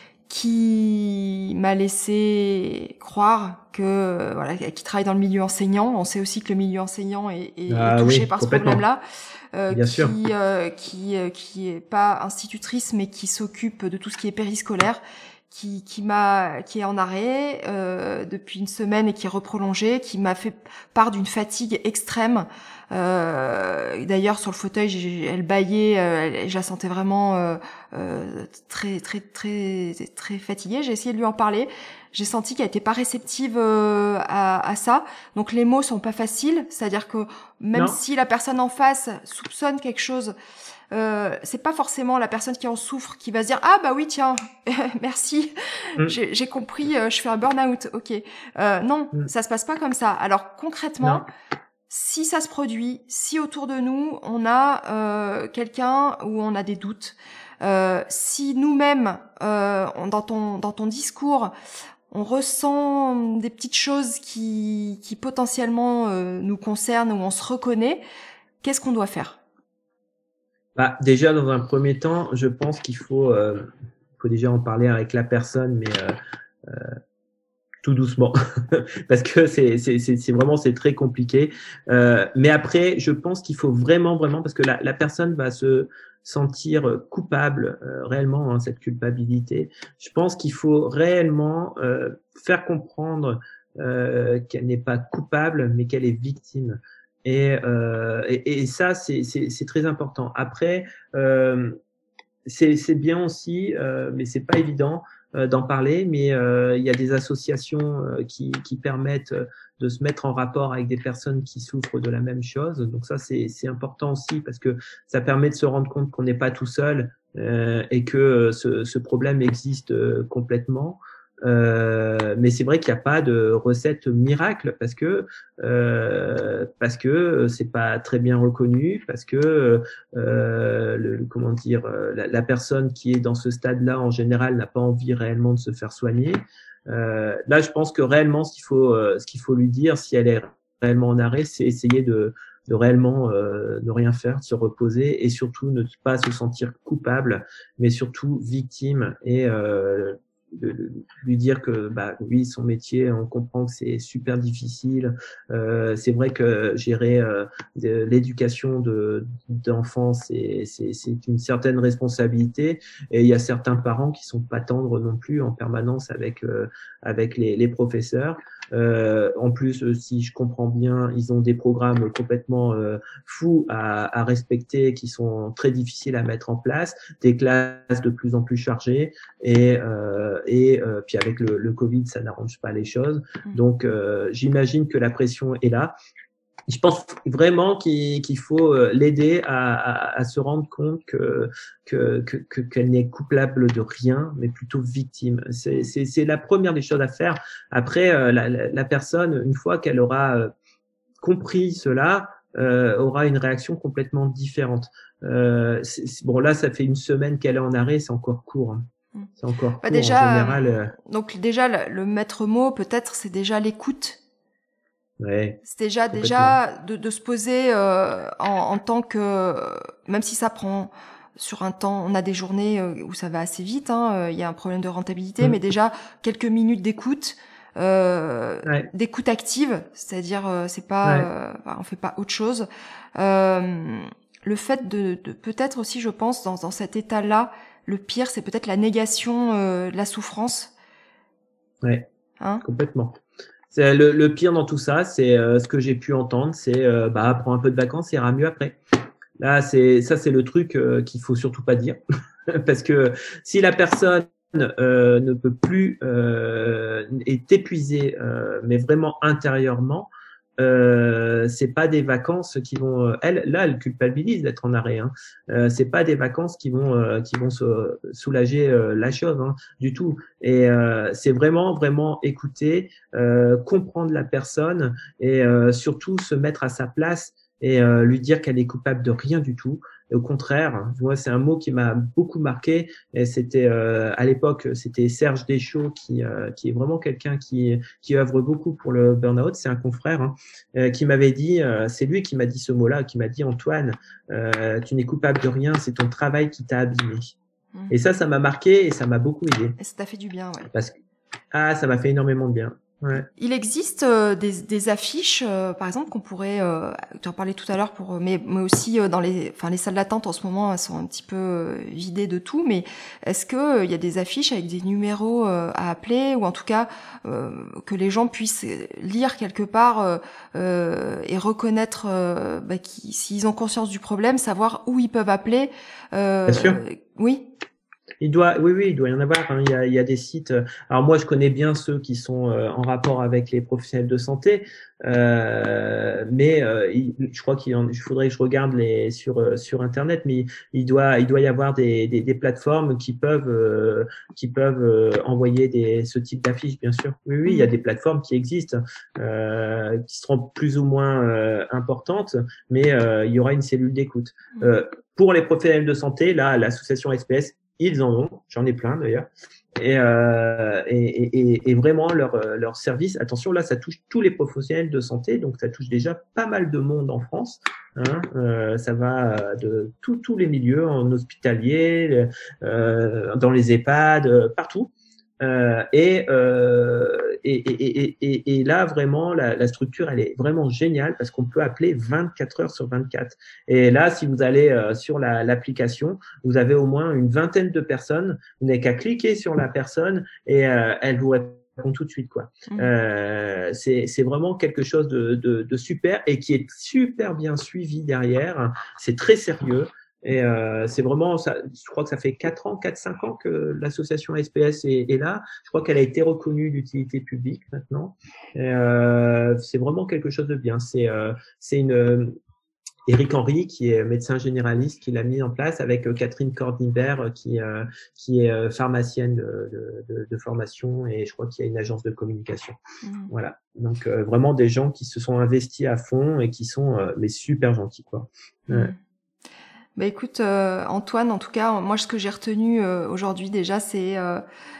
qui m'a laissé croire que voilà, qui travaille dans le milieu enseignant. On sait aussi que le milieu enseignant est, est, ah, est touché oui, par ce problème-là. Euh, Bien qui, sûr. Euh, qui, euh, qui est pas institutrice, mais qui s'occupe de tout ce qui est périscolaire, qui, qui m'a, qui est en arrêt euh, depuis une semaine et qui est reprolongée, qui m'a fait part d'une fatigue extrême. Euh, d'ailleurs, sur le fauteuil, j'ai, elle bâillait, euh, elle, je la sentais vraiment euh, euh, très, très, très, très fatiguée. J'ai essayé de lui en parler. J'ai senti qu'elle était pas réceptive euh, à, à ça. Donc les mots sont pas faciles, c'est-à-dire que même non. si la personne en face soupçonne quelque chose, euh, c'est pas forcément la personne qui en souffre qui va se dire ah bah oui tiens merci mm. j'ai, j'ai compris, euh, je fais un burn-out, ok. Euh, non, mm. ça se passe pas comme ça. Alors concrètement. Non. Si ça se produit, si autour de nous on a euh, quelqu'un où on a des doutes, euh, si nous-mêmes euh, on, dans ton dans ton discours on ressent des petites choses qui qui potentiellement euh, nous concernent, où on se reconnaît, qu'est-ce qu'on doit faire? Bah déjà dans un premier temps, je pense qu'il faut euh, faut déjà en parler avec la personne, mais euh, euh, tout doucement, parce que c'est, c'est, c'est, c'est vraiment, c'est très compliqué. Euh, mais après, je pense qu'il faut vraiment, vraiment, parce que la, la personne va se sentir coupable, euh, réellement, hein, cette culpabilité. Je pense qu'il faut réellement euh, faire comprendre euh, qu'elle n'est pas coupable, mais qu'elle est victime. Et, euh, et, et ça, c'est, c'est, c'est très important. Après, euh, c'est, c'est bien aussi, euh, mais c'est pas évident d'en parler, mais euh, il y a des associations euh, qui, qui permettent de se mettre en rapport avec des personnes qui souffrent de la même chose. Donc ça, c'est, c'est important aussi parce que ça permet de se rendre compte qu'on n'est pas tout seul euh, et que ce, ce problème existe euh, complètement. Euh, mais c'est vrai qu'il n'y a pas de recette miracle parce que euh, parce que c'est pas très bien reconnu, parce que euh, le, comment dire la, la personne qui est dans ce stade-là en général n'a pas envie réellement de se faire soigner. Euh, là, je pense que réellement ce qu'il faut euh, ce qu'il faut lui dire si elle est réellement en arrêt, c'est essayer de de réellement euh, ne rien faire, de se reposer et surtout ne pas se sentir coupable, mais surtout victime et euh, de, de lui dire que bah oui, son métier, on comprend que c'est super difficile. Euh, c'est vrai que gérer euh, de, l'éducation de d'enfants, c'est c'est c'est une certaine responsabilité et il y a certains parents qui sont pas tendres non plus en permanence avec euh, avec les les professeurs. Euh, en plus, si je comprends bien, ils ont des programmes complètement euh, fous à, à respecter, qui sont très difficiles à mettre en place, des classes de plus en plus chargées, et, euh, et euh, puis avec le, le Covid, ça n'arrange pas les choses. Donc, euh, j'imagine que la pression est là. Je pense vraiment qu'il, qu'il faut l'aider à, à, à se rendre compte que, que, que, qu'elle n'est coupable de rien, mais plutôt victime. C'est, c'est, c'est la première des choses à faire. Après, la, la, la personne, une fois qu'elle aura compris cela, euh, aura une réaction complètement différente. Euh, c'est, c'est, bon, là, ça fait une semaine qu'elle est en arrêt, c'est encore court. Hein. C'est encore bah court déjà, en général. Euh... Donc déjà, le, le maître mot, peut-être, c'est déjà l'écoute. Ouais, c'est déjà déjà de, de se poser euh, en, en tant que, même si ça prend sur un temps, on a des journées où ça va assez vite, hein, il y a un problème de rentabilité, mmh. mais déjà quelques minutes d'écoute, euh, ouais. d'écoute active, c'est-à-dire euh, c'est pas, ouais. euh, on fait pas autre chose. Euh, le fait de, de peut-être aussi, je pense, dans, dans cet état-là, le pire, c'est peut-être la négation euh, de la souffrance. Ouais, hein complètement. C'est le, le pire dans tout ça, c'est euh, ce que j'ai pu entendre, c'est euh, bah prends un peu de vacances, ça ira mieux après. Là, c'est ça, c'est le truc euh, qu'il faut surtout pas dire, parce que si la personne euh, ne peut plus euh, est épuisée, euh, mais vraiment intérieurement, euh, c'est pas des vacances qui vont, euh, elle, là, elle culpabilise d'être en arrêt. Hein. Euh, c'est pas des vacances qui vont, euh, qui vont se, soulager euh, la chose hein, du tout. Et euh, c'est vraiment, vraiment écouter, euh, comprendre la personne et euh, surtout se mettre à sa place et euh, lui dire qu'elle est coupable de rien du tout. Et au contraire, moi, c'est un mot qui m'a beaucoup marqué. Et c'était euh, à l'époque, c'était Serge Deschaux qui, euh, qui est vraiment quelqu'un qui, qui œuvre beaucoup pour le burn-out. C'est un confrère hein, euh, qui m'avait dit, euh, c'est lui qui m'a dit ce mot-là, qui m'a dit Antoine, euh, tu n'es coupable de rien, c'est ton travail qui t'a abîmé. Mmh. Et ça, ça m'a marqué et ça m'a beaucoup aidé. Et ça t'a fait du bien, ouais. Parce que ah, ça m'a fait énormément de bien. Ouais. Il existe euh, des, des affiches, euh, par exemple, qu'on pourrait, euh, tu en parlais tout à l'heure, pour, mais, mais aussi euh, dans les, enfin les salles d'attente en ce moment, elles sont un petit peu euh, vidées de tout. Mais est-ce que il euh, y a des affiches avec des numéros euh, à appeler, ou en tout cas euh, que les gens puissent lire quelque part euh, euh, et reconnaître, euh, bah, qui, s'ils ont conscience du problème, savoir où ils peuvent appeler. Euh, Bien sûr. Euh, oui. Il doit, oui, oui, il doit y en avoir. Hein. Il y a, il y a des sites. Alors moi, je connais bien ceux qui sont euh, en rapport avec les professionnels de santé, euh, mais euh, il, je crois qu'il en, il faudrait que je regarde les sur euh, sur internet. Mais il doit, il doit y avoir des des, des plateformes qui peuvent euh, qui peuvent euh, envoyer des ce type d'affiches, bien sûr. Oui, oui, il y a des plateformes qui existent, euh, qui seront plus ou moins euh, importantes, mais euh, il y aura une cellule d'écoute. Euh, pour les professionnels de santé, là, l'association S P S, ils en ont, j'en ai plein d'ailleurs, et, euh, et, et, et vraiment leur, leur service, attention là ça touche tous les professionnels de santé, donc ça touche déjà pas mal de monde en France, hein, euh, ça va de tous tous les milieux, en hospitalier, euh, dans les EHPAD, partout. Euh, et, euh, et, et, et, et, et là, vraiment, la, la structure, elle est vraiment géniale parce qu'on peut appeler vingt-quatre heures sur vingt-quatre. Et là, si vous allez euh, sur la, l'application, vous avez au moins une vingtaine de personnes. Vous n'avez qu'à cliquer sur la personne et euh, elle vous répond tout de suite, quoi. Mmh. Euh, c'est, c'est vraiment quelque chose de, de, de super et qui est super bien suivi derrière. C'est très sérieux. Et euh, c'est vraiment, ça, je crois que ça fait quatre ans, quatre cinq ans que l'association S P S est, est là. Je crois qu'elle a été reconnue d'utilité publique maintenant. Et euh, c'est vraiment quelque chose de bien. C'est, euh, c'est une euh, Éric Henry, qui est médecin généraliste, qui l'a mis en place avec euh, Catherine Cordinbert, qui, euh, qui est euh, pharmacienne de, de, de, de formation, et je crois qu'il y a une agence de communication. Mmh. Voilà. Donc euh, vraiment des gens qui se sont investis à fond et qui sont euh, mais super gentils, quoi. Mmh. Ouais. Bah écoute euh, Antoine, en tout cas moi ce que j'ai retenu euh, aujourd'hui déjà c'est euh,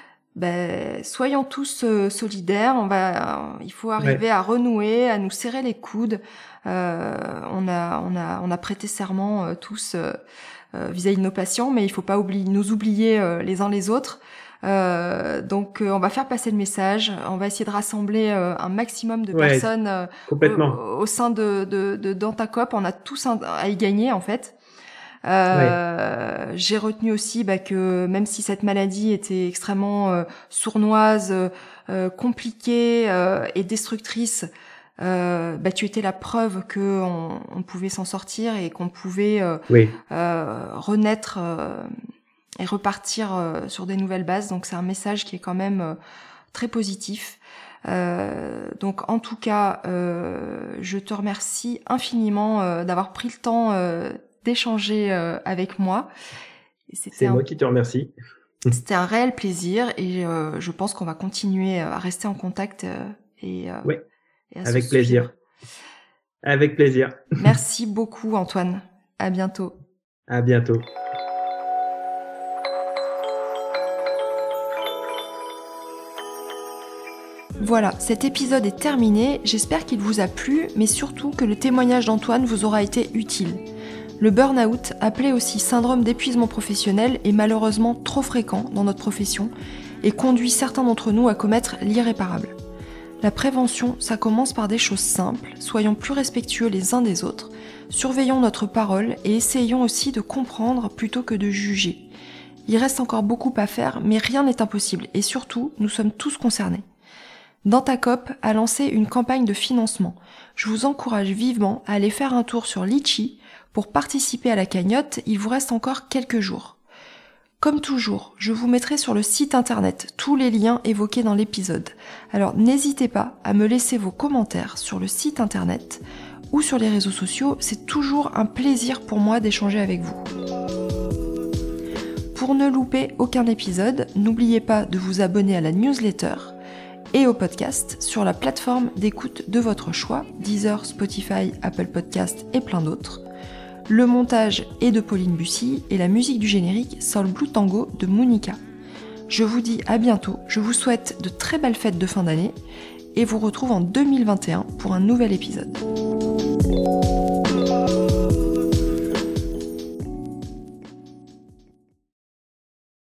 bah, soyons tous euh, solidaires, on va euh, il faut arriver ouais. à renouer, à nous serrer les coudes. Euh, on a on a on a prêté serment euh, tous euh, euh, vis-à-vis de nos patients, mais il faut pas oublier nous oublier euh, les uns les autres. Euh, donc euh, on va faire passer le message, on va essayer de rassembler euh, un maximum de ouais, personnes euh, au, au sein de de, de Dantacop. On a tous un, à y gagner en fait. Euh, ouais. J'ai retenu aussi bah, que même si cette maladie était extrêmement euh, sournoise, euh, compliquée euh, et destructrice, euh, bah, tu étais la preuve que on, on pouvait s'en sortir et qu'on pouvait euh, oui. euh, renaître euh, et repartir euh, sur des nouvelles bases. Donc c'est un message qui est quand même euh, très positif. Euh, donc en tout cas, euh, je te remercie infiniment euh, d'avoir pris le temps euh, d'échanger euh, avec moi. Et c'était C'est un... moi qui te remercie. C'était un réel plaisir et euh, je pense qu'on va continuer à rester en contact euh, et, euh, oui, et à avec plaisir. Avec plaisir. Merci beaucoup Antoine. À bientôt. À bientôt. Voilà, cet épisode est terminé. J'espère qu'il vous a plu, mais surtout que le témoignage d'Antoine vous aura été utile. Le burn-out, appelé aussi syndrome d'épuisement professionnel, est malheureusement trop fréquent dans notre profession et conduit certains d'entre nous à commettre l'irréparable. La prévention, ça commence par des choses simples, soyons plus respectueux les uns des autres, surveillons notre parole et essayons aussi de comprendre plutôt que de juger. Il reste encore beaucoup à faire, mais rien n'est impossible et surtout, nous sommes tous concernés. Dantacop a lancé une campagne de financement. Je vous encourage vivement à aller faire un tour sur Litchi. Pour participer à la cagnotte, il vous reste encore quelques jours. Comme toujours, je vous mettrai sur le site internet tous les liens évoqués dans l'épisode. Alors n'hésitez pas à me laisser vos commentaires sur le site internet ou sur les réseaux sociaux, c'est toujours un plaisir pour moi d'échanger avec vous. Pour ne louper aucun épisode, n'oubliez pas de vous abonner à la newsletter et au podcast sur la plateforme d'écoute de votre choix, Deezer, Spotify, Apple Podcast et plein d'autres. Le montage est de Pauline Bussy et la musique du générique Soul Blue Tango de Monica. Je vous dis à bientôt, je vous souhaite de très belles fêtes de fin d'année et vous retrouve en deux mille vingt et un pour un nouvel épisode.